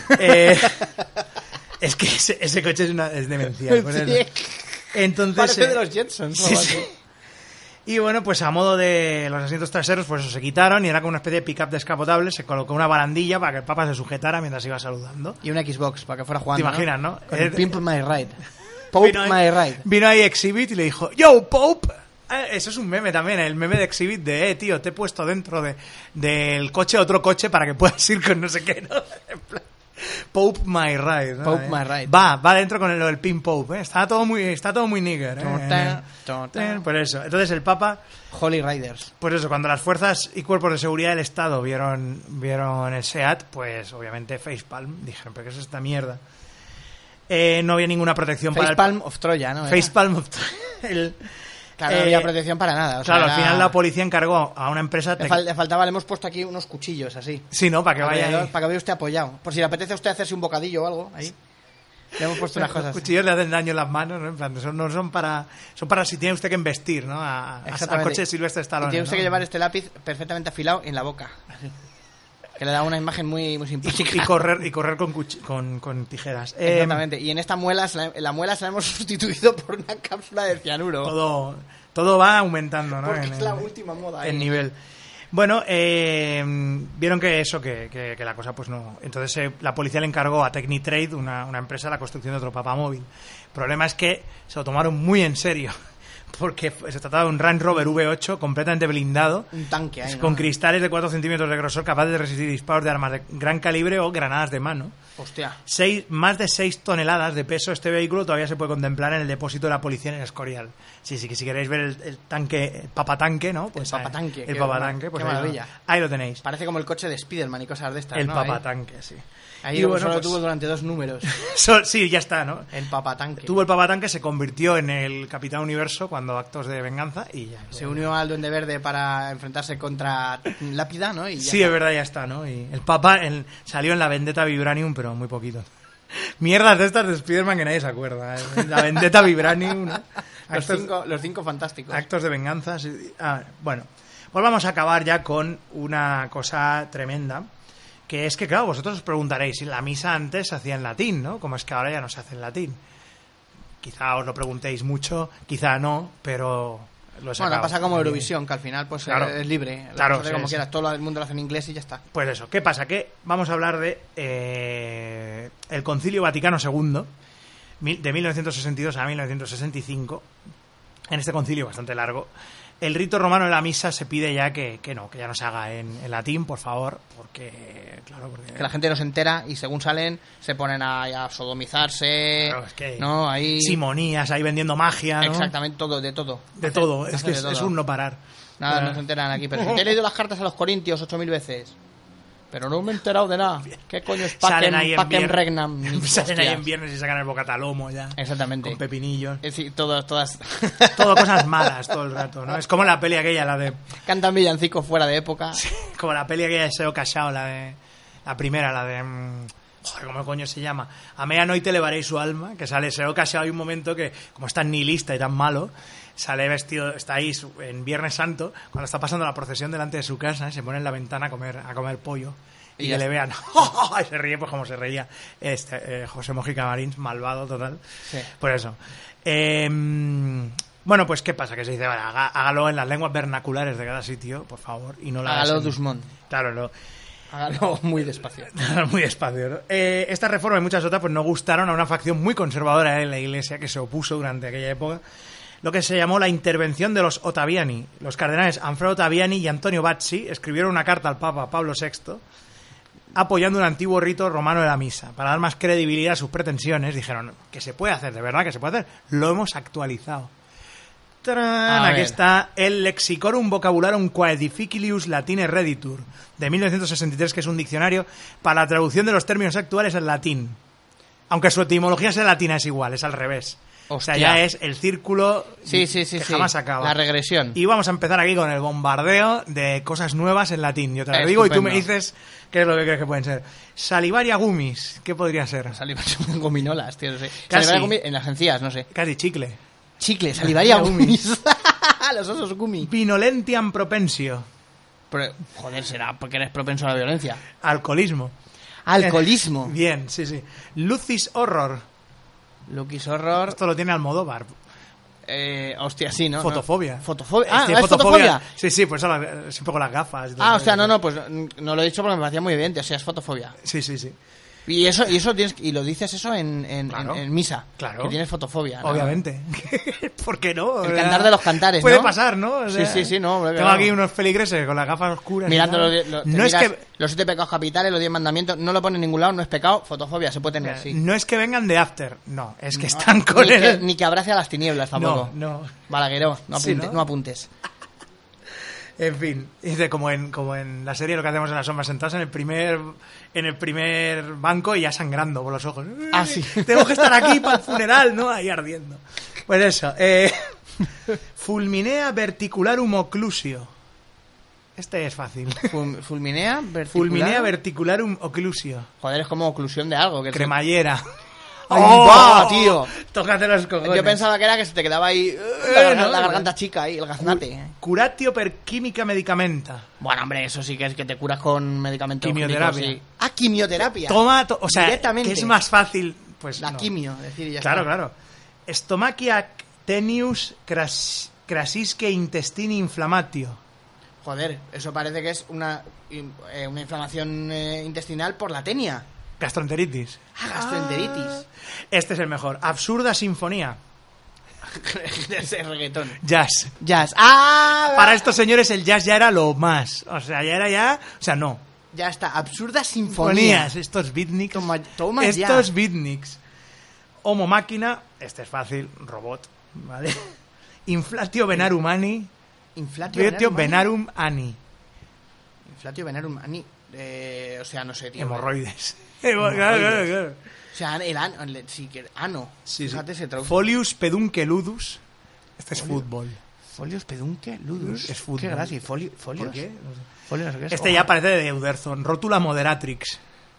Speaker 3: Es que ese coche es demencial. Pues
Speaker 4: sí.
Speaker 3: Entonces,
Speaker 4: parece de los Jetsons.
Speaker 3: Sí. Y bueno, pues a modo de los asientos traseros, pues eso se quitaron y era como una especie de pick-up descapotable. Se colocó una barandilla para que el Papa se sujetara mientras iba saludando.
Speaker 4: Y una Xbox para que fuera jugando.
Speaker 3: ¿Te imaginas, no?
Speaker 4: Con el Pimp My Ride. Pope My Ride.
Speaker 3: Vino ahí Exhibit y le dijo, yo, Pope. Eso es un meme también, el meme de Exhibit de, tío, te he puesto dentro del coche otro coche para que puedas ir con no sé qué, ¿no? En plan, Pope My Ride, ¿no?
Speaker 4: Pope My Ride.
Speaker 3: Va dentro con el Pin Pope, ¿eh? Está todo muy nigger, Por eso. Entonces el Papa...
Speaker 4: Holy Riders.
Speaker 3: Pues eso, cuando las fuerzas y cuerpos de seguridad del Estado vieron el SEAT, pues obviamente facepalm. Dijeron, ¿pero qué es esta mierda? No había ninguna protección para...
Speaker 4: Facepalm of Troya, ¿no?
Speaker 3: Facepalm of Troya.
Speaker 4: Claro, no había protección para nada. O sea,
Speaker 3: claro, al final la policía encargó a una empresa...
Speaker 4: Le faltaba, le hemos puesto aquí unos cuchillos así.
Speaker 3: Sí, ¿no? Para que vaya...
Speaker 4: Para que vaya usted apoyado. Por si le apetece a usted hacerse un bocadillo o algo, ahí. Le hemos puesto unas cosas.
Speaker 3: Los cuchillos le hacen daño en las manos, ¿no? En plan, son para si tiene usted que embestir, ¿no? Al coche de Silvestre Stallone.
Speaker 4: Y tiene usted
Speaker 3: que
Speaker 4: llevar este lápiz perfectamente afilado en la boca. Así. Que le da una imagen muy simpática.
Speaker 3: Y correr con tijeras.
Speaker 4: Exactamente. Y en esta muela, la muela se la hemos sustituido por una cápsula de cianuro.
Speaker 3: Todo va aumentando, ¿no?
Speaker 4: Porque es la última moda.
Speaker 3: En nivel. Bueno, vieron que la cosa pues no... Entonces la policía le encargó a Technitrade, una empresa, la construcción de otro papamóvil. El problema es que se lo tomaron muy en serio, porque se trataba de un Range Rover V8 completamente blindado,
Speaker 4: un tanque ahí,
Speaker 3: con cristales de 4 centímetros de grosor capaces de resistir disparos de armas de gran calibre o granadas de mano.
Speaker 4: Hostia.
Speaker 3: Más de 6 toneladas de peso. Este vehículo todavía se puede contemplar en el depósito de la policía en el Escorial. Sí, que si queréis ver el tanque, el papatanque, ¿no? Pues
Speaker 4: el papatanque.
Speaker 3: El papatanque, pues
Speaker 4: qué maravilla.
Speaker 3: Ahí lo tenéis.
Speaker 4: Parece como el coche de Spiderman y cosas de estas,
Speaker 3: el
Speaker 4: ¿no?
Speaker 3: Papatanque, sí.
Speaker 4: Ahí y bueno, solo tuvo durante 2 números.
Speaker 3: Sí, ya está, ¿no?
Speaker 4: El papatanque.
Speaker 3: Tuvo el papatanque, se convirtió en el Capitán Universo cuando actos de venganza y ya.
Speaker 4: Se unió al Duende Verde para enfrentarse contra Lápida, ¿no? Y
Speaker 3: sí, es verdad, ya está, ¿no? Y el Papa salió en la Vendetta Vibranium, pero muy poquito. Mierdas de estas de Spiderman que nadie se acuerda. La Vendetta Vibranium, ¿no?
Speaker 4: Los cinco fantásticos.
Speaker 3: Actos de venganza. Sí. Bueno, pues vamos a acabar ya con una cosa tremenda. Que es que, claro, vosotros os preguntaréis si la misa antes se hacía en latín, ¿no? Como es que ahora ya no se hace en latín. Quizá os lo preguntéis mucho, quizá no, pero Bueno,
Speaker 4: pasa como Eurovisión, que al final pues
Speaker 3: claro,
Speaker 4: es libre.
Speaker 3: Claro,
Speaker 4: sí, como quieras, todo el mundo lo hace en inglés y ya está.
Speaker 3: Pues eso, ¿qué pasa? Que vamos a hablar de el Concilio Vaticano II, de 1962 a 1965. En este concilio bastante largo, el rito romano de la misa se pide ya que ya no se haga en latín, por favor, porque
Speaker 4: que la gente no se entera y según salen se ponen a sodomizarse,
Speaker 3: claro, es que
Speaker 4: ¿no? Ahí
Speaker 3: simonías, ahí vendiendo magia, ¿no?
Speaker 4: Exactamente, de todo.
Speaker 3: Es que es un no parar.
Speaker 4: Nada, no se enteran aquí, pero si te he leído las cartas a los Corintios 8000 veces. Pero no me he enterado de nada. ¿Qué coño es Pacem Regnam?
Speaker 3: Salen ahí en viernes y sacan el bocatalomo ya.
Speaker 4: Exactamente.
Speaker 3: Con pepinillos.
Speaker 4: Es decir, todas.
Speaker 3: Todo cosas malas todo el rato, ¿no? Es como la peli aquella, la de...
Speaker 4: Cantan villancicos fuera de época.
Speaker 3: Sí, como la peli aquella de Seo Cachao, la primera, la de... Joder, ¿cómo coño se llama? A medianoche elevaré su alma, que sale Seo Cachao. Hay un momento que, como es tan nihilista y tan malo, sale vestido, está ahí en Viernes Santo, cuando está pasando la procesión delante de su casa, se pone en la ventana a comer pollo y que le vean. Y se ríe pues como se reía José Mojica Marín, malvado total.
Speaker 4: Sí.
Speaker 3: Por eso. Bueno, pues ¿qué pasa? Que se dice, vale, hágalo en las lenguas vernaculares de cada sitio, por favor, y no la
Speaker 4: hágalo Dusmont.
Speaker 3: Claro,
Speaker 4: hágalo muy despacio.
Speaker 3: Muy despacio, ¿no? Esta reforma y muchas otras pues no gustaron a una facción muy conservadora en la Iglesia que se opuso durante aquella época, lo que se llamó la intervención de los Ottaviani. Los cardenales Alfredo Ottaviani y Antonio Bazzi escribieron una carta al Papa Pablo VI apoyando un antiguo rito romano de la misa. Para dar más credibilidad a sus pretensiones, dijeron que se puede hacer, de verdad que se puede hacer. Lo hemos actualizado. Aquí está el Lexicorum Vocabularum Quaedificilius Latine Reditur, de 1963, que es un diccionario para la traducción de los términos actuales al latín. Aunque su etimología sea latina, es igual, es al revés.
Speaker 4: Hostia.
Speaker 3: O sea, ya es el círculo
Speaker 4: que
Speaker 3: jamás acaba.
Speaker 4: La regresión.
Speaker 3: Y vamos a empezar aquí con el bombardeo de cosas nuevas en latín. Yo te lo digo y tú me dices qué es lo que crees que pueden ser. Salivaria gummis, ¿qué podría ser?
Speaker 4: Salivaria gominolas, tío, no sé.
Speaker 3: Casi.
Speaker 4: Salivaria gummis en las encías, no sé.
Speaker 3: Casi chicle.
Speaker 4: Chicle, salivaria gummis. Los osos gummi.
Speaker 3: Vinolentiam propensio.
Speaker 4: Pero, joder, será porque eres propenso a la violencia.
Speaker 3: Alcoholismo.
Speaker 4: Alcoholismo.
Speaker 3: Bien, sí. Lucis horror.
Speaker 4: Lucis horror.
Speaker 3: Esto lo tiene Almodóvar.
Speaker 4: Hostia, sí, ¿no?
Speaker 3: Fotofobia.
Speaker 4: Fotofobia.
Speaker 3: ¿Es
Speaker 4: fotofobia?
Speaker 3: Sí, pues siempre con las gafas.
Speaker 4: Hostia, no, pues no lo he dicho porque me parecía muy evidente. O sea, es fotofobia.
Speaker 3: Sí.
Speaker 4: Y eso tienes, y lo dices eso en misa.
Speaker 3: Claro.
Speaker 4: Que tienes fotofobia, ¿no?
Speaker 3: Obviamente. ¿Por qué no?
Speaker 4: El cantar de los cantares,
Speaker 3: puede
Speaker 4: ¿no?
Speaker 3: pasar, ¿no? O sea,
Speaker 4: sí, no.
Speaker 3: Tengo aquí unos feligreses con las gafas oscuras.
Speaker 4: Mirando
Speaker 3: no es que
Speaker 4: los 7 pecados capitales, los 10 mandamientos, no lo pone en ningún lado, no es pecado, fotofobia, se puede tener, sí.
Speaker 3: No es que vengan de after, no, es que están con él.
Speaker 4: Ni que abrace a las tinieblas tampoco.
Speaker 3: No.
Speaker 4: Balagueró, no apuntes.
Speaker 3: En fin, dice como en la serie Lo que hacemos en la sombra, sentados en el primer banco y ya sangrando por los ojos.
Speaker 4: Ah, sí.
Speaker 3: Tengo que estar aquí para el funeral, ¿no? Ahí ardiendo. Pues eso. Fulminea verticularum occlusio. Este es fácil.
Speaker 4: Fulminea
Speaker 3: verticularum occlusio.
Speaker 4: Joder, es como oclusión de algo.
Speaker 3: Cremallera.
Speaker 4: ¡Oh, tío!
Speaker 3: Tócate los cojones.
Speaker 4: Yo pensaba que era que se te quedaba ahí la garganta chica ahí, el gaznate.
Speaker 3: Curatio per química medicamenta.
Speaker 4: Bueno, hombre, eso sí que es que te curas con medicamentos
Speaker 3: quimioterapia.
Speaker 4: Químicos, sí. Quimioterapia.
Speaker 3: Toma, o sea,
Speaker 4: directamente.
Speaker 3: que es más fácil, pues
Speaker 4: la
Speaker 3: no.
Speaker 4: quimio, decir ya
Speaker 3: Claro,
Speaker 4: está.
Speaker 3: claro. Stomachia tenius crasisque intestini inflamatio.
Speaker 4: Joder, eso parece que es una inflamación intestinal por la tenia.
Speaker 3: Gastroenteritis.
Speaker 4: Gastroenteritis.
Speaker 3: Este es el mejor. Absurda sinfonía.
Speaker 4: Ese reggaetón.
Speaker 3: Jazz. Para estos señores el jazz ya era lo más. O sea, o sea, no.
Speaker 4: Ya está. Absurda sinfonía.
Speaker 3: Estos beatniks.
Speaker 4: Toma
Speaker 3: estos
Speaker 4: ya.
Speaker 3: beatniks. Homo máquina. Este es fácil. Robot. ¿Vale? Inflatio venarum ani.
Speaker 4: Inflatio
Speaker 3: venarum ani.
Speaker 4: Inflatio venarum ani. O sea, no sé, tío.
Speaker 3: Hemorroides.
Speaker 4: Claro. O sea, el ano. Ano.
Speaker 3: Sí.
Speaker 4: Fíjate, se traduce.
Speaker 3: Folius pedunque ludus. Este es fútbol.
Speaker 4: Folius pedunque ludus.
Speaker 3: Es fútbol.
Speaker 4: Qué gracia. ¿Folios?
Speaker 3: ¿Por qué?
Speaker 4: Folio, no sé qué es.
Speaker 3: Este ya parece de Uderzo. Rótula moderatrix.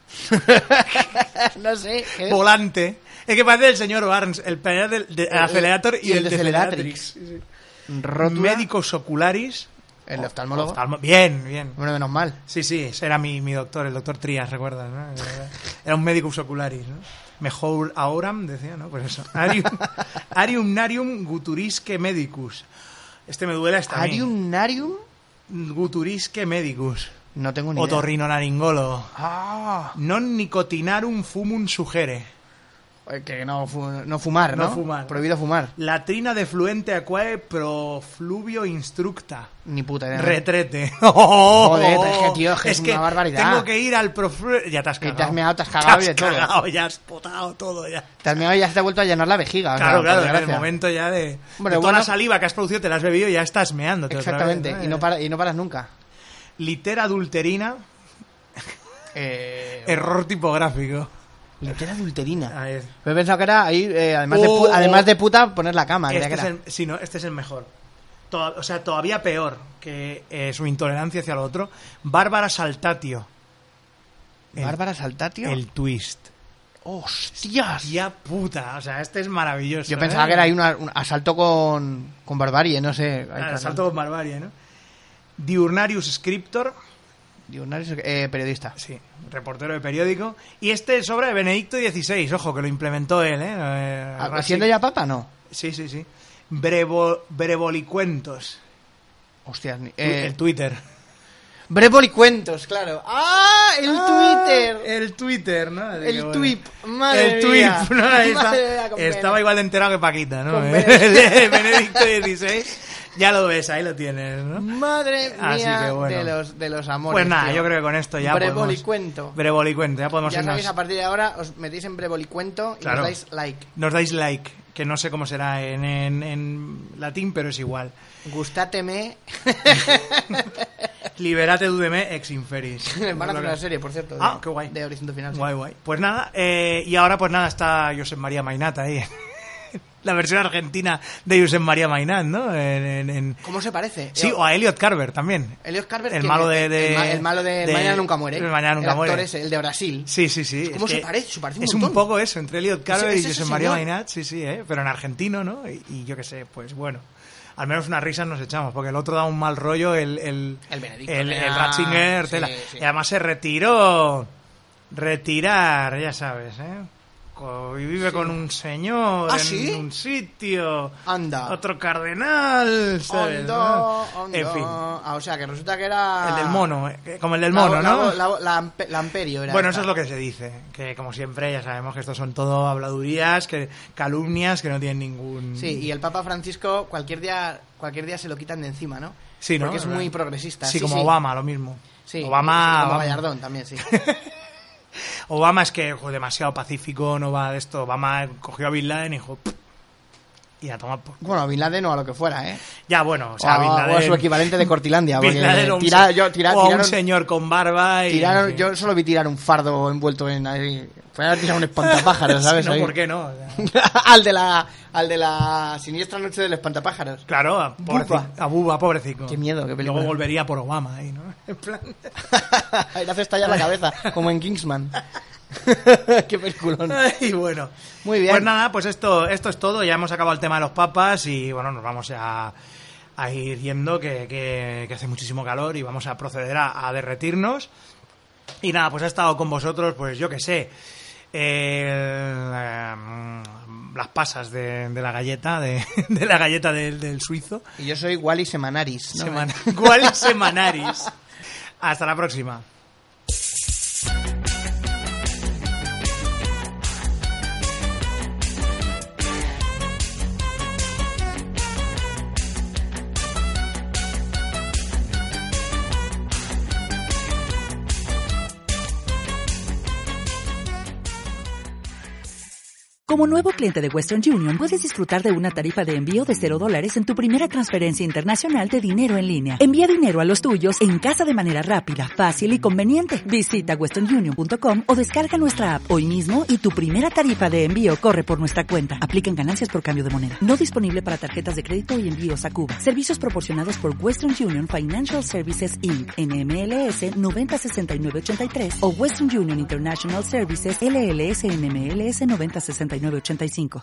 Speaker 4: No sé. ¿Qué es?
Speaker 3: Volante. Es que parece el señor Barnes. El pedal del Accelerator y el
Speaker 4: Deceleratrix.
Speaker 3: Rótula. Médicos ocularis.
Speaker 4: El oftalmólogo.
Speaker 3: Bien.
Speaker 4: Bueno, menos mal.
Speaker 3: Sí, ese era mi doctor, el doctor Trías, ¿recuerdas? ¿No? Era un médicus ocularis, ¿no? Mejor auram, decía, ¿no? Pues eso. Arium narium guturisque medicus. Este me duele hasta a mí.
Speaker 4: Arium?
Speaker 3: Guturisque medicus.
Speaker 4: No tengo ni idea.
Speaker 3: Otorrinolaringolo. Non nicotinarum fumum sugere.
Speaker 4: Que no fumar, ¿no?
Speaker 3: No fumar.
Speaker 4: Prohibido fumar.
Speaker 3: Latrina de fluente aquae pro fluvio instructa.
Speaker 4: Ni puta idea.
Speaker 3: Retrete.
Speaker 4: Joder, es que, tío, es una barbaridad.
Speaker 3: Tengo que ir al ya te has cagado.
Speaker 4: Y te has meado, te has cagado y de todo.
Speaker 3: Cagado, ya has potado todo ya.
Speaker 4: Te has meado y ya te ha vuelto a llenar la vejiga.
Speaker 3: Claro,
Speaker 4: o sea,
Speaker 3: claro, en el momento ya de toda la saliva que has producido te la has bebido y ya estás meándote.
Speaker 4: Exactamente,
Speaker 3: otra vez,
Speaker 4: y no paras nunca.
Speaker 3: Litera adulterina. Error tipográfico.
Speaker 4: Litera adulterina.
Speaker 3: Me
Speaker 4: he pensado que era ahí, además de puta, poner la cama.
Speaker 3: Este es el mejor. O sea, todavía peor que su intolerancia hacia lo otro. Bárbara Saltatio.
Speaker 4: ¿Bárbara Saltatio?
Speaker 3: El twist.
Speaker 4: ¡Hostias!
Speaker 3: ¡Ya puta! O sea, este es maravilloso.
Speaker 4: Yo pensaba que era ahí un asalto con barbarie, no sé.
Speaker 3: Asalto con barbarie, ¿no? Diurnarius Scriptor.
Speaker 4: Periodista.
Speaker 3: Sí, reportero de periódico. Y este es obra de Benedicto XVI, ojo, que lo implementó él, ¿eh?
Speaker 4: ¿Siendo ya papa? No.
Speaker 3: Sí. Brevolicuentos.
Speaker 4: Hostias.
Speaker 3: El Twitter.
Speaker 4: Brevolicuentos, claro. ¡Ah! El
Speaker 3: Twitter, ¿no?
Speaker 4: El tweet. Madre mía.
Speaker 3: ¿no? Estaba igual de enterado que Paquita, ¿no? De Benedicto XVI. Ya lo ves, ahí lo tienes, ¿no?
Speaker 4: Madre mía.
Speaker 3: Así que bueno.
Speaker 4: de los amores.
Speaker 3: Pues nada,
Speaker 4: tío.
Speaker 3: yo creo que con esto ya
Speaker 4: Brevolicuento.
Speaker 3: Ya podemos
Speaker 4: Ya
Speaker 3: irnos.
Speaker 4: sabéis, a partir de ahora os metéis en Brevolicuento y
Speaker 3: claro.
Speaker 4: nos dais like.
Speaker 3: Nos dais like, que no sé cómo será en latín, pero es igual.
Speaker 4: Gustáteme.
Speaker 3: Liberate dudeme ex inferis.
Speaker 4: Van a hacer una serie, por cierto.
Speaker 3: Qué guay.
Speaker 4: De Horizonte Final. Sí.
Speaker 3: Guay. Pues nada, y ahora pues nada, está Josep María Mainat ahí. La versión argentina de Josep María Mainat, ¿no?
Speaker 4: ¿Cómo se parece?
Speaker 3: Sí, o a Elliot Carver también.
Speaker 4: Elliot Carver,
Speaker 3: el malo de
Speaker 4: el malo de Mañana Nunca Muere.
Speaker 3: El Mañana Nunca Muere.
Speaker 4: El actor ese, el de Brasil.
Speaker 3: Sí.
Speaker 4: ¿Cómo se parece? Se parece un
Speaker 3: montón. Es un poco eso, entre Elliot Carver y Josep María Mainat, sí, pero en argentino, ¿no? Y yo qué sé, pues bueno. Al menos unas risas nos echamos, porque el otro da un mal rollo, el
Speaker 4: Benedicto.
Speaker 3: El Ratzinger, sí. Y además se retirar, ya sabes, ¿eh? Y vive con un señor en un sitio.
Speaker 4: Anda.
Speaker 3: Otro cardenal, ¿sabes?
Speaker 4: Anda.
Speaker 3: En fin.
Speaker 4: O sea, que resulta que era...
Speaker 3: El del mono, como el del mono, ¿no?
Speaker 4: La Amperio era.
Speaker 3: Bueno, eso es lo que se dice. Que como siempre ya sabemos que estos son todo habladurías, calumnias, que no tienen ningún...
Speaker 4: Sí, y el Papa Francisco cualquier día se lo quitan de encima, ¿no?
Speaker 3: Sí, ¿no?
Speaker 4: Porque es muy progresista.
Speaker 3: Sí, como Obama, lo mismo.
Speaker 4: Sí,
Speaker 3: Obama...
Speaker 4: como Gallardón también, sí.
Speaker 3: Obama es que demasiado pacífico, no va de esto. Obama cogió a Bin Laden y dijo... Y a tomar por...
Speaker 4: Bueno, Bin Laden o a lo que fuera, ¿eh?
Speaker 3: Ya, bueno, o sea, Bin Laden...
Speaker 4: O a su equivalente de Cortilandia.
Speaker 3: Bin Laden o un señor con barba y...
Speaker 4: Yo solo vi tirar un fardo envuelto en... Ahí. Fue a tirar un espantapájaros, ¿sabes?
Speaker 3: Sí, no, ¿por qué no?
Speaker 4: al de la siniestra noche del espantapájaros.
Speaker 3: Claro, a Bubba, pobrecito.
Speaker 4: Qué miedo, qué película.
Speaker 3: Luego volvería por Obama ahí, ¿no? En plan...
Speaker 4: Ahí le hace estallar la cabeza, como en Kingsman. Qué peliculón.
Speaker 3: Y bueno,
Speaker 4: muy bien.
Speaker 3: Pues nada, pues esto es todo. Ya hemos acabado el tema de los papas y bueno, nos vamos a ir yendo que hace muchísimo calor y vamos a proceder a derretirnos. Y nada, pues ha estado con vosotros, pues yo qué sé, las pasas de la galleta, de la galleta del suizo.
Speaker 4: Y yo soy Wally Semanaris, ¿no?
Speaker 3: Wally Semanaris. Hasta la próxima.
Speaker 6: Como nuevo cliente de Western Union, puedes disfrutar de una tarifa de envío de $0 en tu primera transferencia internacional de dinero en línea. Envía dinero a los tuyos en casa de manera rápida, fácil y conveniente. Visita westernunion.com o descarga nuestra app hoy mismo y tu primera tarifa de envío corre por nuestra cuenta. Aplican ganancias por cambio de moneda. No disponible para tarjetas de crédito y envíos a Cuba. Servicios proporcionados por Western Union Financial Services Inc. NMLS 906983 o Western Union International Services LLS NMLS 906985.